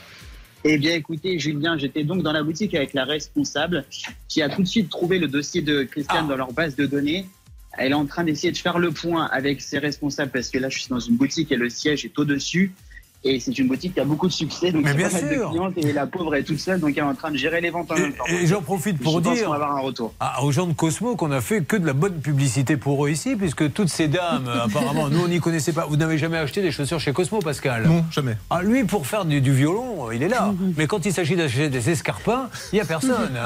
Eh bien, écoutez, Julien, j'étais donc dans la boutique avec la responsable qui a tout de suite trouvé le dossier de Christiane ah. dans leur base de données. Elle est en train d'essayer de faire le point avec ses responsables parce que là, je suis dans une boutique et le siège est au-dessus. Et c'est une boutique qui a beaucoup de succès, donc mais il y a bien pas mal sûr. de clientes et la pauvre est toute seule, donc elle est en train de gérer les ventes en même temps. Et, et j'en profite pour je pense dire qu'on va avoir un retour. À, aux gens de Cosmo qu'on a fait que de la bonne publicité pour eux ici, puisque toutes ces dames, apparemment, nous on n'y connaissait pas. Vous n'avez jamais acheté des chaussures chez Cosmo, Pascal? Non, jamais. Ah, lui, pour faire du, du violon, il est là. Mais quand il s'agit d'acheter des escarpins, il n'y a personne.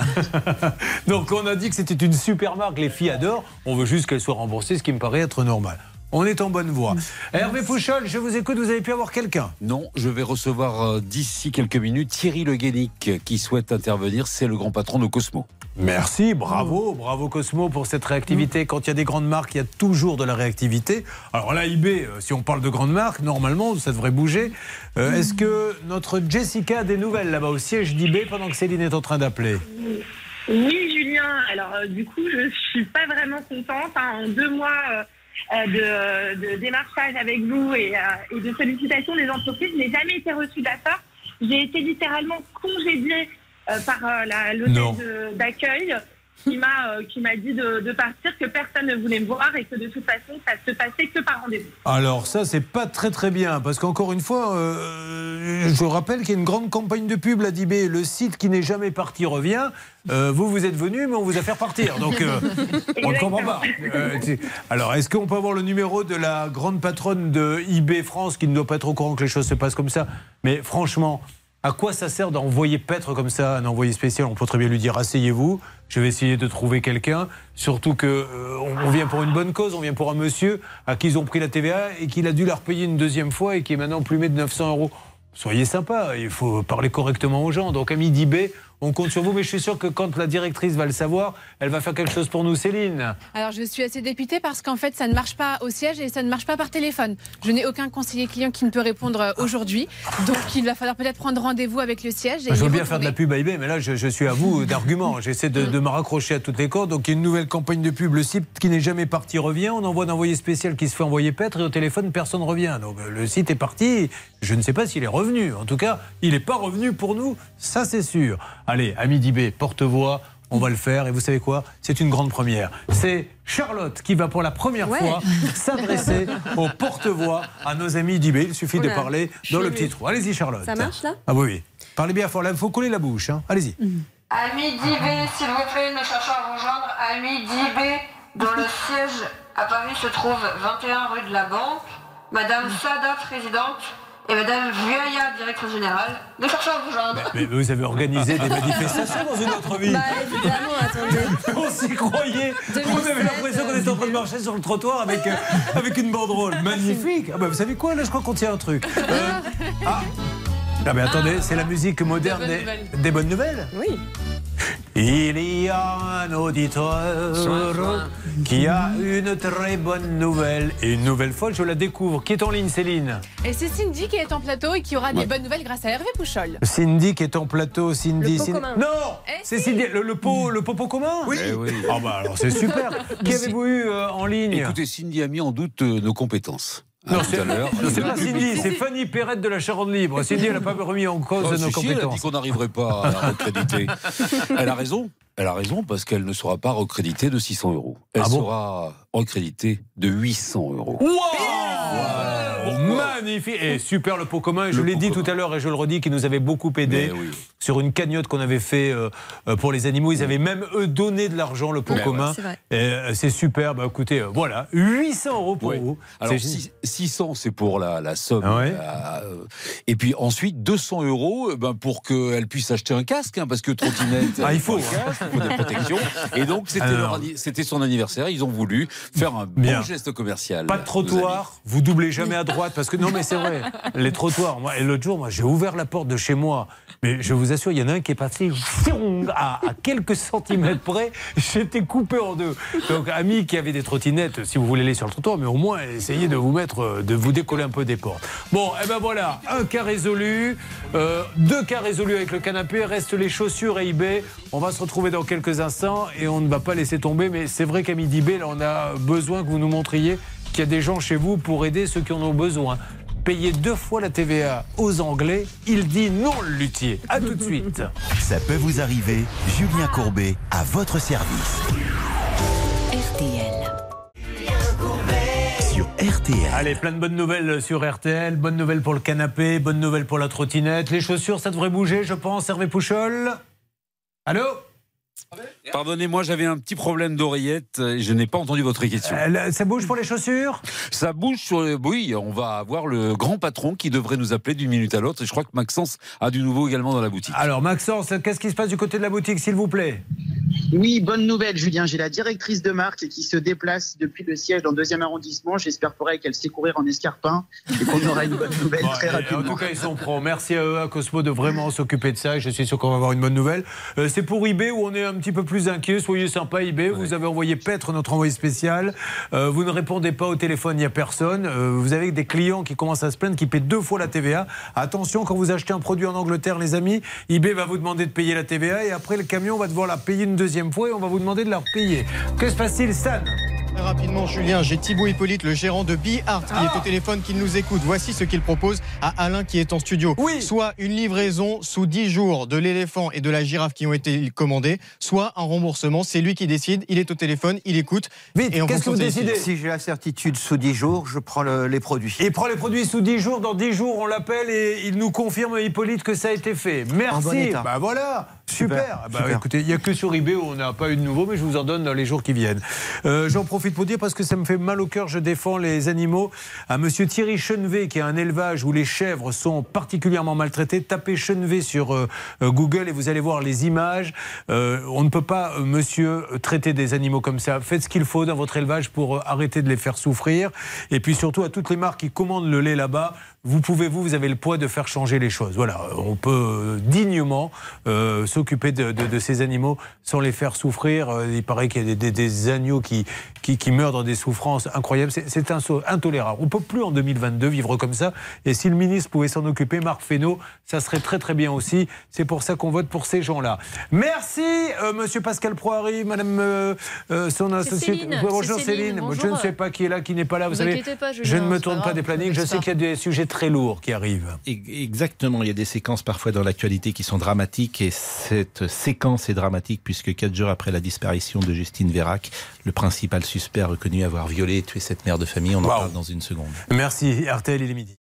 Donc on a dit que c'était une super marque, les filles adorent. On veut juste qu'elle soit remboursée, ce qui me paraît être normal. On est en bonne voie. Hervé Pouchol, je vous écoute, vous avez pu avoir quelqu'un? Non, je vais recevoir euh, d'ici quelques minutes Thierry Le Guénic qui souhaite intervenir. C'est le grand patron de Cosmo. Merci, bravo, bravo Cosmo pour cette réactivité. Quand il y a des grandes marques, il y a toujours de la réactivité. Alors là, eBay, si on parle de grandes marques, normalement, ça devrait bouger. Euh, est-ce que notre Jessica a des nouvelles là-bas au siège d'eBay pendant que Céline est en train d'appeler? Oui, Julien. Alors, euh, du coup, je suis pas vraiment contente. Hein. En deux mois... Euh... De, de démarchage avec vous et, euh, et de sollicitations des entreprises, je n'ai jamais été reçue d'affaires. J'ai été littéralement congédiée euh, par euh, la, l'hôtel de, d'accueil qui m'a euh, qui m'a dit de, de partir, que personne ne voulait me voir et que de toute façon, ça se passait que par rendez-vous. Alors ça, c'est pas très très bien, parce qu'encore une fois, euh, je rappelle qu'il y a une grande campagne de pub, la D B, le site qui n'est jamais parti revient. Euh, vous, vous êtes venu, mais on vous a fait repartir, donc euh, on ne comprend pas. Euh, alors, est-ce qu'on peut avoir le numéro de la grande patronne de I B France, qui ne doit pas être au courant que les choses se passent comme ça? Mais franchement, à quoi ça sert d'envoyer paître comme ça un envoyé spécial? On peut très bien lui dire asseyez-vous, je vais essayer de trouver quelqu'un. Surtout qu'on euh, on vient pour une bonne cause, on vient pour un monsieur à qui ils ont pris la T V A et qu'il a dû la repayer une deuxième fois et qui est maintenant plumé de neuf cents euros. Soyez sympa, il faut parler correctement aux gens. Donc, ami d'I B, on compte sur vous, mais je suis sûr que quand la directrice va le savoir, elle va faire quelque chose pour nous, Céline. Alors, je suis assez dépitée parce qu'en fait, ça ne marche pas au siège et ça ne marche pas par téléphone. Je n'ai aucun conseiller client qui ne peut répondre aujourd'hui. Donc, il va falloir peut-être prendre rendez-vous avec le siège. Et je veux y bien retourner. faire de la pub à I B, mais là, je, je suis à vous d'arguments. J'essaie de, de me raccrocher à toutes les cordes. Donc, il y a une nouvelle campagne de pub. Le site qui n'est jamais parti revient. On envoie un envoyé spécial qui se fait envoyer paître et au téléphone, personne ne revient. Donc, le site est parti. Je ne sais pas s'il est revenu. En tout cas, il n'est pas revenu pour nous. Ça, c'est sûr. Allez, ami d'I B, porte-voix, on va le faire. Et vous savez quoi? C'est une grande première. C'est Charlotte qui va pour la première Ouais. fois s'adresser au porte-voix à nos amis d'I B. Il suffit Oula, de parler je dans suis le petit émue. trou. Allez-y, Charlotte. Ça marche, là? Ah oui, oui. Parlez bien fort. Là, il faut coller la bouche. Hein. Allez-y. Ami d'I B, s'il vous plaît, nous cherchons à vous joindre. Ami d'I B, dont le siège à Paris se trouve vingt et un rue de la Banque. Madame Sada, présidente, et Madame Vuaya, directrice générale, nous cherchons à vous joindre. Mais vous avez organisé des manifestations dans une autre vie. Bah évidemment, attendez. On s'y croyait. On avait l'impression qu'on était en train de marcher sur le trottoir avec, euh, avec une banderole. Magnifique. Ah bah, vous savez quoi? Là, je crois qu'on tient un truc. Euh, ah. ah mais attendez, c'est la musique moderne Des bonnes des, nouvelles. des bonnes nouvelles. Oui. Il y a un auditeur qui a une très bonne nouvelle. Et une nouvelle fois, je la découvre. Qui est en ligne, Céline? Et c'est Cindy qui est en plateau et qui aura des bonnes nouvelles grâce à Hervé Pouchol. Cindy qui est en plateau. Cindy. Le pot Cindy- commun. Non, Eh c'est si. Cindy. Le, le pot, le popo commun. Oui. Eh oui. Ah bah alors c'est super. Qui avez-vous eu euh, en ligne? Écoutez, Cindy a mis en doute euh, nos compétences. Non, Ah, c'est tout à l'heure. non, c'est pas Cindy, c'est Fanny Perrette de la Charente Libre. Cindy, elle n'a pas remis en cause Oh, nos si, si, compétences. elle a dit qu'on n'arriverait pas à la recréditer. Elle a raison. Elle a raison parce qu'elle ne sera pas recréditée de six cents euros. Elle Ah bon sera recréditée de huit cents euros. Wow Magnifique et super le pot commun. Et je Le l'ai pot dit commun. tout à l'heure et je le redis, qui nous avait beaucoup aidé Mais oui. sur une cagnotte qu'on avait fait euh, euh, pour les animaux. Ils avaient même eux donné de l'argent le pot Mais commun. ouais, c'est vrai. Et, euh, c'est super. Bah, écoutez, euh, voilà, huit cents euros pour Oui. vous. Alors, C'est- six- six cents, c'est pour la, la somme. Ah ouais. euh, et puis ensuite, deux cents euros euh, ben, pour qu'elle puisse acheter un casque, hein, parce que trottinette, Ah, il euh, faut. un casque, il faut des protections. Et donc, c'était, Alors. leur anni- c'était son anniversaire. Ils ont voulu faire un Bien. bon geste commercial. Pas de trottoir, vous doublez jamais à droite parce que non mais c'est vrai, les trottoirs. Moi, et l'autre jour, moi j'ai ouvert la porte de chez moi, mais je vous assure, il y en a un qui est parti à, à quelques centimètres près, j'étais coupé en deux. Donc amis qui avaient des trottinettes, si vous voulez aller sur le trottoir, mais au moins essayez de vous mettre, de vous décoller un peu des portes. Bon, et ben voilà, un cas résolu, euh, deux cas résolus avec le canapé, restent les chaussures et eBay. On va se retrouver dans quelques instants et on ne va pas laisser tomber, mais c'est vrai qu'à midi B, là on a besoin que vous nous montriez qu'il y a des gens chez vous pour aider ceux qui en ont besoin. Payer deux fois la T V A aux Anglais, il dit non, Luthier. À tout de suite. Ça peut vous arriver. Julien Courbet à votre service. R T L. Sur R T L. Allez, plein de bonnes nouvelles sur R T L. Bonne nouvelle pour le canapé, bonne nouvelle pour la trottinette. Les chaussures, ça devrait bouger, je pense. Hervé Pouchol. Allô? Pardonnez-moi, j'avais un petit problème d'oreillette et je n'ai pas entendu votre question. Euh, ça bouge pour les chaussures? Ça bouge sur le... Oui, on va avoir le grand patron qui devrait nous appeler d'une minute à l'autre et je crois que Maxence a du nouveau également dans la boutique. Alors, Maxence, qu'est-ce qui se passe du côté de la boutique, s'il vous plaît? Oui, bonne nouvelle, Julien. J'ai la directrice de marque qui se déplace depuis le siège dans le deuxième arrondissement. J'espère pour elle qu'elle sait courir en escarpin et qu'on aura une bonne nouvelle Bon, très en rapidement. tout cas, ils sont pros. Merci à eux, à Cosmo, de vraiment s'occuper de ça. Et je suis sûr qu'on va avoir une bonne nouvelle. Euh, c'est pour eBay où on est un petit peu plus inquiet. Soyez sympa, eBay. Vous avez envoyé Petre, notre envoyé spécial. Euh, vous ne répondez pas au téléphone, il n'y a personne. Euh, vous avez des clients qui commencent à se plaindre, qui paient deux fois la T V A. Attention, quand vous achetez un produit en Angleterre, les amis, eBay va vous demander de payer la T V A et après, le camion va devoir la payer une deuxième fois et on va vous demander de la repayer. Que se passe-t-il, Stan? Très rapidement, Julien, j'ai Thibaut Hippolyte, le gérant de BeArt, qui est au téléphone, qui nous écoute. Voici ce qu'il propose à Alain, qui est en studio. Oui. Soit une livraison sous dix jours de l'éléphant et de la girafe qui ont été commandés, soit un remboursement. C'est lui qui décide. Il est au téléphone, il écoute. Vite, et en qu'est-ce que fonction vous des- décidez? Si j'ai la certitude sous dix jours, je prends le- les produits. Il prend les produits sous dix jours. Dans dix jours, on l'appelle et il nous confirme, Hippolyte, que ça a été fait. Merci. En bon état. Bah voilà. Super. Super, Bah, super. écoutez, il n'y a que sur eBay où on n'a pas eu de nouveau, mais je vous en donne dans les jours qui viennent. Euh, J'en profite pour dire, parce que ça me fait mal au cœur, je défends les animaux, à monsieur Thierry Chenevet, qui a un élevage où les chèvres sont particulièrement maltraitées. Tapez Chenevet sur euh, euh, Google et vous allez voir les images. Euh, on ne peut pas, euh, monsieur, traiter des animaux comme ça. Faites ce qu'il faut dans votre élevage pour euh, arrêter de les faire souffrir. Et puis surtout, à toutes les marques qui commandent le lait là-bas, vous pouvez, vous, vous avez le poids de faire changer les choses. Voilà, on peut euh, dignement euh, s'occuper de, de, de ces animaux sans les faire souffrir. Euh, il paraît qu'il y a des, des, des agneaux qui, qui, qui meurent dans des souffrances incroyables. C'est, c'est inso- intolérable. On ne peut plus en deux mille vingt-deux vivre comme ça. Et si le ministre pouvait s'en occuper, Marc Fesneau, ça serait très très bien aussi. C'est pour ça qu'on vote pour ces gens-là. Merci, euh, monsieur Pascal Proary, madame euh, euh, son associé. Céline, Bonjour c'est Céline. Céline, Moi, je bonjour. ne sais pas qui est là, qui n'est pas là. Vous, Vous savez, inquiétez pas, Julien, je ne me c'est tourne pas pas des grave, plannings. Je sais qu'il y a des sujets très lourds qui arrivent. Exactement, il y a des séquences parfois dans l'actualité qui sont dramatiques et cette séquence est dramatique puisque quatre jours après la disparition de Justine Vérac, le principal suspect a reconnu avoir violé et tué cette mère de famille. On en Wow. parle dans une seconde. Merci, R T L, il est midi.